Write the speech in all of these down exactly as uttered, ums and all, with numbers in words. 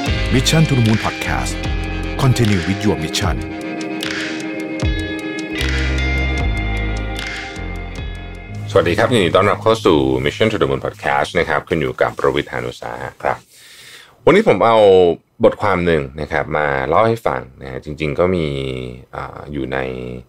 Mission to the Moon Podcast Continue with your mission สวัสดีครับยินดีต้อนรับเข้าสู่ Mission to the Moon Podcast นะครับคุณอยู่กับประวิทย์ หาญอุตสาหะครับวันนี้ผมเอาบทความหนึ่งนะครับมาเล่าให้ฟังนะฮะจริงๆก็มีอ่าอยู่ใน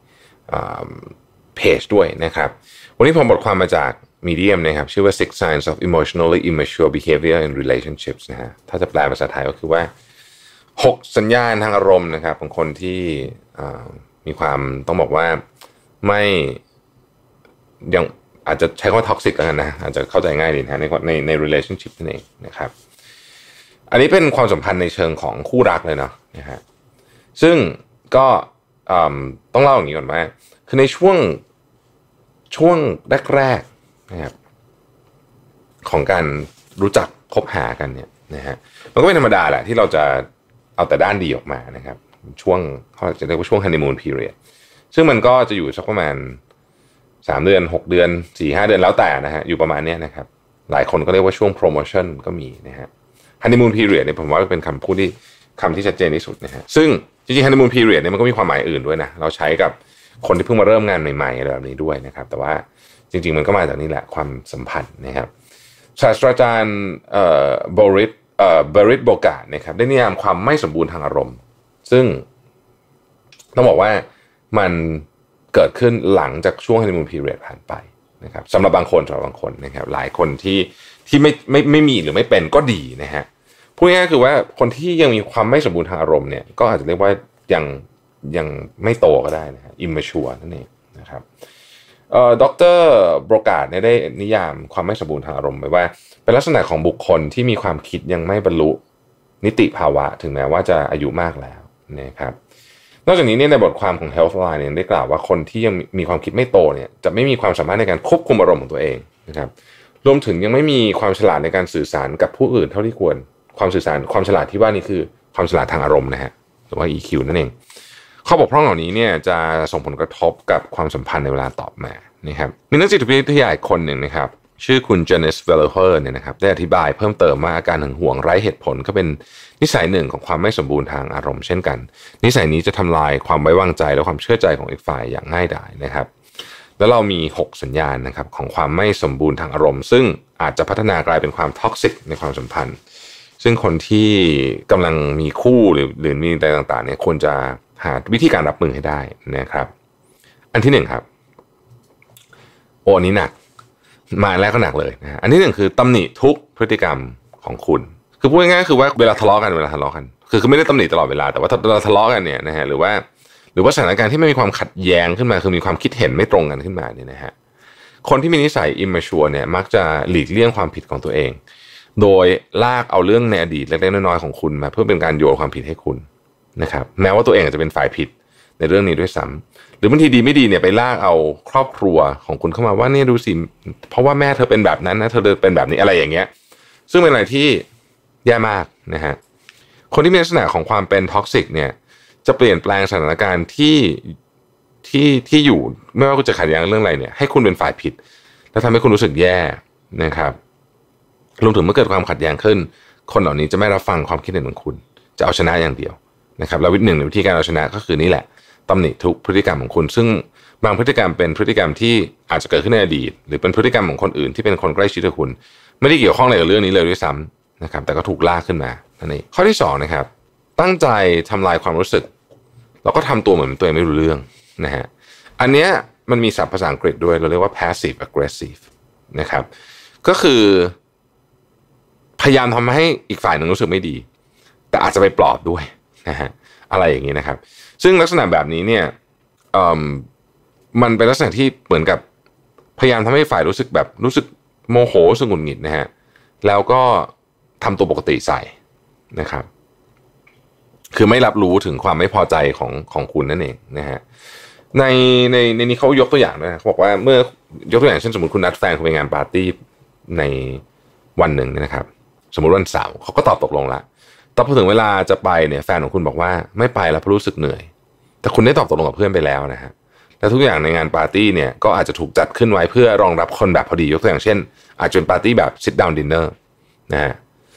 เพจด้วยนะครับวันนี้ผมบทความมาจาก Medium นะครับชื่อว่า Six Signs of Emotionally Immature Behavior in Relationships นะฮะถ้าจะแปลภาษาไทยก็คือว่าหกสัญญาณทางอารมณ์นะครับของคนที่มีความต้องบอกว่าไม่ยังอาจจะใช้คำว่าท็อกซิกแล้วกันนะอาจจะเข้าใจง่ายดีนะในในใน relationship นั่นเองนะครับอันนี้เป็นความสัมพันธ์ในเชิงของคู่รักเลยเนาะนะฮะซึ่งก็ต้องเล่าอย่างนี้ก่อนว่าคือในช่วงช่วงแรกๆนะครับของการรู้จักคบหากันเนี่ยนะฮะมันก็เป็นธรรมดาแหละที่เราจะเอาแต่ด้านดีออกมานะครับช่วงเขาจะเรียกว่าช่วง honeymoon period ซึ่งมันก็จะอยู่สักประมาณสามเดือนหกเดือน สี่ห้า เดือนแล้วแต่นะฮะอยู่ประมาณนี้นะครับหลายคนก็เรียกว่าช่วง promotion ก็มีนะฮะ honeymoon period เนี่ยผมว่าเป็นคำพูดที่คำที่ชัดเจนที่สุดนะฮะซึ่งจริงๆ honeymoon period เนี่ยมันก็มีความหมายอื่นด้วยนะเราใช้กับคนที่เพิ่งมาเริ่มงานใหม่ๆอะไรแบบนี้ด้วยนะครับแต่ว่าจริงๆมันก็มาจากนี่แหละความสัมพันธ์นะครับศาสตราจารย์เอ่อบริตเอ่อบริตโบกาตนะครับได้นิยามความไม่สมบูรณ์ทางอารมณ์ซึ่งต้องบอกว่ามันเกิดขึ้นหลังจากช่วง honeymoon period ผ่านไปนะครับสำหรับบางคนสำหรับบางคนนะครับหลายคนที่ที่ไม่ไม่ไม่มีหรือไม่เป็นก็ดีนะฮะพูดง่ายๆคือว่าคนที่ยังมีความไม่สมบูรณ์ทางอารมณ์เนี่ยก็อาจจะเรียกว่ายังยังไม่โตก็ได้นะฮะ immature นั่นเองนะครับเอ่อดร.โบกาตเนี่ยได้นิยามความไม่สมบูรณ์ทางอารมณ์ไว้ว่าเป็นลักษณะของบุคคลที่มีความคิดยังไม่บรรลุนิติภาวะถึงแม้ว่าจะอายุมากแล้วนะครับนอกจากนี้เนี่ยในบทความของ Healthline เนี่ยได้กล่าวว่าคนที่ยังมีความคิดไม่โตเนี่ยจะไม่มีความสามารถในการควบคุมอารมณ์ของตัวเองนะครับรวมถึงยังไม่มีความฉลาดในการสื่อสารกับผู้อื่นเท่าที่ควรความสื่อสารความฉลาดที่ว่านี่คือความฉลาดทางอารมณ์นะฮะหรือว่า อี คิว นั่นเองข้อบกพร่องเหล่านี้เนี่ยจะส่งผลกระทบกับความสัมพันธ์ในเวลาต่อมานะครับมีนักจิตวิทยาอีกคนหนึ่งนะครับชื่อคุณเจเนสเวลเลอร์เนี่ยนะครับได้อธิบายเพิ่มเติมว่าอาการหึงหวงไร้เหตุผลก็เป็นนิสัยหนึ่งของความไม่สมบูรณ์ทางอารมณ์เช่นกันนิสัยนี้จะทำลายความไว้วางใจและความเชื่อใจของอีกฝ่ายอย่างง่ายดายนะครับแล้วเรามีหกสัญญาณนะครับของความไม่สมบูรณ์ทางอารมณ์ซึ่งอาจจะพัฒนากลายเป็นความท็อกซิกในความสัมพันธ์ซึ่งคนที่กำลังมีคู่หรือหรือมีอะไรต่างๆเนี่ยควรจะหาวิธีการรับมือให้ได้นะครับอันที่หนึ่งครับโอ้อันนี้หนักมาแล้วก็หนักเลยนะฮะอันที่หนึ่งคือตำหนิทุกพฤติกรรมของคุณคือพูดง่ายๆคือว่าเวลาทะเลาะกันเวลาทะเลาะกันคือคือไม่ได้ตำหนิตลอดเวลาแต่ว่าเวลาทะเลาะกันเนี่ยนะฮะหรือว่าหรือว่าสถานการณ์ที่ไม่มีความขัดแย้งขึ้นมาคือมีความคิดเห็นไม่ตรงกันขึ้นมาเนี่ยนะฮะคนที่มีนิสัย immature เนี่ยมักจะหลีกเลี่ยงความผิดของตัวเองโดยลากเอาเรื่องในอดีตเล็กๆน้อยๆของคุณมาเพื่อเป็นการโยนความผิดให้คุณนะครับแม้ว่าตัวเองอาจจะเป็นฝ่ายผิดในเรื่องนี้ด้วยซ้ำหรือบางทีดีไม่ดีเนี่ยไปลากเอาครอบครัวของคุณเข้ามาว่าเนี่ยดูสิเพราะว่าแม่เธอเป็นแบบนั้นนะเธอเป็นแบบนี้อะไรอย่างเงี้ยซึ่งเป็นอะไรที่แย่มากนะฮะคนที่มีลักษณะของความเป็นท็อกซิกเนี่ยจะเปลี่ยนแปลงสถานการณ์ที่ที่ที่อยู่ไม่ว่าคุณจะขัดแย้งเรื่องอะไรเนี่ยให้คุณเป็นฝ่ายผิดแล้วทำให้คุณรู้สึกแย่นะครับรวมถึงเมื่อเกิดความขัดแย้งขึ้นคนเหล่านี้จะไม่รับฟังความคิดเห็นของคุณจะเอาชนะอย่างเดียวนะครับแล้ววิธีหนึ่งในวิธีการเอาชนะก็คือนี่แหละตำหนิทุกพฤติกรรมของคุณซึ่งบางพฤติกรรมเป็นพฤติกรรมที่อาจจะเกิดขึ้นในอดีตหรือเป็นพฤติกรรมของคนอื่นที่เป็นคนใกล้ชิดกับคุณไม่ได้เกี่ยวข้องอะไรกับเรื่องนี้เลยด้วยซ้ำนะครับแต่ก็ถูกลากขึ้นมานั่นเองข้อที่สองนะครับตั้งใจทำลายความรู้สึกแล้วก็ทำตัวเหมือนตัวเองไม่รู้เรื่องนะฮะอันเนี้ยมันมีศัพท์ภาษาอังกฤษด้วยเราเรียกว่า passive aggressive นะครับก็คือพยายามทำให้อีกฝ่ายหนึ่งรู้สึกไม่ดีแต่อาจจะไปปลอบด้วยนะฮะอะไรอย่างนี้นะครับซึ่งลักษณะแบบนี้เนี่ยมันเป็นลักษณะที่เหมือนกับพยายามทำให้ฝ่ายรู้สึกแบบรู้สึกโมโหสึกหงุดหงิดนะฮะแล้วก็ทำตัวปกติใส่นะครับคือไม่รับรู้ถึงความไม่พอใจของของคุณนั่นเองนะฮะในในในนี้เขายกตัวอย่างนะเขาบอกว่าเมื่อยกตัวอย่างเช่นสมมติคุณนัดแฟนคุณไปงานปาร์ตี้ในวันหนึ่งนะครับสมมติวันเสาร์เขาก็ตอบตกลงละแต่พอถึงเวลาจะไปเนี่ยแฟนของคุณบอกว่าไม่ไปแล้วเพราะรู้สึกเหนื่อยแต่คุณได้ตอบตกลงกับเพื่อนไปแล้วนะฮะและทุกอย่างในงานปาร์ตี้เนี่ยก็อาจจะถูกจัดขึ้นไว้เพื่อรองรับคนแบบพอดียกตัวอย่างเช่นอาจจะเป็นปาร์ตี้แบบ sit down dinner นะฮะท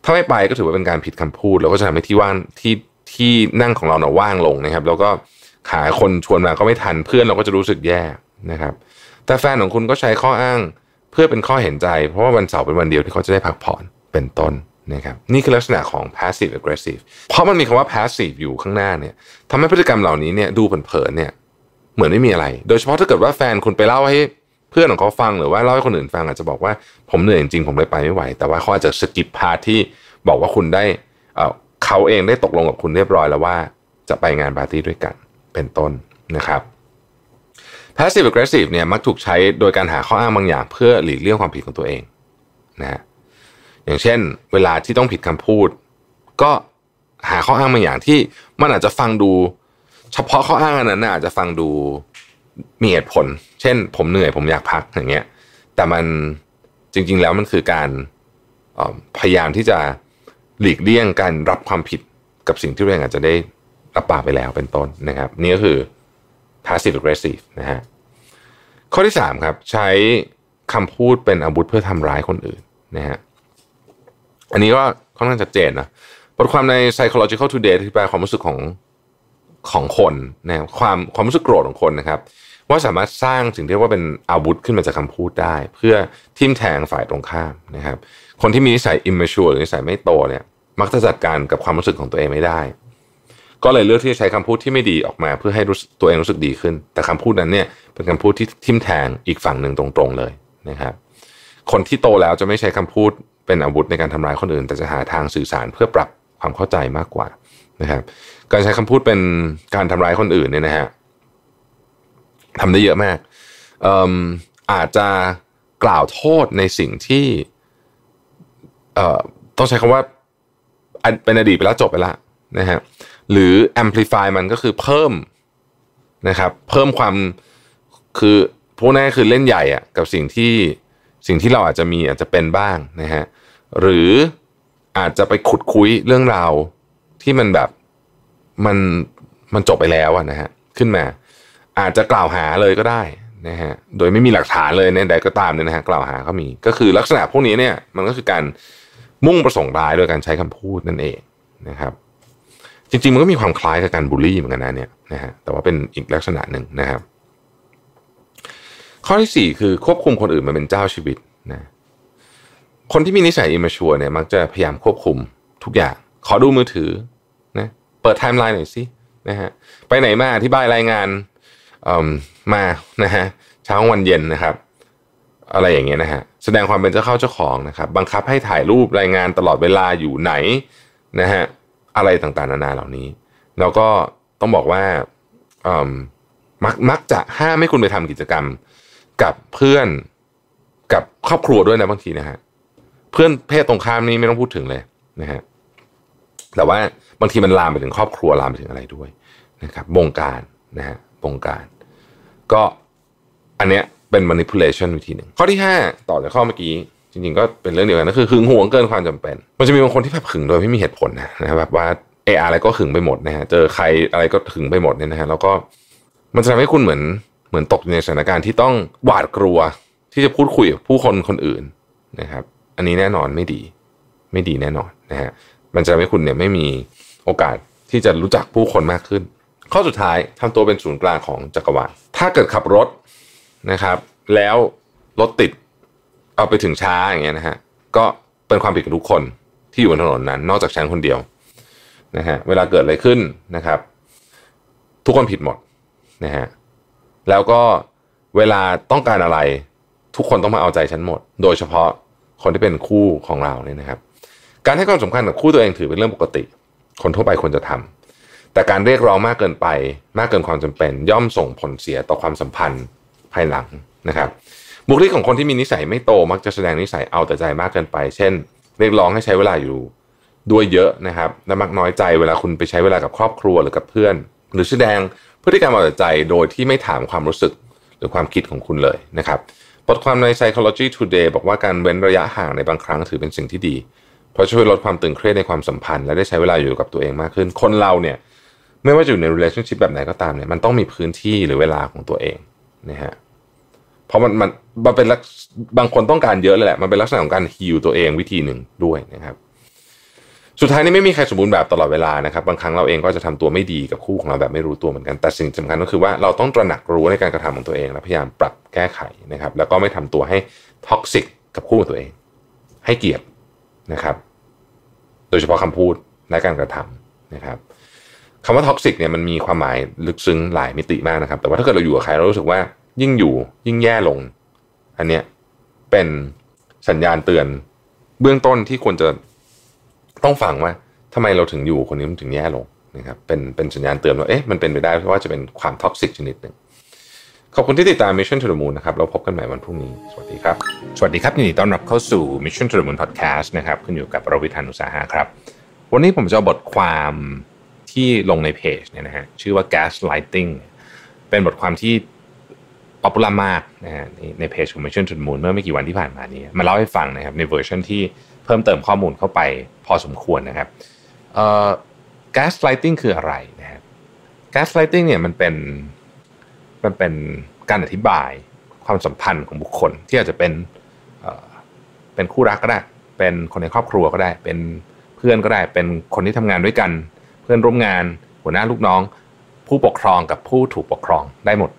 ถ้าไม่ไปก็ถือว่าเป็นการผิดคำพูดแล้วก็จะทำให้ที่ว่างที่ที่นั่งของเราเนี่ยว่างลงนะครับแล้วก็หาคนชวนมาก็ไม่ทันเพื่อนเราก็จะรู้สึกแย่นะครับแต่แฟนของคุณก็ใช้ข้ออ้างเพื่อเป็นข้อเห็นใจเพราะว่าวันเสาร์เป็นวันเดียวที่เขาจะได้พักผ่อนเป็นต้นนะครับนี่คือลักษณะของ passive aggressive เพราะมันมีคำว่า passive อยู่ข้างหน้าเนี่ยทำให้พฤติกรรมเหล่านี้เนี่ยดูเผินๆเนี่ยเหมือนไม่มีอะไรโดยเฉพาะถ้าเกิดว่าแฟนคุณไปเล่าให้เพื่อนของเขาฟังหรือว่าเล่าให้คนอื่นฟังอาจจะบอกว่าผมเหนื่อยจริงๆผมเลยไปไม่ไหวแต่ว่าเขาอาจจะสกิปพาร์ทที่บอกว่าคุณได้เอ่อเขาเองได้ตกลงกับคุณเรียบร้อยแล้วว่าจะไปงานปาร์ตี้ด้วยกันเป็นต้นนะครับ passive aggressive เนี่ยมักถูกใช้โดยการหาข้ออ้างบางอย่างเพื่อหลีกเลี่ยงความผิดของตัวเองนะฮะอย่างเช่นเวลาที่ต้องผิดคำพูดก็หาข้ออ้างบางอย่างที่มันอาจจะฟังดูเฉพาะข้ออ้างอันนั้นอาจจะฟังดูมีเหตุผลเช่นผมเหนื่อยผมอยากพักอย่างเงี้ยแต่มันจริงๆแล้วมันคือการพยายามที่จะหลีกเลี่ยงการรับความผิดกับสิ่งที่ตัวเองอาจจะได้รับปากไปแล้วเป็นต้นนะครับนี่ก็คือ passive aggressive นะฮะข้อที่สามครับใช้คำพูดเป็นอาวุธเพื่อทำร้ายคนอื่นนะฮะอันนี้ก็ค่อนข้างชัดเจนนะบทความใน Psychological Today อธิบายความรู้สึกของของคนนะความความรู้สึกโกรธของคนนะครับว่าสามารถสร้างสิ่งที่เรียกว่าเป็นอาวุธขึ้นมาจากคำพูดได้เพื่อทิ่มแทงฝ่ายตรงข้ามนะครับคนที่มีนิสัย immature หรือนิสัยไม่โตเนี่ยมักจะจัดการกับความรู้สึกของตัวเองไม่ได้ก็เลยเลือกที่จะใช้คำพูดที่ไม่ดีออกมาเพื่อให้ตัวเองรู้สึกดีขึ้นแต่คำพูดนั้นเนี่ยเป็นคำพูดที่ทิ่มแทงอีกฝั่งหนึ่งตรงๆเลยนะครับคนที่โตแล้วจะไม่ใช้คำพูดเป็นอาวุธในการทำร้ายคนอื่นแต่จะหาทางสื่อสารเพื่อปรับความเข้าใจมากกว่านะครับการใช้คำพูดเป็นการทำร้ายคนอื่นเนี่ยนะฮะทำได้เยอะมากเอ่ออาจจะกล่าวโทษในสิ่งที่เอ่อต้องใช้คำว่าเป็นอดีตไปแล้วจบไปแล้วนะฮะหรือ amplify มันก็คือเพิ่มนะครับเพิ่มความคือพวกนั้นคือเล่นใหญ่อะกับสิ่งที่สิ่งที่เราอาจจะมีอาจจะเป็นบ้างนะฮะหรืออาจจะไปขุดคุยเรื่องราวที่มันแบบมันมันจบไปแล้วอะนะฮะขึ้นมาอาจจะกล่าวหาเลยก็ได้นะฮะโดยไม่มีหลักฐานเลยในใดก็ตามเนี่ยนะฮะกล่าวหาก็มีก็คือลักษณะพวกนี้เนี่ยมันก็คือการมุ่งประสงค์ร้ายโดยการใช้คำพูดนั่นเองนะครับจริงๆมันก็มีความคล้ายกับการบูลลี่เหมือนกันนะเนี่ยนะฮะแต่ว่าเป็นอีกลักษณะหนึ่งนะครับข้อที่สี่คือควบคุมคนอื่นมาเป็นเจ้าชีวิตนะคนที่มีนิสัย immature เนี่ยมักจะพยายามควบคุมทุกอย่างขอดูมือถือนะเปิดไทม์ไลน์หน่อยสินะฮะไปไหนมาอธิบายรายงานมานะฮะเช้าวันเย็นนะครับอะไรอย่างเงี้ยนะฮะแสดงความเป็นเจ้าเข้าเจ้าของนะครับบังคับให้ถ่ายรูปรายงานตลอดเวลาอยู่ไหนนะฮะอะไรต่างๆนานาเหล่านี้แล้วก็ต้องบอกว่ามักมักจะห้ามให้คุณไปทำกิจกรรมกับเพื่อนกับครอบครัวด้วยนะบางทีนะฮะเพื่อนเพศตรงข้ามนี่ไม่ต้องพูดถึงเลยนะฮะแต่ว่าบางทีมันลามไปถึงครอบครัวลามไปถึงอะไรด้วยนะครับบงการนะฮะบงการก็อันเนี้ยเป็น manipulation วิธีหนึ่งข้อที่ห้าต่อจากข้อเมื่อกี้จริงๆก็เป็นเรื่องเดียวกันก็คือหึงหวงเกินความจำเป็นมันจะมีบางคนที่แบบหึงโดยไม่มีเหตุผลนะนะแบบว่าเอออะไรก็หึงไปหมดนะฮะเจอใครอะไรก็หึงไปหมดเนี่ยนะฮะแล้วก็มันจะทำให้คุณเหมือนเหมือนตกในสถานการณ์ที่ต้องหวาดกลัวที่จะพูดคุยกับผู้คนคนอื่นนะครับอันนี้แน่นอนไม่ดีไม่ดีแน่นอนนะฮะมันจะทำให้คุณเนี่ยไม่มีโอกาสที่จะรู้จักผู้คนมากขึ้นข้อสุดท้ายทำตัวเป็นศูนย์กลางของจักรวาลถ้าเกิดขับรถนะครับแล้วรถติดเอาไปถึงช้าอย่างเงี้ยนะฮะก็เป็นความผิดของทุกคนที่อยู่บนถนนนั้นนอกจากฉันคนเดียวนะฮะเวลาเกิดอะไรขึ้นนะครับทุกคนผิดหมดนะฮะแล้วก็เวลาต้องการอะไรทุกคนต้องมาเอาใจฉันหมดโดยเฉพาะคนที่เป็นคู่ของเราเนี่ยนะครับการให้ความสำคัญกับคู่ตัวเองถือเป็นเรื่องปกติคนทั่วไปควรจะทำแต่การเรียกร้องมากเกินไปมากเกินความจำเป็นย่อมส่งผลเสียต่อความสัมพันธ์ภายหลังนะครับบุคลิกของคนที่มีนิสัยไม่โตมักจะแสดงนิสัยเอาแต่ใจมากเกินไปเช่นเรียกร้องให้ใช้เวลาอยู่ด้วยเยอะนะครับและมักน้อยใจเวลาคุณไปใช้เวลากับครอบครัวหรือกับเพื่อนหรือแสดงพฤติกรรมเอาแต่ใจโดยที่ไม่ถามความรู้สึกหรือความคิดของคุณเลยนะครับบทความใน Psychology Today บอกว่าการเว้นระยะห่างในบางครั้งถือเป็นสิ่งที่ดีเพราะช่วยลดความตึงเครียดในความสัมพันธ์และได้ใช้เวลาอยู่กับตัวเองมากขึ้นคนเราเนี่ยไม่ว่าจะอยู่ใน relationship แบบไหนก็ตามเนี่ยมันต้องมีพื้นที่หรือเวลาของตัวเองนะฮะเพราะมันมันมันเป็นบางคนต้องการเยอะเลยแหละมันเป็นลักษณะของการฮีลตัวเองวิธีหนึ่งด้วยนะครับสุดท้ายนี่ไม่มีใครสมบูรณ์แบบตลอดเวลานะครับบางครั้งเราเองก็จะทำตัวไม่ดีกับคู่ของเราแบบไม่รู้ตัวเหมือนกันแต่สิ่งสำคัญก็คือว่าเราต้องตระหนักรู้ในการกระทำของตัวเองและพยายามปรับแก้ไขนะครับแล้วก็ไม่ทำตัวให้ท็อกซิกกับคู่ของตัวเองให้เกียรตินะครับโดยเฉพาะคำพูดและการกระทำนะครับคำว่าท็อกซิกเนี่ยมันมีความหมายลึกซึ้งหลายมิติมากนะครับแต่ว่าถ้าเกิดเราอยู่กับใครเรารู้สึกว่ายิ่งอยู่ยิ่งแย่ลงอันเนี้ยเป็นสัญญาณเตือนเบื้องต้นที่ควรจะต้องฟังว่าทำไมเราถึงอยู่คนนี้มันถึงแย่ลงนะครับเป็นเป็นสัญญาณเตือนว่าเอ๊ะมันเป็นไปได้เพราะว่าจะเป็นความท็อกซิกชนิดหนึ่งขอบคุณที่ติดตาม Mission to the Moon นะครับเราพบกันใหม่วันพรุ่งนี้สวัสดีครับสวัสดีครับยินดีต้อนรับเข้าสู่ Mission to the Moon Podcast นะครับคุณอยู่กับรวิธานอุตสาหะครับวันนี้ผมจะเอาบทความที่ลงในเพจเนี่ยนะฮะชื่อว่า Gaslighting เป็นบทความที่ป๊อปปูล่ามากนะฮะในเพจของ Mission to the Moon เมื่อไม่กี่วันที่ผ่านมานี้มาเล่าให้ฟังนะครับในเวอร์ชันที่เพิ่มเติมข้อมูลเข้าไปพอสมควรนะครับเอ่อ gaslighting คืออะไรนะครับ gaslighting เนี่ยมันเป็นมันเป็นการอธิบายความสัมพันธ์ของบุคคลที่อาจจะเป็นเอ่อเป็นคู่รักก็ได้เป็นคนในครอบครัวก็ได้เป็นเพื่อนก็ได้เป็นคนที่ทำงานด้วยกันเพื่อนร่วมงานหัวหน้าลูกน้องผู้ปกครองกับผู้ถูกปกครองได้หมด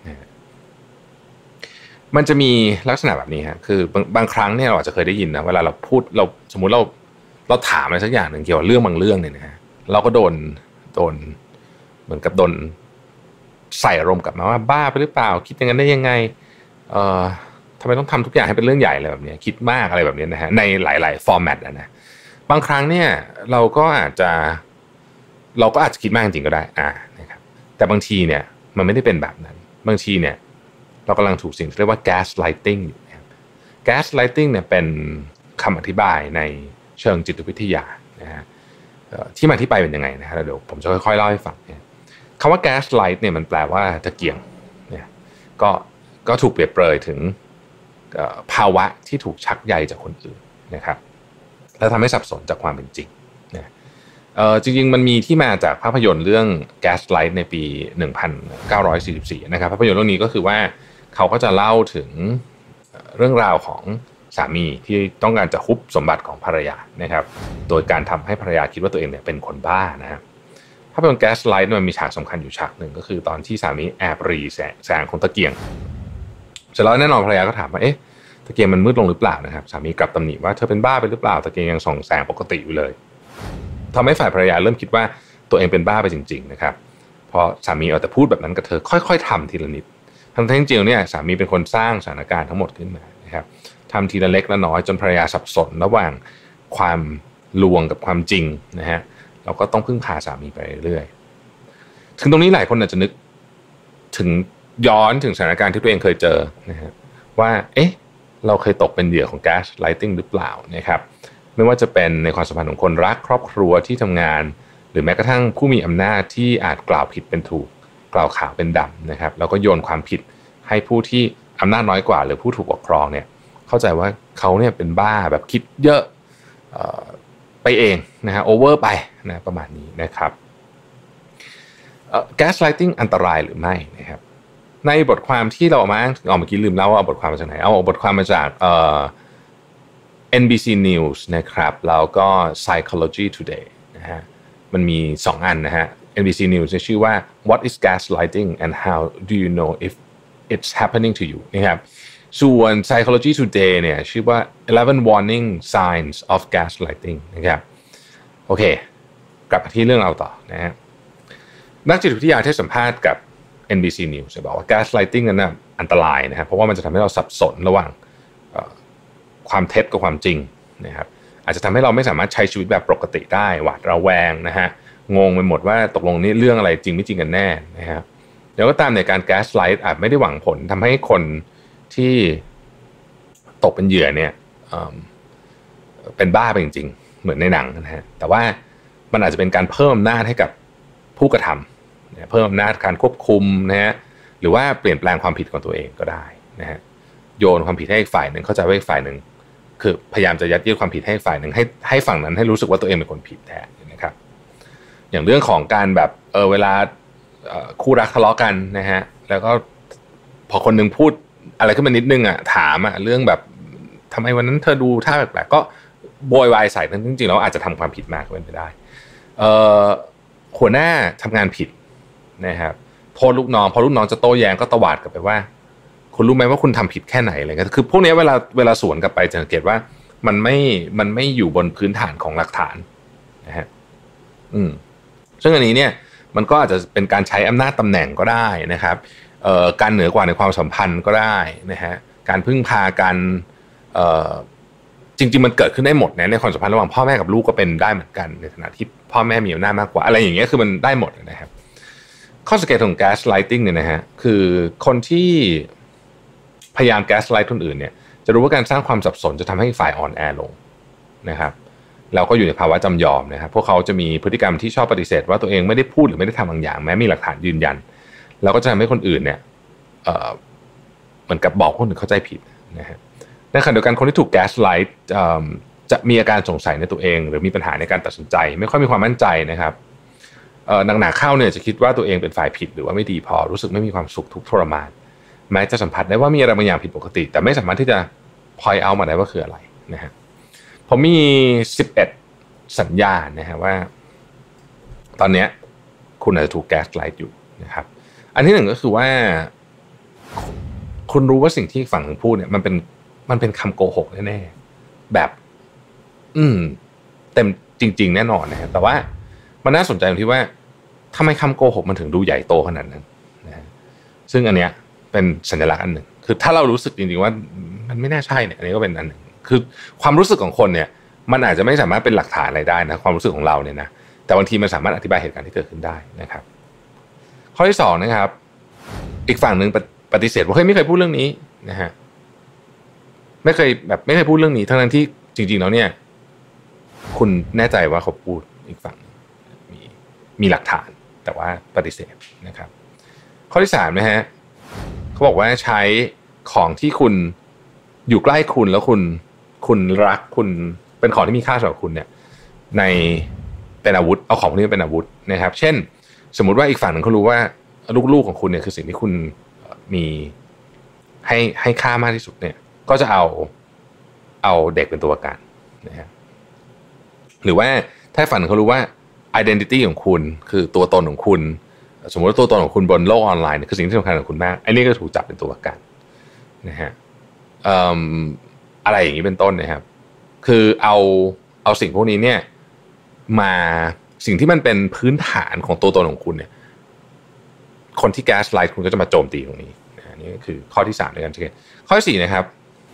มันจะมีลักษณะแบบนี้ฮะคือบางบางครั้งเนี่ยเราอาจจะเคยได้ยินนะเวลาเราพูดเราสมมุติเราเราถามอะไรสักอย่างหนึ่งเกี่ยวกับเรื่องบางเรื่องเนี่ยนะฮะเราก็โดนโดนเหมือนกับโดนใส่อารมณ์กลับมาว่าบ้าไปหรือเปล่าคิดอย่างนั้นได้ยังไงเอ่อทำไมต้องทำทุกอย่างให้เป็นเรื่องใหญ่อะไรแบบนี้คิดมากอะไรแบบนี้นะฮะในหลายๆฟอร์แมตนะบางครั้งเนี่ยเราก็อาจจะเราก็อาจจะคิดมากจริงๆก็ได้อ่านะครับแต่บางทีเนี่ยมันไม่ได้เป็นแบบนั้นบางทีเนี่ยเรากำลังถูกสิ่งที่เรียกว่า gaslighting อยู่นะครับ gaslighting เนี่ยเป็นคำอธิบายในเชิงจิตวิทยานะฮะที่มาที่ไปเป็นยังไงนะฮะเดี๋ยวผมจะค่อยๆเล่าให้ฟังเนี่ยคำว่า gaslight เนี่ยมันแปลว่าตะเกียงเนี่ยก็ก็ถูกเปรียบเปรยถึงภาวะที่ถูกชักใยจากคนอื่นนะครับแล้วทำให้สับสนจากความเป็นจริงนะเอ่อจริงๆมันมีที่มาจากภาพยนตร์เรื่อง gaslight ในปีหนึ่งพันเก้าร้อยสี่สิบสี่นะครับภาพยนตร์เรื่องนี้ก็คือว่าเขาก็จะเล่าถึงเรื่องราวของสามีที่ต้องการจะฮุบสมบัติของภรรยานะครับโดยการทำให้ภรรยาคิดว่าตัวเองเนี่ยเป็นคนบ้านะครับภาพยนตร์ Gaslight มันมีฉากสำคัญอยู่ฉากหนึ่งก็คือตอนที่สามีแอบรีแสงแสงของตะเกียงเสร็จแล้วแน่นอนภรรยาก็ถามว่าเอ๊ะตะเกียงมันมืดลงหรือเปล่านะครับสามีกลับตำหนิว่าเธอเป็นบ้าไปหรือเปล่าตะเกียงยังส่องแสงปกติอยู่เลยทำให้ฝ่ายภรรยาเริ่มคิดว่าตัวเองเป็นบ้าไปจริงๆนะครับพอสามีเอาแต่พูดแบบนั้นกับเธอค่อยๆทำทีละนิดทั้งที่จริงๆเนี่ยสามีเป็นคนสร้างสถานการณ์ทั้งหมดขึ้นมานะครับทำทีละเล็กละน้อยจนภรรยาสับสนระหว่างความลวงกับความจริงนะฮะเราก็ต้องพึ่งพาสามีไปเรื่อยๆถึงตรงนี้หลายคนอาจจะนึกถึงย้อนถึงสถานการณ์ที่ตัวเองเคยเจอนะฮะว่าเอ๊ะเราเคยตกเป็นเหยื่อของ gaslighting หรือเปล่านะครับไม่ว่าจะเป็นในความสัมพันธ์ของคนรักครอบครัวที่ทำงานหรือแม้กระทั่งผู้มีอำนาจที่อาจกล่าวผิดเป็นถูกกล่าวขาวเป็นดำนะครับแล้วก็โยนความผิดให้ผู้ที่อำนาจน้อยกว่าหรือผู้ถูกปกครองเนี่ยเข้าใจว่าเขาเนี่ยเป็นบ้าแบบคิดเยอะเอ่อไปเองนะฮะโอเวอร์ไปนะประมาณนี้นะครับเอ่อ gaslighting อันตรายหรือไม่นะครับในบทความที่เราเอามาเอาเมื่อกี้ลืมเล่าว่าบทความมาจากไหนเอาบทความมาจากเอ่อ เอ็น บี ซี News นะครับแล้วก็ Psychology Today นะฮะมันมีสองอันนะฮะ เอ็น บี ซี News ชื่อว่า What is gaslighting and how do you know if it's happening to you นะครับส่วน Psychology Today เนี่ยชื่อว่า eleven warning signs of gaslighting นะครับโอเคกลับมาที่เรื่องเราต่อนะฮะนักจิตวิทยาที่สัมภาษณ์กับ เอ็น บี ซี News บอกว่า gaslighting นั้นนะอันตรายนะครับเพราะว่ามันจะทำให้เราสับสนระหว่างความเท็จกับความจริงนะครับอาจจะทำให้เราไม่สามารถใช้ชีวิตแบบปกติได้หวาดระแวงนะฮะงงไปหมดว่าตกลงนี่เรื่องอะไรจริงไม่จริงกันแน่นะครับเดี๋ยวก็ตามในการ gaslight อาจไม่ได้หวังผลทำให้คนที่ตกเป็นเหยื่อเนี่ยเป็นบ้าไปจริงๆเหมือนในหนังนะฮะแต่ว่ามันอาจจะเป็นการเพิ่มอำนาจให้กับผู้กระทำเพิ่มอำนาจการควบคุมนะฮะหรือว่าเปลี่ยนแปลงความผิดของตัวเองก็ได้นะฮะโยนความผิดให้อีกฝ่ายหนึ่งเข้าใจว่าอีกฝ่ายหนึ่งคือพยายามจะยัดเยียดความผิดให้ฝ่ายหนึ่งให้ให้ฝั่งนั้นให้รู้สึกว่าตัวเองเป็นคนผิดแทนนะครับอย่างเรื่องของการแบบเออเวลาคู่รักทะเลาะกันนะฮะแล้วก็พอคนนึงพูดอะไรขึ้นมานิดนึงอ่ะถามอ่ะเรื่องแบบทำไมวันนั้นเธอดูท่าแปลกๆก็โวยวายใส่นั้นจริงๆแล้วอาจจะทำความผิดมากเป็นไปได้เอ่อหัวหน้าทำงานผิดนะครับโทษลูกน้องพอลูกน้องจะโต้แย้งก็ตวาดกลับไปว่าคุณรู้ไหมว่าคุณทำผิดแค่ไหนอะไรเงี้ยคือพวกนี้เวลาเวลาสวนกลับไปจะสังเกตว่ามันไม่มันไม่อยู่บนพื้นฐานของหลักฐานนะฮะอืมซึ่งอันนี้เนี่ยมันก็อาจจะเป็นการใช้อำนาจตำแหน่งก็ได้นะครับเอ่อการเหนือกว่าในความสัมพันธ์ก็ได้นะฮะการพึ่งพากันเอ่อจริงๆมันเกิดขึ้นได้หมดนะในความสัมพันธ์ระหว่างพ่อแม่กับลูกก็เป็นได้เหมือนกันในฐานะที่พ่อแม่มีอำนาจมากกว่าอะไรอย่างเงี้ยคือมันได้หมดนะครับข้อสังเกตของ gaslighting เนี่ยนะฮะคือคนที่พยายาม gaslight คนอื่นเนี่ยจะรู้ว่าการสร้างความสับสนจะทำให้ฝ่ายอ่อนแอลงนะครับแล้วก็อยู่ในภาวะจำยอมนะครับพวกเขาจะมีพฤติกรรมที่ชอบปฏิเสธว่าตัวเองไม่ได้พูดหรือไม่ได้ทำบางอย่างแม้มีหลักฐานยืนยันแล้วก็จะทำให้คนอื่นเนี่ยเอ่อเหมือนกับบอกคนอื่นเข้าใจผิดนะฮะในขณะเดียวกันคนที่ถูก gaslight จะมีอาการสงสัยในตัวเองหรือมีปัญหาในการตัดสินใจไม่ค่อยมีความมั่นใจนะครับเอ่อหนักๆเข้าเนี่ยจะคิดว่าตัวเองเป็นฝ่ายผิดหรือว่าไม่ดีพอรู้สึกไม่มีความสุขทุกข์ทรมานแม้จะสัมผัสได้ว่ามีอะไรบางอย่างผิดปกติแต่ไม่สามารถที่จะ point out มาได้ว่าคืออะไรนะฮะผมมีสิบเอ็ดสัญญาณนะฮะว่าตอนนี้คุณอาจจะถูก gaslight อยู่นะครับอันที่หนึ่งก็คือว่าคุณรู้ว่าสิ่งที่ฝั่งนึงพูดเนี่ยมันเป็นมันเป็นคำโกหกแน่ๆแบบอืมเต็มจริงๆแน่นอนนะฮะแต่ว่ามันน่าสนใจตรงที่ว่าทำไมคำโกหกมันถึงดูใหญ่โตขนาดนั้นนะซึ่งอันเนี้ยเป็นสัญลักษณ์อันหนึ่งคือถ้าเรารู้สึกจริงๆว่ามันไม่น่าใช่เนี่ยอันนี้ก็เป็นอันหนึ่งคือความรู้สึกของคนเนี่ยมันอาจจะไม่สามารถเป็นหลักฐานอะไรได้นะความรู้สึกของเราเนี่ยนะแต่บางทีมันสามารถอธิบายเหตุการณ์ที่เกิดขึ้นได้นะครับข้อที่สองนะครับอีกฝั่งนึงปฏิเสธว่าเฮ้ยไม่เคยพูดเรื่องนี้นะฮะไม่เคยแบบไม่เคยพูดเรื่องนี้ทั้งนั้นที่จริงๆแล้วเนี่ยคุณแน่ใจว่าเขาพูดอีกฝั่งมีมีหลักฐานแต่ว่าปฏิเสธนะครับข้อที่สามนะฮะเขาบอกว่าใช้ของที่คุณอยู่ใกล้คุณแล้วคุณคุณรักคุณเป็นของที่มีค่าสำหรับคุณเนี่ยในเป็นอาวุธเอาของพวกนี้เป็นอาวุธนะครับเช่นสมมุติว่าอีกฝั่งหนึ่งเขารู้ว่าลูกๆของคุณเนี่ยคือสิ่งที่คุณมีให้ให้ค่ามากที่สุดเนี่ยก็จะเอาเอาเด็กเป็นตัวประกันนะฮะหรือว่าถ้าฝั่งหนึ่งเขารู้ว่า identity ของคุณคือตัวตนของคุณสมมติว่าตัวตนของคุณบนโลกออนไลน์คือสิ่งที่สำคัญของคุณมากอันนี้ก็ถูกจับเป็นตัวประกันนะฮะอะไรอย่างนี้เป็นต้นนะครับคือเอาเอาสิ่งพวกนี้เนี่ยมาสิ่งที่มันเป็นพื้นฐานของตัวตนของคุณเนี่ยคนที่แก๊สไลท์คุณก็จะมาโจมตีตรงนี้นะนี่คือข้อที่สามในการเช็คข้อที่สี่นะครับ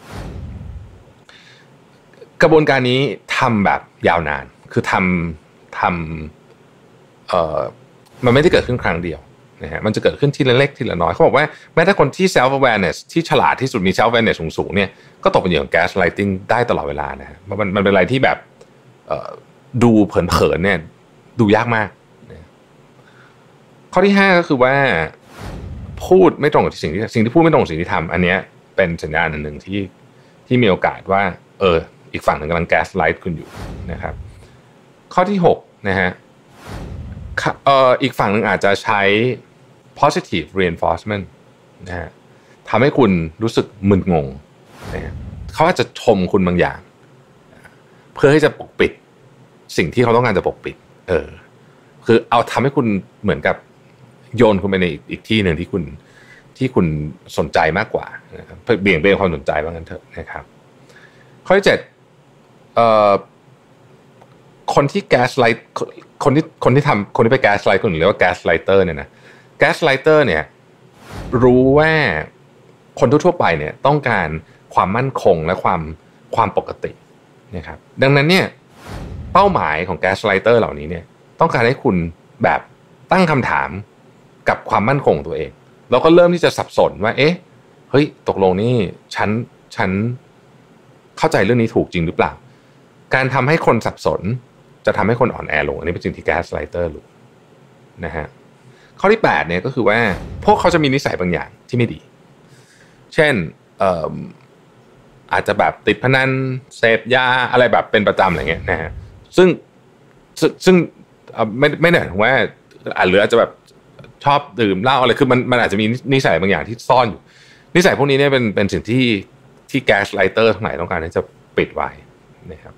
กระบวนการนี้ทำแบบยาวนานคือทำทำเอ่อมันไม่ได้เกิดขึ้นครั้งเดียวนะฮะมันจะเกิดขึ้นทีละเล็กทีละน้อยเขาบอกว่าแม้แต่คนที่ self awareness ที่ฉลาดที่สุดมี self awareness สูงๆเนี่ยก็ตกเป็นเหยื่อของ gaslighting ได้ตลอดเวลานะฮะมันมันเป็นอะไรที่แบบดูเผินๆเนี่ยดูยากมากนะข้อที่ห้าก็คือว่าพูดไม่ตรงกับสิ่งที่สิ่งที่พูดไม่ตรงกับสิ่งที่ทำอันเนี้ยเป็นสัญญาณอันหนึ่งที่ที่มีโอกาสว่าเอออีกฝั่งหนึ่งกำลัง gaslight คุณอยู่นะครับข้อที่หกนะฮะเอ่ออีกฝั่งหนึ่งอาจจะใช้ positive reinforcement นะฮะทำให้คุณรู้สึกมึนงงนะฮะเขาอาจจะชมคุณบางอย่างเพื่อที่จะปกปิดสิ่งที่เขาต้องการจะปกปิดเออคือเอาทำให้คุณเหมือนกับโยนคุณไปในอีกอีกที่หนึ่งที่คุณที่คุณสนใจมากกว่านะครับเบี่ยงเบนความสนใจว่างั้นเถอะนะครับข้อที่เจ็ดเอ่อคนที่ gaslight คนที่คนที่ทำคนที่ไป gaslight คนอื่นเรียกว่า gaslighter เนี่ยนะ gaslighter เนี่ยรู้ว่าคนทั่วไปเนี่ยต้องการความมั่นคงและความความปกตินะครับดังนั้นเนี่ยเป้าหมายของ gaslighter เหล่านี้เนี่ยต้องการให้คุณแบบตั้งคำถามกับความมั่นคงตัวเองแล้วก็เริ่มที่จะสับสนว่าเอ๊ะเฮ้ยตกลงนี่ฉันฉันเข้าใจเรื่องนี้ถูกจริงหรือเปล่าการทำให้คนสับสนจะทำให้คนอ่อนแอลงอันนี้เป็นสิ่งที่ gaslighter รู้นะฮะข้อที่แปดเนี่ยก็คือว่าพวกเขาจะมีนิสัยบางอย่างที่ไม่ดีเช่นเอ่ออาจจะแบบติดพนันเสพยาอะไรแบบเป็นประจำอะไรเงี้ยนะฮะซึ่งซึ่งไม่ไม่ได้ถึงว่าอาจหรืออาจจะแบบชอบดื่มเหล้าอะไรคือมันมันอาจจะมีนิสัยบางอย่างที่ซ่อนอยู่นิสัยพวกนี้เนี่ยเป็นเป็นสิ่งที่ที่ gaslighter ทั้งหลายต้องการที่จะปิดไว้นะครับ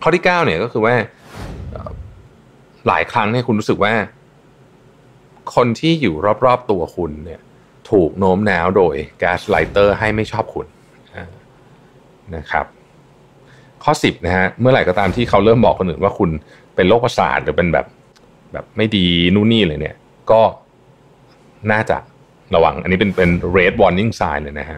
ข้อที่เก้าเนี่ยก็คือว่าหลายครั้งเนี่ยคุณรู้สึกว่าคนที่อยู่รอบๆตัวคุณเนี่ยถูกโน้มน้าวโดยแก๊สไลเตอร์ให้ไม่ชอบคุณนะครับข้อสิบนะฮะเมื่อไหร่ก็ตามที่เขาเริ่มบอกคนอื่นว่าคุณเป็นโรคประสาทหรือเป็นแบบแบบไม่ดีนู่นนี่เลยเนี่ยก็น่าจะระวังอันนี้เป็นเป็น red warning sign เลยนะฮะ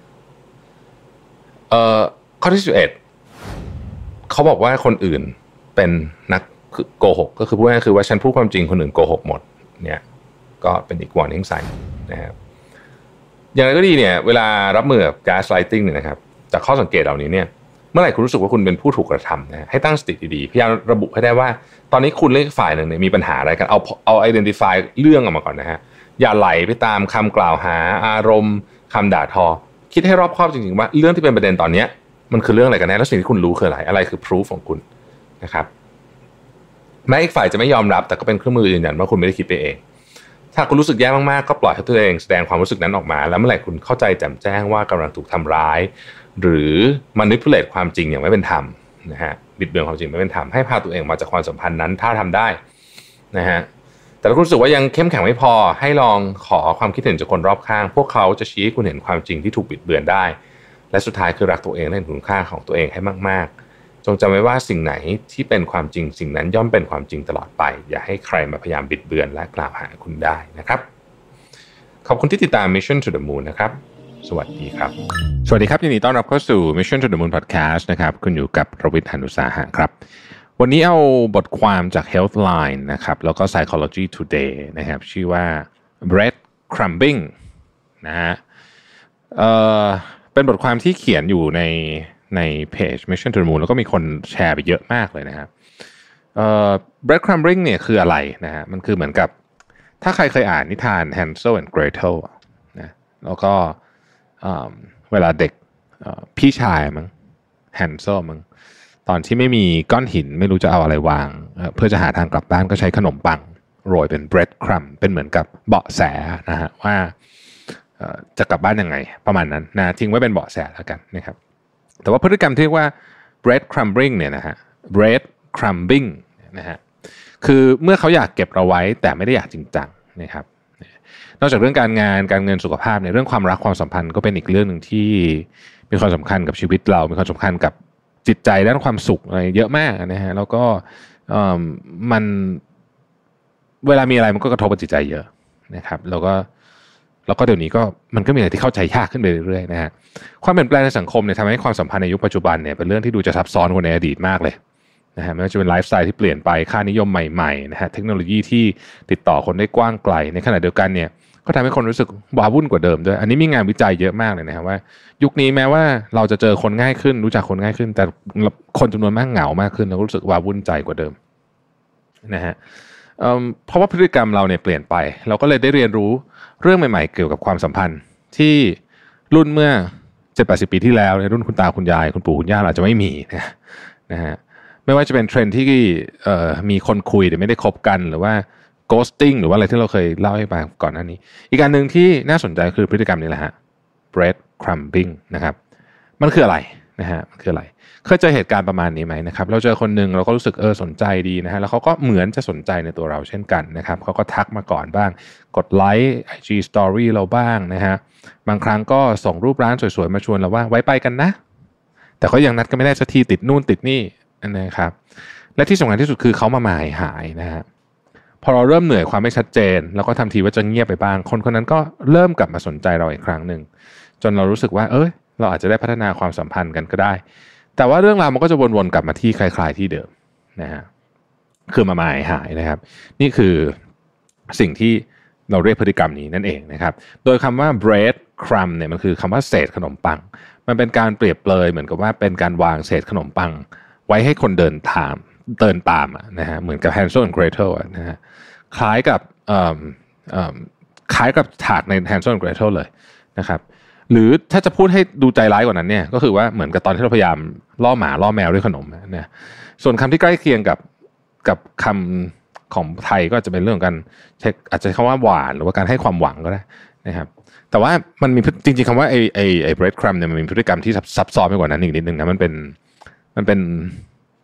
เอ่อข้อที่สิบเอ็ดเขาบอกว่าคนอื่นเป็นนักโกหกก็คือพูดง่ายๆคือว่าฉันพูดความจริงคนอื่นโกหกหมดเนี่ยก็เป็นอีก warning sign นะครับอย่างไรก็ดีเนี่ยเวลารับมือกับ gaslighting เนี่ยนะครับจากข้อสังเกตเหล่านี้เนี่ยเมื่อไหร่คุณรู้สึกว่าคุณเป็นผู้ถูกกระทำนะให้ตั้งสติดีๆพยายามระบุให้ได้ว่าตอนนี้คุณเลือกฝ่ายหนึ่งเนี่ยมีปัญหาอะไรกันเอาเอา identify เรื่องออกมาก่อนนะฮะอย่าไหลไปตามคำกล่าวหาอารมณ์คำด่าทอคิดให้รอบคอบจริงๆว่าเรื่องที่เป็นประเด็นตอนนี้มันคือเรื่องอะไรกันแน่แล้วสิ่งที่คุณรู้คืออะไรอะไรคือ proof ของคุณนะครับแม้อีกฝ่ายจะไม่ยอมรับแต่ก็เป็นเครื่องมือยืนยันว่าคุณไม่ได้คิดไปเองถ้าคุณรู้สึกแย่มากๆก็ปล่อยให้ตัวเองแสดงความรู้สึกนั้นออกมาแล้วเมื่อไหร่คุณเข้าใจแจ่มแจ้งว่ากำลังถูกทำร้ายหรือ manipulate ความจริงอย่างไม่เป็นธรรมนะฮะบิดเบือนความจริงไม่เป็นธรรมให้พาตัวเองมาจากความสัมพันธ์นั้นถ้าทำได้นะฮะแต่ถ้าคุณรู้สึกว่ายังเข้มแข็งไม่พอให้ลองขอความคิดเห็นจากคนรอบข้างพวกเขาจะชี้ให้คุณเห็นความจริงที่ถูกบิดเบือนได้และสุดท้ายคือรักตัวเองและเห็นคุณค่าของตัวเองให้มากๆจงจำไว้ว่าสิ่งไหนที่เป็นความจริงสิ่งนั้นย่อมเป็นความจริงตลอดไปอย่าให้ใครมาพยายามบิดเบือนและกล่าวหาคุณได้นะครับขอบคุณที่ติดตาม Mission to the Moon นะครับสวัสดีครับสวัสดีครับยินดีต้อนรับเข้าสู่ Mission to the Moon Podcast นะครับคุณอยู่กับรวิทย์ หนุสาหะครับวันนี้เอาบทความจาก Healthline นะครับแล้วก็ Psychology Today นะครับชื่อว่า Breadcrumbing นะฮะเอ่อเป็นบทความที่เขียนอยู่ในในเพจ Mission to the Moon แล้วก็มีคนแชร์ไปเยอะมากเลยนะครับเอ่อ Breadcrumbing เนี่ยคืออะไรนะฮะมันคือเหมือนกับถ้าใครเคยอ่านนิทาน Hansel and Gretel นะแล้วก็เวลาเด็กพี่ชายมั้ง Hansel มั้งตอนที่ไม่มีก้อนหินไม่รู้จะเอาอะไรวางเพื่อจะหาทางกลับบ้านก็ใช้ขนมปังโรยเป็น bread crumb เป็นเหมือนกับเบาะแสนะฮะว่าจะกลับบ้านยังไงประมาณนั้นนะทิ้งไว้เป็นเบาะแสแล้วกันนะครับแต่ว่าพฤติกรรมที่เรียกว่า bread crumbing เนี่ยนะฮะ bread crumbing นะฮะคือเมื่อเขาอยากเก็บเราไว้แต่ไม่ได้อยากจริงจังนะครับนอกจากเรื่องการงานการเงินสุขภาพในเรื่องความรักความสัมพันธ์ก็เป็นอีกเรื่องนึงที่มีความสำคัญกับชีวิตเรามีความสำคัญกับจิตใจด้านความสุขอะไรเยอะมากนะฮะแล้วก็มันเวลามีอะไรมันก็กระทบกับจิตใจเยอะนะครับแล้วก็แล้วก็เดี๋ยวนี้ก็มันก็มีอะไรที่เข้าใจยากขึ้นไปเรื่อยๆนะฮะความเปลี่ยนแปลงในสังคมเนี่ยทำให้ความสัมพันธ์ในยุคปัจจุบันเนี่ยเป็นเรื่องที่ดูจะซับซ้อนกว่าในอดีตมากเลยนะฮะไม่ว่าจะเป็นไลฟ์สไตล์ที่เปลี่ยนไปค่านิยมใหม่ๆนะฮะเทคโนโลยีที่ติดต่อคนได้กว้างไกลในขณะเดียวกันเนี่ยก็ทำให้คนรู้สึกว้าวุ่นกว่าเดิมด้วยอันนี้มีงานวิจัยเยอะมากเลยนะครับว่ายุคนี้แม้ว่าเราจะเจอคนง่ายขึ้นรู้จักคนง่ายขึ้นแต่คนจำนวนมากเหงามากขึ้นแล้วก็รู้สึกว้าวุ่นใจกว่าเดิมนะฮะ เอ่อ เพราะว่าพฤติกรรมเราเนี่ยเปลี่ยนไปเราก็เลยได้เรียนรู้เรื่องใหม่ๆเกี่ยวกับความสัมพันธ์ที่รุ่นเมื่อ เจ็ดถึงแปดสิบ ปีที่แล้วในรุ่นคุณตาคุณยายคุณปู่คุณย่าอาจจะไม่มีนะนะฮะไม่ว่าจะเป็นเทรนด์ที่เอ่อมีคนคุยแต่ไม่ได้คบกันหรือว่าghosting หรือว่าอะไรที่เราเคยเล่าให้ฟังก่อนหน้านี้อีกการหนึ่งที่น่าสนใจคือพฤติกรรมนี้แหละฮะ breadcrumbing นะครับมันคืออะไรนะฮะมันคืออะไรเคยเจอเหตุการณ์ประมาณนี้ไหมนะครับเราเจอคนหนึ่งเราก็รู้สึกเออสนใจดีนะฮะแล้วเขาก็เหมือนจะสนใจในตัวเราเช่นกันนะครับเขาก็ทักมาก่อนบ้างกดไลค์ ไอ จี Story เราบ้างนะฮะบางครั้งก็ส่งรูปร้านสวยๆมาชวนเราว่าไว้ไปกันนะแต่ก็ยังนัดกันไม่ได้สักทีติดนู่นติดนี่นะครับและที่สำคัญที่สุดคือเขามาหมายหายนะฮะพอเราเริ่มเหนื่อยความไม่ชัดเจนแล้วก็ทำทีว่าจะเงียบไปบ้างคนคนนั้นก็เริ่มกลับมาสนใจเราอีกครั้งหนึ่งจนเรารู้สึกว่าเอ้ยเราอาจจะได้พัฒนาความสัมพันธ์กันก็ได้แต่ว่าเรื่องราวมันก็จะวนๆกลับมาที่คล้ายๆที่เดิมนะฮะคือมาหมายหายนะครับนี่คือสิ่งที่เราเรียกพฤติกรรมนี้นั่นเองนะครับโดยคำว่า bread crumb เนี่ยมันคือคำว่าเศษขนมปังมันเป็นการเปรียบเปรยเหมือนกับว่าเป็นการวางเศษขนมปังไว้ให้คนเดินตามเดินตามนะฮะเหมือนกับ Hansel and Gretel นะฮะคล้ายกับคล้ายกับฉากใน Hansel and Gretel เลยนะครับหรือถ้าจะพูดให้ดูใจร้ายกว่านั้นเนี่ยก็คือว่าเหมือนกับตอนที่เราพยายามล่อหมาล่อแมวด้วยขนมนะส่วนคำที่ใกล้เคียงกับกับคำของไทยก็จะเป็นเรื่องการใช้อาจจะคำว่าหวานหรือว่าการให้ความหวังก็ได้นะครับแต่ว่ามันมีจริงๆคำว่าไอ้ไอ้ไอ้ bread crumb เนี่ยมันมีพฤติกรรมที่ซับซ้อนไปกว่านั้นอีกนิดนึงนะมันเป็นมันเป็น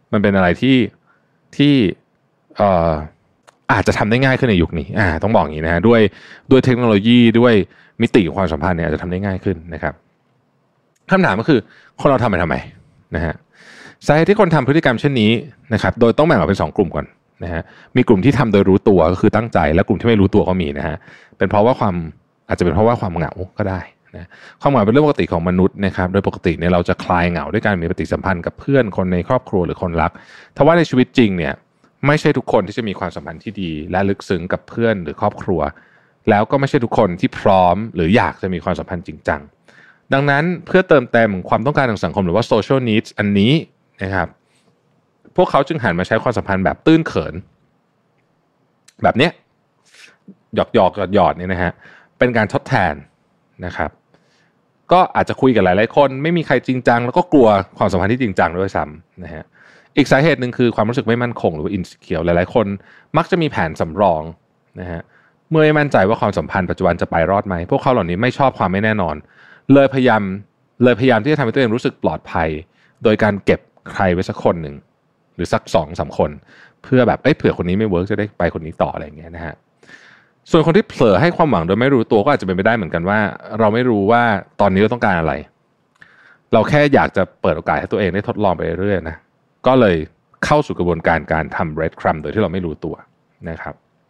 มันเป็นอะไรที่ที่เอ่ออาจจะทำได้ง่ายขึ้นในยุคนี้อ่าต้องบอกอย่างนี้นะฮะด้วยด้วยเทคโนโลยีด้วยมิติของความสัมพันธ์เนี่ยอาจจะทำได้ง่ายขึ้นนะครับคำถามก็คือคนเราทำไปทำไมนะฮะสาเหตุที่คนทำพฤติกรรมเช่นนี้นะครับโดยต้องแบ่งออกเป็นสองกลุ่มก่อนนะฮะมีกลุ่มที่ทำโดยรู้ตัวก็คือตั้งใจและกลุ่มที่ไม่รู้ตัวก็มีนะฮะเป็นเพราะว่าความอาจจะเป็นเพราะว่าความเหงาก็ได้นะความเหงาเป็นเรื่องปกติของมนุษย์นะครับโดยปกติเนี่ยเราจะคลายเหงาด้วยการมีปฏิสัมพันธ์กับเพื่อนคนในครอบครัวหรือคนรักแต่ว่าในชีวิตจริงเนี่ยไม่ใช่ทุกคนที่จะมีความสัมพันธ์ที่ดีและลึกซึ้งกับเพื่อนหรือครอบครัวแล้วก็ไม่ใช่ทุกคนที่พร้อมหรืออยากจะมีความสัมพันธ์จริงจังดังนั้นเพื่อเติมเต็มความต้องการทางสังคมหรือว่า social needs อันนี้นะครับพวกเขาจึงหันมาใช้ความสัมพันธ์แบบตื้นเขินแบบเนี้ยหยอกหยอกหยอดหยอดเนี่ยนะฮะเป็นการทดแทนนะครับก็อาจจะคุยกับหลายๆคนไม่มีใครจริงจังแล้วก็กลัวความสัมพันธ์ที่จริงจังด้วยซ้ำนะฮะอีกสาเหตุหนึ่งคือความรู้สึกไม่มั่นคงหรือว่า insecure หลายๆคนมักจะมีแผนสำรองนะฮะเมื่อไม่มั่นใจว่าความสัมพันธ์ปัจจุบันจะไปรอดไหมพวกเขาเหล่านี้ไม่ชอบความไม่แน่นอนเลยพยายามเลยพยายามที่จะทำให้ตัวเองรู้สึกปลอดภัยโดยการเก็บใครไว้สักคนหนึ่งหรือสักสองสามคนเพื่อแบบเอ้ยเผื่อคนนี้ไม่เวิร์กจะได้ไปคนนี้ต่ออะไรอย่างเงี้ยนะฮะส่วนคนที่เผลอให้ความหวังโดยไม่รู้ตัวก็อาจจะเป็นไปได้เหมือนกันว่าเราไม่รู้ว่าตอนนี้เราต้องการอะไรเราแค่อยากจะเปิดโอกาสให้ตัวเองได้ทดลองไปเรื่อยๆนะก็เลยเข้าสู่กระบวนการการทำ bread crumb โดยที่เราไม่รู้ตัวนะครับ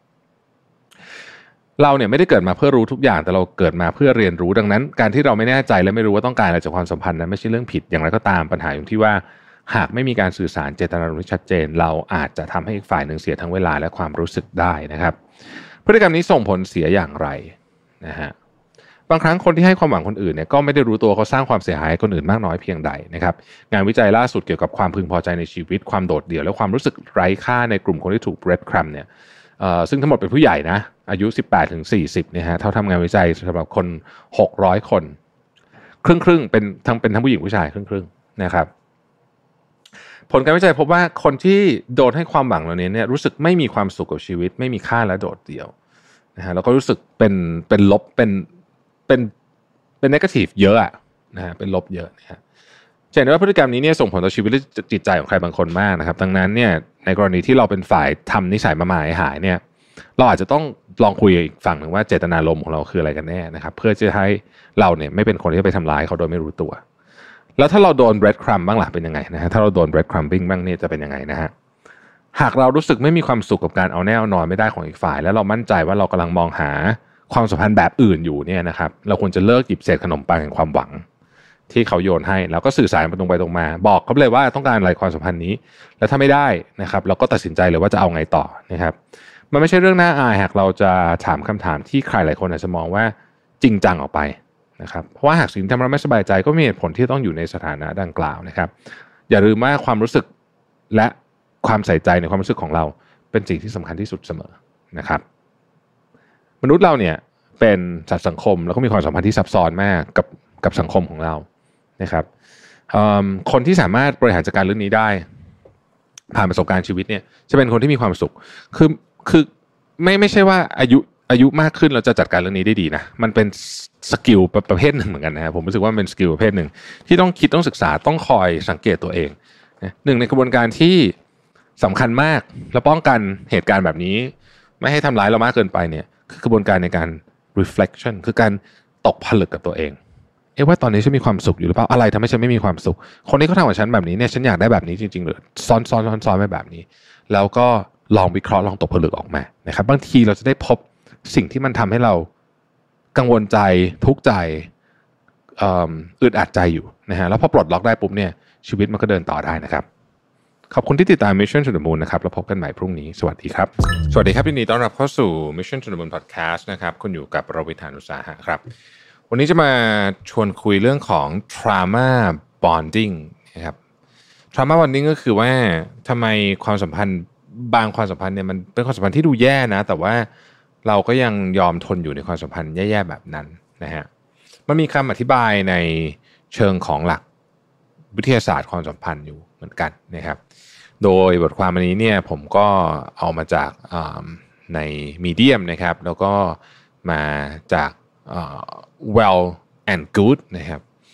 เราเนี่ยไม่ได้เกิดมาเพื่อรู้ทุกอย่างแต่เราเกิดมาเพื่อเรียนรู้ดังนั้นการที่เราไม่แน่ใจและไม่รู้ว่าต้องการอะไรจากความสัมพันธ์นั้นไม่ใช่เรื่องผิดอย่างไรก็ตามปัญหาอยู่ที่ว่าหากไม่มีการสื่อสารเจตนารมณ์ที่ชัดเจนเราอาจจะทำให้อีกฝ่ายหนึ่งเสียทั้งเวลาและความรู้สึกได้นะครับพฤติกรรมนี้ส่งผลเสียอย่างไรนะฮะบางครั้งคนที่ให้ความหวังคนอื่นเนี่ยก็ไม่ได้รู้ตัวเขาสร้างความเสียหายให้คนอื่นมากน้อยเพียงใดนะครับงานวิจัยล่าสุดเกี่ยวกับความพึงพอใจในชีวิตความโดดเดี่ยวและความรู้สึกไร้ค่าในกลุ่มคนที่ถูก bread crumb เนี่ยซึ่งทั้งหมดเป็นผู้ใหญ่นะอายุสิบแปดถึงสี่สิบเนี่ยฮะเท่าทำงานวิจัยสำหรับคนหกร้อยคนครึ่งๆเป็นทั้งเป็นทั้งผู้หญิงผู้ชายครึ่งๆนะครับผลการวิจัยพบว่าคนที่โดนให้ความหวังเหล่านี้เนี่ยรู้สึกไม่มีความสุขกับชีวิตไม่มีค่าและโดดเดี่ยวนะฮะแล้วก็รู้สึกเป็นเป็นลบเป็นเป็นเป็น negative เยอะอะนะฮะเป็นลบเยอะนะฮะเห็นว่าพฤติกรรมนี้เนี่ยส่งผลต่อชีวิตและจิตใจของใครบางคนมากนะครับดังนั้นเนี่ยในกรณีที่เราเป็นฝ่ายทำนิสัยมาหมายหายเนี่ยเราอาจจะต้องลองคุยอีกฝั่งหนึ่งว่าเจตนารมณ์ของเราคืออะไรกันแน่นะครับเพื่อจะให้เราเนี่ยไม่เป็นคนที่ไปทำร้ายเขาโดยไม่รู้ตัวแล้วถ้าเราโดน bread crumb บ้างล่ะเป็นยังไงนะฮะถ้าเราโดน bread crumbing บ้างเนี่ยจะเป็นยังไงนะฮะหากเรารู้สึกไม่มีความสุขกับการเอาแน่เอานอนไม่ได้ของอีกฝ่ายแล้วเรามั่นใจว่าเรากำลังมองหาความสัมพันธ์แบบอื่นอยู่เนี่ยนะครับเราควรจะเลิกหยิบเศษขนมปังแห่งความหวังที่เขาโยนให้แล้วก็สื่อสารไปตรงไปตรงมาบอกเขาเลยว่าต้องการอะไรความสัมพันธ์นี้แล้วถ้าไม่ได้นะครับเราก็ตัดสินใจเลยว่าจะเอาไงต่อนะครับมันไม่ใช่เรื่องน่าอายหากเราจะถามคำถามที่ใครหลายคนอาจจะมองว่าจริงจังออกไปนะครับเพราะว่าหากสิ่งที่ทำเราไม่สบายใจก็มีเหตุผลที่ต้องอยู่ในสถานะดังกล่าวนะครับอย่าลืมว่าความรู้สึกและความใส่ใจในความรู้สึกของเราเป็นสิ่งที่สำคัญที่สุดเสมอนะครับมนุษย์เราเนี่ยเป็นสัตว์สังคมแล้วก็มีความสัมพันธ์ที่ซับซ้อนมากกับกับสังคมของเรานะครับคนที่สามารถบริหารจัดการเรื่องนี้ได้ผ่านประสบการณ์ชีวิตเนี่ยจะเป็นคนที่มีความสุขคือคือไม่ไม่ใช่ว่าอายุอายุมากขึ้นเราจะจัดการเรื่องนี้ได้ดีนะมันเป็นสกิลประเภทหนึ่งเหมือนกันนะครับผมรู้สึกว่ามันเป็นสกิลประเภทหนึ่งที่ต้องคิดต้องศึกษาต้องคอยสังเกตตัวเองหนึ่งในกระบวนการที่สำคัญมากและป้องกันเหตุการณ์แบบนี้ไม่ให้ทำร้ายเรามากเกินไปเนี่ยคือกระบวนการในการ reflection คือการตกผลึกกับตัวเองเอ๊ะว่าตอนนี้ฉันมีความสุขอยู่หรือเปล่าอะไรทำให้ฉันไม่มีความสุขคนนี้เขาทำกับฉันแบบนี้เนี่ยฉันอยากได้แบบนี้จริงๆหรือซ้อนซ้อนซ้อนซ้อนไปแบบนี้แล้วก็ลองวิเคราะห์ลองตกผลึกออกมานะครับบางทีเราจะได้พบสิ่งที่มันทำให้เรากังวลใจทุกข์ใจอึดอัดใจอยู่นะฮะแล้วพอปลดล็อกได้ปุ๊บเนี่ยชีวิตมันก็เดินต่อได้นะครับขอบคุณที่ติดตาม Mission to the Moon นะครับแล้วพบกันใหม่พรุ่งนี้สวัสดีครับสวัสดีครับยินดีต้อนรับเข้าสู่ Mission to the Moon Podcast นะครับคุณอยู่กับรวิทย์ หาญอุตสาหะครับวันนี้จะมาชวนคุยเรื่องของ trauma bonding นะครับ trauma bonding ก็คือว่าทำไมความสัมพันธ์บางความสัมพันธ์เนี่ยมันเป็นความสัมพันธ์ที่ดูแย่นะแต่ว่าเราก็ยังยอมทนอยู่ในความสัมพันธ์แย่ๆแบบนั้นนะฮะมันมีคำอธิบายในเชิงของหลักวิทยาศาสตร์ความสัมพันธ์อยู่เหมือนกันนะครับโดยบทความอันนี้เนี่ยผมก็เอามาจากใน Medium นะครับแล้วก็มาจากUh, well and good นะครับ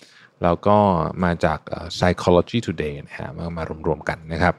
แล้วก็มาจาก Psychology Today นะฮะมามารวมๆกันนะครับ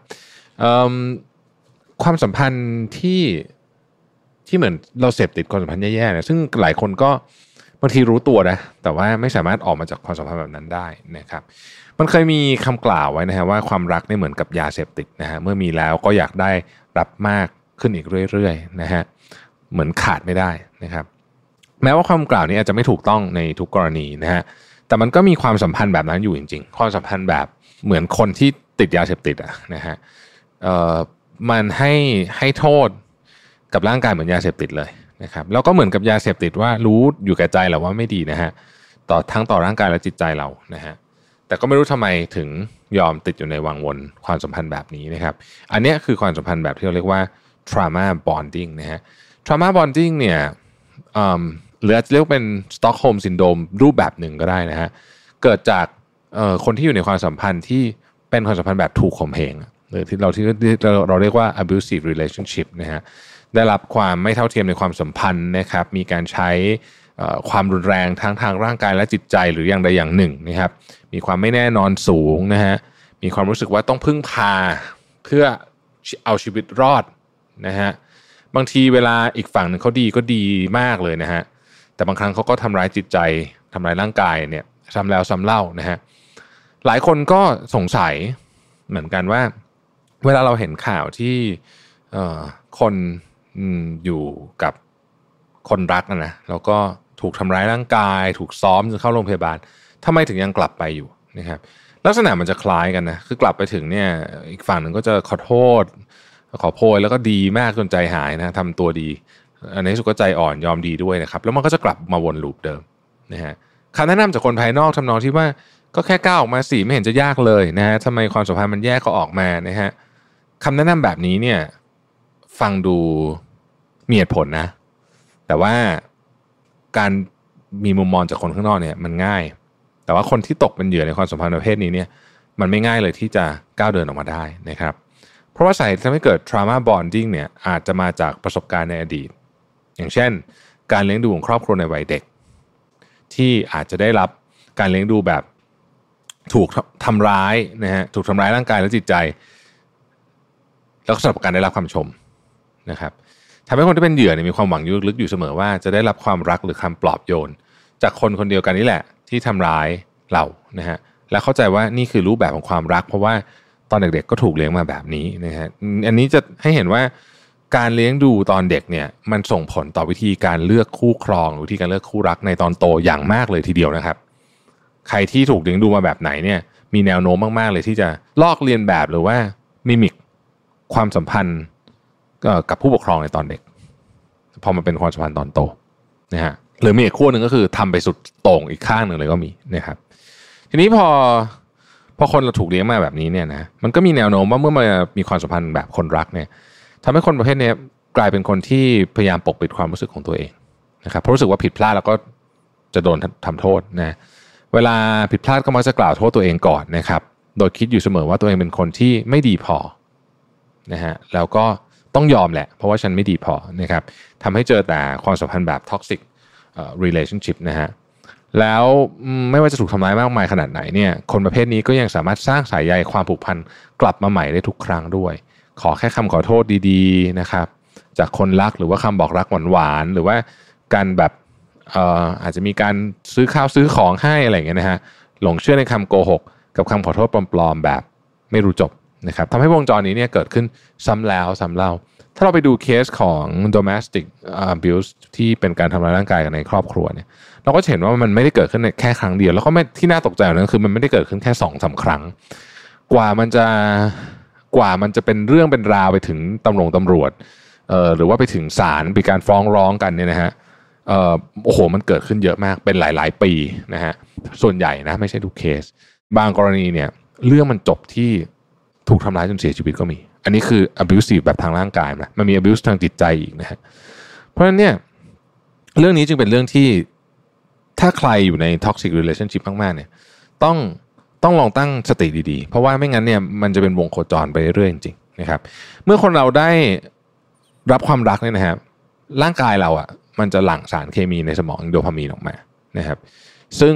ความสัมพันธ์ที่ที่เหมือนเราเสพติดความสัมพันธ์แย่ๆเนี่ยซึ่งหลายคนก็บางทีรู้ตัวนะแต่ว่าไม่สามารถออกมาจากความสัมพันธ์แบบนั้นได้นะครับมันเคยมีคำกล่าวไว้นะฮะว่าความรักเนี่ยเหมือนกับยาเสพติดนะฮะเมื่อมีแล้วก็อยากได้รับมากขึ้นอีกเรื่อยๆนะฮะเหมือนขาดไม่ได้นะครับแม้ว่าความกล่าวนี้อาจจะไม่ถูกต้องในทุกกรณีนะฮะแต่มันก็มีความสัมพันธ์แบบนั้นอยู่จริงๆความสัมพันธ์แบบเหมือนคนที่ติดยาเสพติดอะนะฮะเอ่อมันให้ให้โทษกับร่างกายเหมือนยาเสพติดเลยนะครับแล้วก็เหมือนกับยาเสพติดว่ารู้อยู่แก่ใจแหละว่าไม่ดีนะฮะต่อทั้งต่อร่างกายและจิตใจเรานะฮะแต่ก็ไม่รู้ทำไมถึงยอมติดอยู่ในวังวนความสัมพันธ์แบบนี้นะครับอันนี้คือความสัมพันธ์แบบที่เราเรียกว่า trauma bonding นะฮะ trauma bonding เนี่ยหรืออาจจะเรียกเป็น Stockholm syndrome รูปแบบหนึ่งก็ได้นะฮะเกิดจากคนที่อยู่ในความสัมพันธ์ที่เป็นความสัมพันธ์แบบถูกข่มเหงหรือที่เราที่เราเรียกว่า abusive relationship นะฮะได้รับความไม่เท่าเทียมในความสัมพันธ์นะครับมีการใช้ความรุนแรงทั้งทางร่างกายและจิตใจหรืออย่างใดอย่างหนึ่งนะครับมีความไม่แน่นอนสูงนะฮะมีความรู้สึกว่าต้องพึ่งพาเพื่อเอาชีวิตรอดนะฮะบางทีเวลาอีกฝั่งหนึ่งเขาดีก็ดีมากเลยนะฮะแต่บางครั้งเขาก็ทำร้ายจิตใจทำร้ายร่างกายเนี่ยซ้ำแล้วซ้ำเล่านะฮะหลายคนก็สงสัยเหมือนกันว่าเวลาเราเห็นข่าวที่คนอยู่กับคนรักนะแล้วก็ถูกทำร้ายร่างกายถูกซ้อมจนเข้าโรงพยาบาลทำไมถึงยังกลับไปอยู่นะครับลักษณะมันจะคล้ายกันนะคือกลับไปถึงเนี่ยอีกฝั่งหนึ่งก็จะขอโทษขอโพยแล้วก็ดีมากจนใจหายนะทำตัวดีอันนี้สุดก็ใจอ่อนยอมดีด้วยนะครับแล้วมันก็จะกลับมาวนลูปเดิมนะฮะคำแนะนำจากคนภายนอกทำนองที่ว่าก็แค่ก้าวออกมาสิไม่เห็นจะยากเลยนะฮะทำไมความสัมพันธ์มันแยกก็ออกมานะฮะคำแนะนำแบบนี้เนี่ยฟังดูมีเหตุผลนะแต่ว่าการมีมุมมองจากคนข้างนอกเนี่ยมันง่ายแต่ว่าคนที่ตกเป็นเหยื่อในความสัมพันธ์ประเภทนี้เนี่ยมันไม่ง่ายเลยที่จะก้าวเดินออกมาได้นะครับเพราะว่าสาเหตุที่ทำให้เกิด trauma bonding เนี่ยอาจจะมาจากประสบการณ์ในอดีตอย่างเช่นการเลี้ยงดูของครอบครัวในวัยเด็กที่อาจจะได้รับการเลี้ยงดูแบบถูกทำร้ายนะฮะถูกทำร้ายร่างกายและจิตใจแล้วก็สำหรับการได้รับความชมนะครับทำให้คนที่เป็นเหยื่อเนี่ยมีความหวังลึกๆอยู่เสมอว่าจะได้รับความรักหรือคำปลอบโยนจากคนคนเดียวกันนี่แหละที่ทำร้ายเรานะฮะและเข้าใจว่านี่คือรูปแบบของความรักเพราะว่าตอนเด็กๆก็ถูกเลี้ยงมาแบบนี้นะฮะอันนี้จะให้เห็นว่าการเลี้ยงดูตอนเด็กเนี่ยมันส่งผลต่อวิธีการเลือกคู่ครองหรือวิธีการเลือกคู่รักในตอนโตอย่างมากเลยทีเดียวนะครับใครที่ถูกเลี้ยงดูมาแบบไหนเนี่ยมีแนวโน้มมากๆเลยที่จะลอกเลียนแบบหรือว่ามิมิกความสัมพันธ์กับผู้ปกครองในตอนเด็กพอมันเป็นความสัมพันธ์ตอนโตนะฮะหรือมีอีกขั้วหนึ่งก็คือทำไปสุดโต่งอีกข้างหนึ่งเลยก็มีนะครับทีนี้พอพอคนเราถูกเลี้ยงมาแบบนี้เนี่ยนะมันก็มีแนวโน้มว่าเมื่อมามีความสัมพันธ์แบบคนรักเนี่ยทำให้คนประเภทนี้กลายเป็นคนที่พยายามปกปิดความรู้สึกของตัวเองนะครับเพราะรู้สึกว่าผิดพลาดแล้วก็จะโดนทำโทษนะเวลาผิดพลาดก็มักจะกล่าวโทษตัวเองก่อนนะครับโดยคิดอยู่เสมอว่าตัวเองเป็นคนที่ไม่ดีพอนะฮะแล้วก็ต้องยอมแหละเพราะว่าฉันไม่ดีพอนะครับทำให้เจอแต่ความสัมพันธ์แบบ toxic relationship นะฮะแล้วไม่ว่าจะถูกทำร้ายมากมายขนาดไหนเนี่ยคนประเภทนี้ก็ยังสามารถสร้างสายใยความผูกพันกลับมาใหม่ได้ทุกครั้งด้วยขอแค่คำขอโทษดีๆนะครับจากคนรักหรือว่าคำบอกรักหวานๆหรือว่าการแบบเอ่ออาจจะมีการซื้อข้าวซื้อของให้อะไรอย่างเงี้ยนะฮะหลงเชื่อในคำโกหกกับคำขอโทษปลอมๆแบบไม่รู้จบนะครับทำให้วงจรนี้เนี่ยเกิดขึ้นซ้ำแล้วซ้ำเล่าถ้าเราไปดูเคสของ domestic abuse ที่เป็นการทำร้ายร่างกายกันในครอบครัวเนี่ยเราก็เห็นว่ามันไม่ได้เกิดขึ้นแค่ครั้งเดียวแล้วก็ไม่ที่น่าตกใจนั่นคือมันไม่ได้เกิดขึ้นแค่ สองถึงสาม ครั้งกว่ามันจะกว่ามันจะเป็นเรื่องเป็นราวไปถึงตำรวจตำรวจเอ่อหรือว่าไปถึงศาลมีการฟ้องร้องกันเนี่ยนะฮะเอ่อโอ้โหมันเกิดขึ้นเยอะมากเป็นหลายๆปีนะฮะส่วนใหญ่นะไม่ใช่ทุกเคสบางกรณีเนี่ยเรื่องมันจบที่ถูกทำร้ายจนเสียชีวิตก็มีอันนี้คือ abusive แบบทางร่างกายนะมันมี abuse ทางจิตใจอีกนะฮะเพราะฉะนั้นเนี่ยเรื่องนี้จึงเป็นเรื่องที่ถ้าใครอยู่ใน toxic relationship มากๆเนี่ยต้องต้องลองตั้งสติดีๆเพราะว่าไม่งั้นเนี่ยมันจะเป็นวงโคจรไปเรื่อยๆจริงๆนะครับเมื่อคนเราได้รับความรักเนี่ยนะครับร่างกายเราอ่ะมันจะหลั่งสารเคมีในสมองโดพามีนออกมานะครับซึ่ง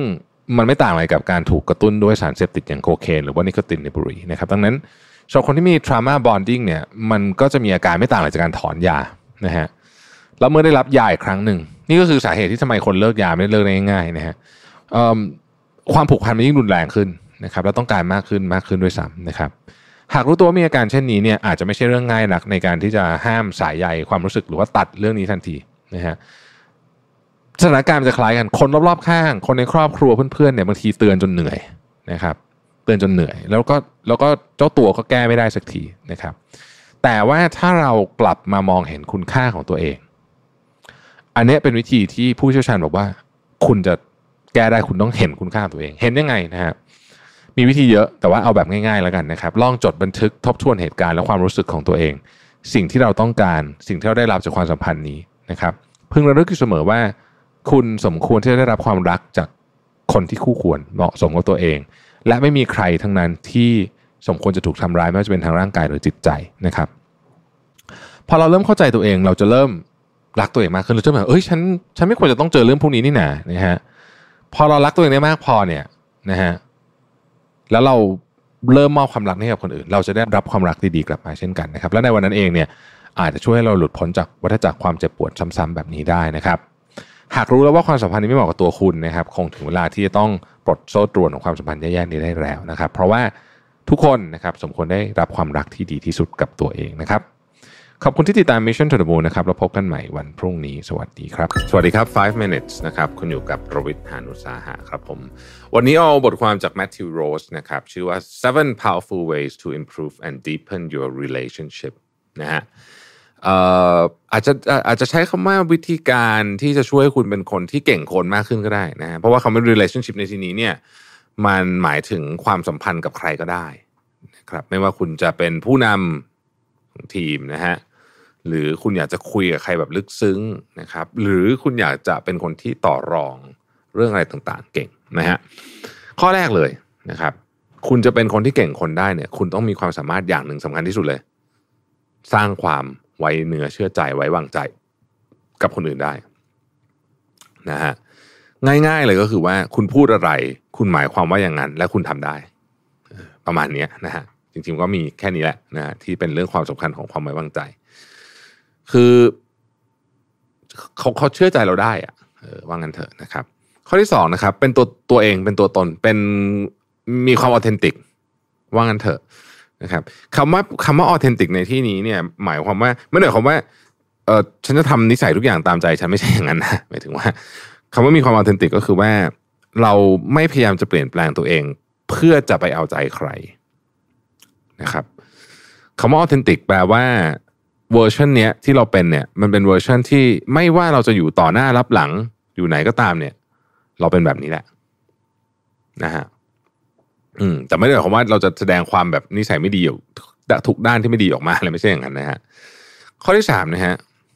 มันไม่ต่างอะไรกับการถูกกระตุ้นด้วยสารเสพติดอย่างโคเคนหรือว่านิโคตินในบุหรี่นะครับดังนั้นสำหรับคนที่มี trauma bonding เนี่ยมันก็จะมีอาการไม่ต่างอะไรจากการถอนยานะฮะแล้วเมื่อได้รับยาอีกครั้งหนึ่งนี่ก็คือสาเหตุที่ทำไมคนเลิกยาไม่ได้เลิกได้ง่ายๆนะฮะความผูกพันมันยิ่งรุนแรงขึ้นนะครับแล้วต้องการมากขึ้นมากขึ้นด้วยซ้ำนะครับหากรู้ตัวมีอาการเช่นนี้เนี่ยอาจจะไม่ใช่เรื่องง่ายนักในการที่จะห้ามสายใยความรู้สึกหรือว่าตัดเรื่องนี้ทันทีนะฮะสถานการณ์มันจะคล้ายกันคนรอบๆข้างคนในครอบครัวเพื่อนๆเนี่ยบางทีเตือนจนเหนื่อยนะครับเตือนจนเหนื่อยแล้วก็แล้วก็เจ้าตัวก็แก้ไม่ได้สักทีนะครับแต่ว่าถ้าเรากลับมามองเห็นคุณค่าของตัวเองอันนี้เป็นวิธีที่ผู้เชี่ยวชาญบอกว่าคุณจะแก้ได้คุณต้องเห็นคุณค่าตัวเองเห็นยังไงนะฮะมีวิธีเยอะแต่ว่าเอาแบบง่ายๆแล้วกันนะครับลองจดบันทึกทบทวนเหตุการณ์และความรู้สึกของตัวเองสิ่งที่เราต้องการสิ่งที่เราได้รับจากความสัมพันธ์นี้นะครับพึงระลึกอยู่เสมอว่าคุณสมควรที่จะได้รับความรักจากคนที่คู่ควรเหมาะสมกับตัวเองและไม่มีใครทั้งนั้นที่สมควรจะถูกทำร้ายไม่ว่าจะเป็นทางร่างกายหรือจิตใจนะครับพอเราเริ่มเข้าใจตัวเองเราจะเริ่มรักตัวเองมากขึ้นเราจะแบบเอ้ยฉันฉันไม่ควรจะต้องเจอเรื่องพวกนี้นี่นานะฮะพอเรารักตัวเองได้มากพอเนี่ยนะฮะแล้วเราเริ่มมอบความรักให้กับคนอื่นเราจะได้รับความรักดีๆกลับมาเช่นกันนะครับและในวันนั้นเองเนี่ยอาจจะช่วยให้เราหลุดพ้นจากวัฏจักรความเจ็บปวดซ้ำๆแบบนี้ได้นะครับหากรู้แล้วว่าความสัมพันธ์นี้ไม่เหมาะกับตัวคุณนะครับคงถึงเวลาที่จะต้องปลดโซ่ตรวนของความสัมพันธ์แย่ๆนี้ได้แล้วนะครับเพราะว่าทุกคนนะครับสมควรได้รับความรักที่ดีที่สุดกับตัวเองนะครับขอบคุณที่ติดตาม Mission to the Moon นะครับแล้วพบกันใหม่วันพรุ่งนี้สวัสดีครับสวัสดีครับไฟว์ minutes นะครับคุณอยู่กับรวิทย์ หาญอุตสาหะครับผมวันนี้เอาบทความจาก Matthew Rose นะครับชื่อว่า seven powerful ways to improve and deepen your relationship นะฮะเอ่ออาจจะอาจจะใช้คำว่าวิธีการที่จะช่วยคุณเป็นคนที่เก่งคนมากขึ้นก็ได้นะฮะเพราะว่าคำว่า relationship ในที่นี้เนี่ยมันหมายถึงความสัมพันธ์กับใครก็ได้นะครับไม่ว่าคุณจะเป็นผู้นำของทีมนะฮะหรือคุณอยากจะคุยกับใครแบบลึกซึ้งนะครับหรือคุณอยากจะเป็นคนที่ต่อรองเรื่องอะไรต่างๆเก่งนะฮะข้อแรกเลยนะครับคุณจะเป็นคนที่เก่งคนได้เนี่ยคุณต้องมีความสามารถอย่างหนึ่งสำคัญที่สุดเลยสร้างความไว้เนื้อเชื่อใจไว้วางใจกับคนอื่นได้นะฮะง่ายๆเลยก็คือว่าคุณพูดอะไรคุณหมายความว่าอย่างนั้นและคุณทำได้ประมาณนี้นะฮะจริงๆก็มีแค่นี้แหละนะฮะที่เป็นเรื่องความสำคัญของความไว้วางใจคือเขาเขาเชื่อใจเราได้อะเออว่างั้นเถอะนะครับข้อที่สองนะครับเป็นตัวตัวเองเป็นตัวตนเป็นมีความออเทนติกว่างั้นเถอะนะครับคำว่าคำว่าออเทนติกในที่นี้เนี่ยหมายความว่าไม่ได้หมายความว่าเออฉันจะทำนิสัยทุกอย่างตามใจฉันไม่ใช่อย่างนั้นนะหมายถึงว่าคำว่ามีความออเทนติกก็คือว่าเราไม่พยายามจะเปลี่ยนแปลงตัวเองเพื่อจะไปเอาใจใครนะครับคำว่าออเทนติกแปลว่าเวอร์ชันเนี้ยที่เราเป็นเนี่ยมันเป็นเวอร์ชันที่ไม่ว่าเราจะอยู่ต่อหน้ารับหลังอยู่ไหนก็ตามเนี่ยเราเป็นแบบนี้แหละนะฮะอืมแต่ไม่ได้หมายความว่าเราจะแสดงความแบบนิสัยไม่ดีอยู่ทุกด้านที่ไม่ดีออกมาอะไรไม่ใช่อย่างนั้นนะฮะข้อที่สามนะฮะ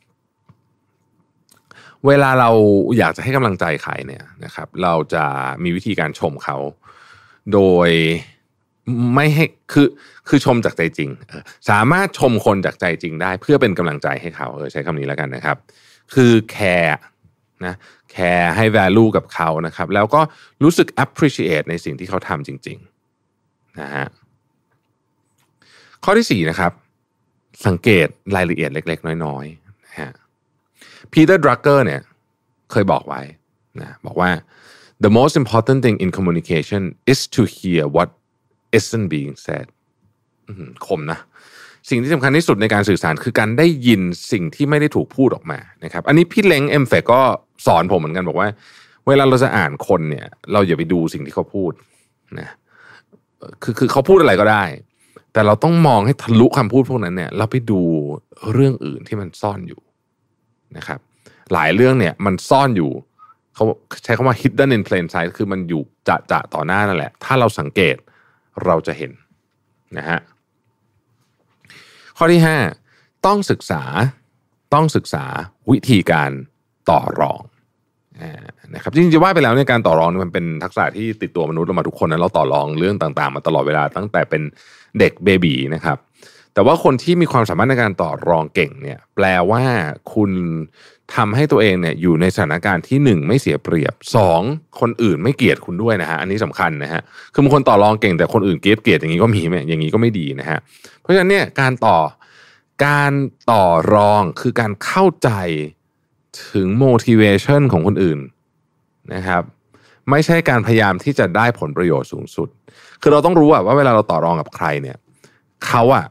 เวลาเราอยากจะให้กำลังใจใครเนี่ยนะครับเราจะมีวิธีการชมเขาโดยไม่ให้คือคือชมจากใจจริงสามารถชมคนจากใจจริงได้เพื่อเป็นกำลังใจให้เขาเออใช้คำนี้แล้วกันนะครับคือแคร์นะแคร์ให้ value กับเขานะครับแล้วก็รู้สึก appreciate ในสิ่งที่เขาทำจริงๆนะฮะข้อที่สี่นะครับสังเกตรายละเอียดเล็กๆน้อยๆนะฮะพีเตอร์ ดรักเกอร์เนี่ยเคยบอกไว้นะบอกว่า the most important thing in communication is to hear what isn't being said คมนะสิ่งที่สำคัญที่สุดในการสื่อสารคือการได้ยินสิ่งที่ไม่ได้ถูกพูดออกมานะครับอันนี้พี่เล้งเอ็มเฟกก็สอนผมเหมือนกันบอกว่าเวลาเราจะอ่านคนเนี่ยเราอย่าไปดูสิ่งที่เขาพูดนะคือคือเขาพูดอะไรก็ได้แต่เราต้องมองให้ทะลุคำพูดพวกนั้นเนี่ยเราไปดูเรื่องอื่นที่มันซ่อนอยู่นะครับหลายเรื่องเนี่ยมันซ่อนอยู่เขาใช้คำว่า hidden in plain sight คือมันอยู่จะจะต่อหน้านั่นแหละถ้าเราสังเกตเราจะเห็นนะฮะข้อที่ห้าต้องศึกษาต้องศึกษาวิธีการต่อรองนะครับจริงๆว่าไปแล้วในการต่อรองมันเป็นทักษะที่ติดตัวมนุษย์เรามาทุกคนนะเราต่อรองเรื่องต่างๆมาตลอดเวลาตั้งแต่เป็นเด็กเบบีนะครับแต่ว่าคนที่มีความสามารถในการต่อรองเก่งเนี่ยแปลว่าคุณทำให้ตัวเองเนี่ยอยู่ในสถานการณ์ที่หนึ่งไม่เสียเปรียบสองคนอื่นไม่เกลียดคุณด้วยนะฮะอันนี้สำคัญนะฮะคือบางคนต่อรองเก่งแต่คนอื่นเกลียดเกลียดอย่างนี้ก็มีไหมอย่างนี้ก็ไม่ดีนะฮะเพราะฉะนั้นเนี่ยการต่อการต่อรองคือการเข้าใจถึง motivation ของคนอื่นนะครับไม่ใช่การพยายามที่จะได้ผลประโยชน์สูงสุดคือเราต้องรู้ว่าเวลาเราต่อรองกับใครเนี่ยเขาอะ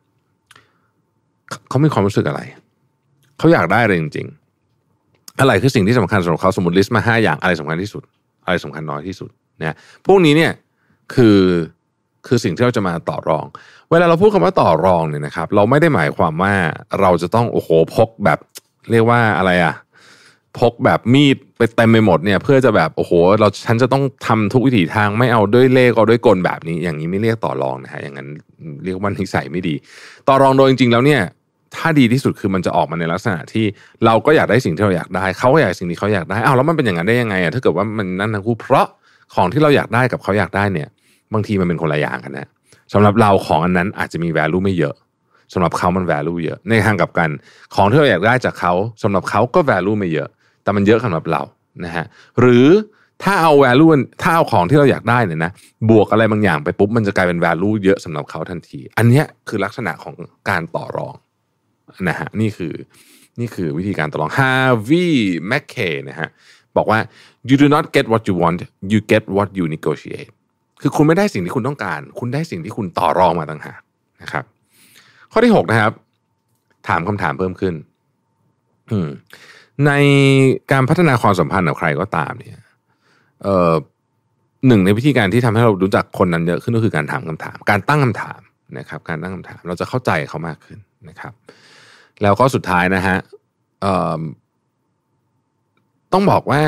เขามีความรู้สึกอะไรเขาอยากได้อะไรจริงๆอะไรคือสิ่งที่สำคัญสำหรับเขาสมมติลิสต์มาห้าอย่างอะไรสำคัญที่สุดอะไรสำคัญน้อยที่สุดนะพวกนี้เนี่ยคือคือสิ่งที่เราจะมาต่อรองเวลาเราพูดคำว่าต่อรองเนี่ยนะครับเราไม่ได้หมายความว่าเราจะต้องโอ้โหพกแบบเรียกว่าอะไรอะพกแบบมีดไปเต็มไปหมดเนี่ยเพื่อจะแบบโอ้โหเราฉันจะต้องทำทุกวิถีทางไม่เอาด้วยเล่ห์เอาด้วยกลแบบนี้อย่างนี้ไม่เรียกต่อรองนะฮะอย่างนั้นเรียกว่านิสัยไม่ดีต่อรองโดยจริงๆแล้วเนี่ยถ้าดีที่สุดคือมันจะออกมาในลักษณะที่เราก็อยากได้สิ่งที่เราอยากได้เขาก็อยากสิ่งที่เขาอยากได้อ้าวแล้วมันเป็นอย่างนั้นได้ยังไงอ่ะถ้าเกิดว่ามันนั่นทั้งคู่เพราะของที่เราอยากได้กับเขาอยากได้เนี่ยบางทีมันเป็นคนละอย่างกันนะสำหรับเราของอันนั้นอาจจะมี value ไม่เยอะสำหรับเขามัน value เยอะในทางกลับกันของที่เราอยากได้จากเขาสำหรับเขาก็ value ไม่เยอะแต่มันเยอะสำหรับเรานะฮะหรือถ้าเอา value ถ้าเอาของที่เราอยากได้เนี่ยนะบวกอะไรบางอย่างไปปุ๊บมันจะกลายเป็น value เยอะสำหรับเขาทันทีอันนี้คือลักษณะของการต่อรองนะฮะนี่คือนี่คือวิธีการต่อรอง Harvey Mackay นะฮะบอกว่า you do not get what you want you get what you negotiate คือคุณไม่ได้สิ่งที่คุณต้องการคุณได้สิ่งที่คุณต่อรองมาต่างหากนะครับข้อที่หกนะครับถามคำถามเพิ่มขึ้นอืมในการพัฒนาความสัมพันธ์กับใครก็ตามเนี่ยเอ่อหนึ่งในวิธีการที่ทำให้เรารู้จักคนนั้นเยอะขึ้นก็คือการถามคำถามการตั้งคำถามนะครับการตั้งคำถามเราจะเข้าใจเขามากขึ้นนะครับแล้วก็สุดท้ายนะฮะเอ่อต้องบอกว่า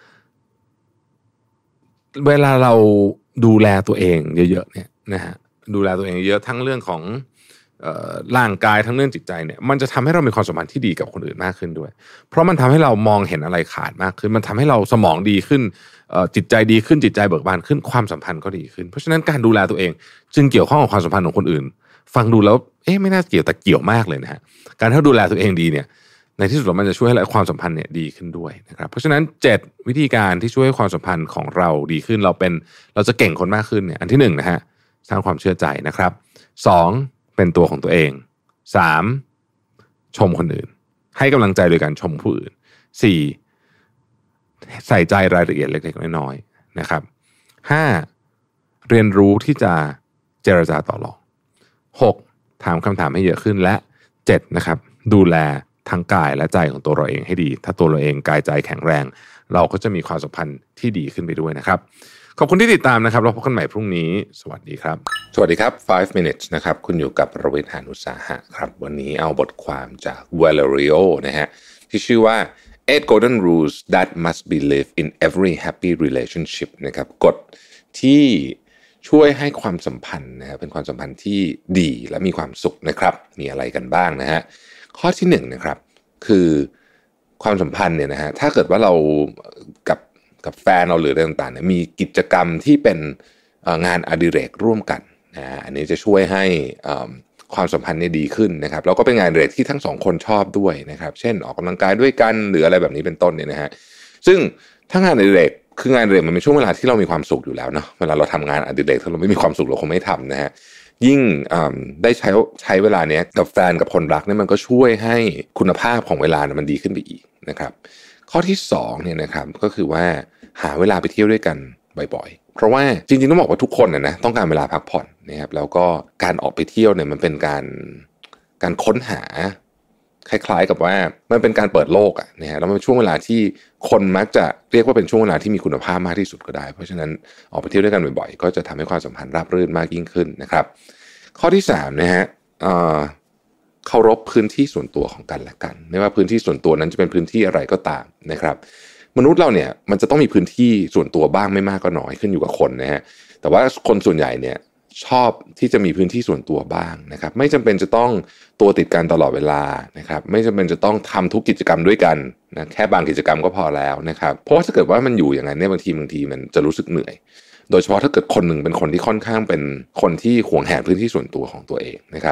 เวลาเราดูแลตัวเองเยอะๆเนี่ยนะฮะดูแลตัวเองเยอะทั้งเรื่องของร่างกายทั้งเรื่องจิตใจเนี่ยมันจะทำให้เรามีความสัมพันธ์ที่ดีกับคนอื่นมากขึ้นด้วยเพราะมันทำให้เรามองเห็นอะไรขาดมากขึ้นมันทำให้เราสมองดีขึ้นจิตใจดีขึ้นจิตใจเบิกบานขึ้นความสัมพันธ์ก็ดีขึ้นเพราะฉะนั้นการดูแลตัวเองจึงเกี่ยวข้องกับความสัมพันธ์ของคนอื่นฟังดูแล้วเอ๊ะไม่น่าเกี่ยวแต่เกี่ยวมากเลยนะฮะการที่ดูแลตัวเองดีเนี่ยในที่สุดแล้วมันจะช่วยให้ความสัมพันธ์เนี่ยดีขึ้นด้วยนะครับเพราะฉะนั้นเจ็ดวิธีการที่ช่วยให้ความสัมพันธ์ของเราดีขึ้นเราเป็นเราจะเก่งคนมากขึ้นเนี่ยอันที่หนึ่งนะฮะสร้างความเชื่อใจนะครับสองเป็นตัวของตัวเองสามชมคนอื่นให้กำลังใจโดยการชมผู้อื่นสี่ใส่ใจรายละเอียดเล็กๆน้อยๆนะครับห้าเรียนรู้ที่จะเจรจาต่อรองหกถามคำถามให้เยอะขึ้นและเจ็ดนะครับดูแลทั้งกายและใจของตัวเราเองให้ดีถ้าตัวเราเองกายใจแข็งแรงเราก็จะมีความสัมพันธ์ที่ดีขึ้นไปด้วยนะครับขอบคุณที่ติดตามนะครับเราพบกันใหม่พรุ่งนี้สวัสดีครับสวัสดีครับfive minutes นะครับคุณอยู่กับรวิทย์ หาญอุตสาหะครับวันนี้เอาบทความจาก Valerio นะฮะที่ชื่อว่า eight golden rules that must be lived in every happy relationship นะครับกฎที่ช่วยให้ความสัมพันธ์นะฮะเป็นความสัมพันธ์ที่ดีและมีความสุขนะครับมีอะไรกันบ้างนะฮะข้อที่หนึ่งนะครับคือความสัมพันธ์เนี่ยนะฮะถ้าเกิดว่าเรากับกับแฟนเราหรืออะไรต่างๆเนี่ยมีกิจกรรมที่เป็นงานอดิเรกร่วมกันนะอันนี้จะช่วยให้ความสัมพันธ์เนี่ยดีขึ้นนะครับแล้วก็เป็นงานอดิเรกที่ทั้งสองคนชอบด้วยนะครับเช่นออกกำลังกายด้วยกันหรืออะไรแบบนี้เป็นต้นเนี่ยนะฮะซึ่งถ้างานอดิเรกคืองานอดิเรกมันเป็นช่วงเวลาที่เรามีความสุขอยู่แล้วเนาะเวลาเราทำงานอดิเรกถ้าเราไม่มีความสุขเราคงไม่ทำนะฮะยิ่งได้ใช้ใช้เวลาเนี้ยกับแฟนกับคนรักเนี่ยมันก็ช่วยให้คุณภาพของเวลามันดีขึ้นไปอีกนะครับข้อที่สองเนี่ยนะครับก็คือว่าหาเวลาไปเที่ยวด้วยกันบ่อยๆเพราะว่าจริงๆต้องบอกว่าทุกคนนะนะต้องการเวลาพักผ่อนนะครับแล้วก็การออกไปเที่ยวเนี่ยมันเป็นการการค้นหาคล้ายๆกับว่ามันเป็นการเปิดโลกอ่ะนะฮะแล้วมันเป็นช่วงเวลาที่คนมักจะเรียกว่าเป็นช่วงเวลาที่มีคุณภาพมากที่สุดก็ได้เพราะฉะนั้นออกไปเที่ยวด้วยกันบ่อยๆก็จะทำให้ความสัมพันธ์ราบรื่นมากยิ่งขึ้นนะครับข้อที่สามนะฮะเคารพพื้นที่ส่วนตัวของกันและกันไม่ว่าพื้นที่ส่วนตัวนั้นจะเป็นพื้นที่อะไรก็ตามนะครับมนุษย์เราเนี่ยมันจะต้องมีพื้นที่ส่วนตัวบ้างไม่มากก็น้อยขึ้นอยู่กับคนนะฮะแต่ว่าคนส่วนใหญ่เนี่ยชอบที่จะมีพื้นที่ส่วนตัวบ้างนะครับไม่จำเป็นจะต้องตัวติดกันตลอดเวลานะครับไม่จำเป็นจะต้องทำทุกกิจกรรมด้วยกันนะแค่บางกิจกรรมก็พอแล้วนะครับเพราะว่าถ้าเกิดว่ามันอยู่อย่างนั้นเนี่ยบางทีบางทีมันจะรู้สึกเหนื่อยโดยเฉพาะถ้าเกิดคนหนึ่งเป็นคนที่ค่อนข้างเป็นคนที่หวงแหนพื้นที่ส่วนตัวของตัวเองนะครับ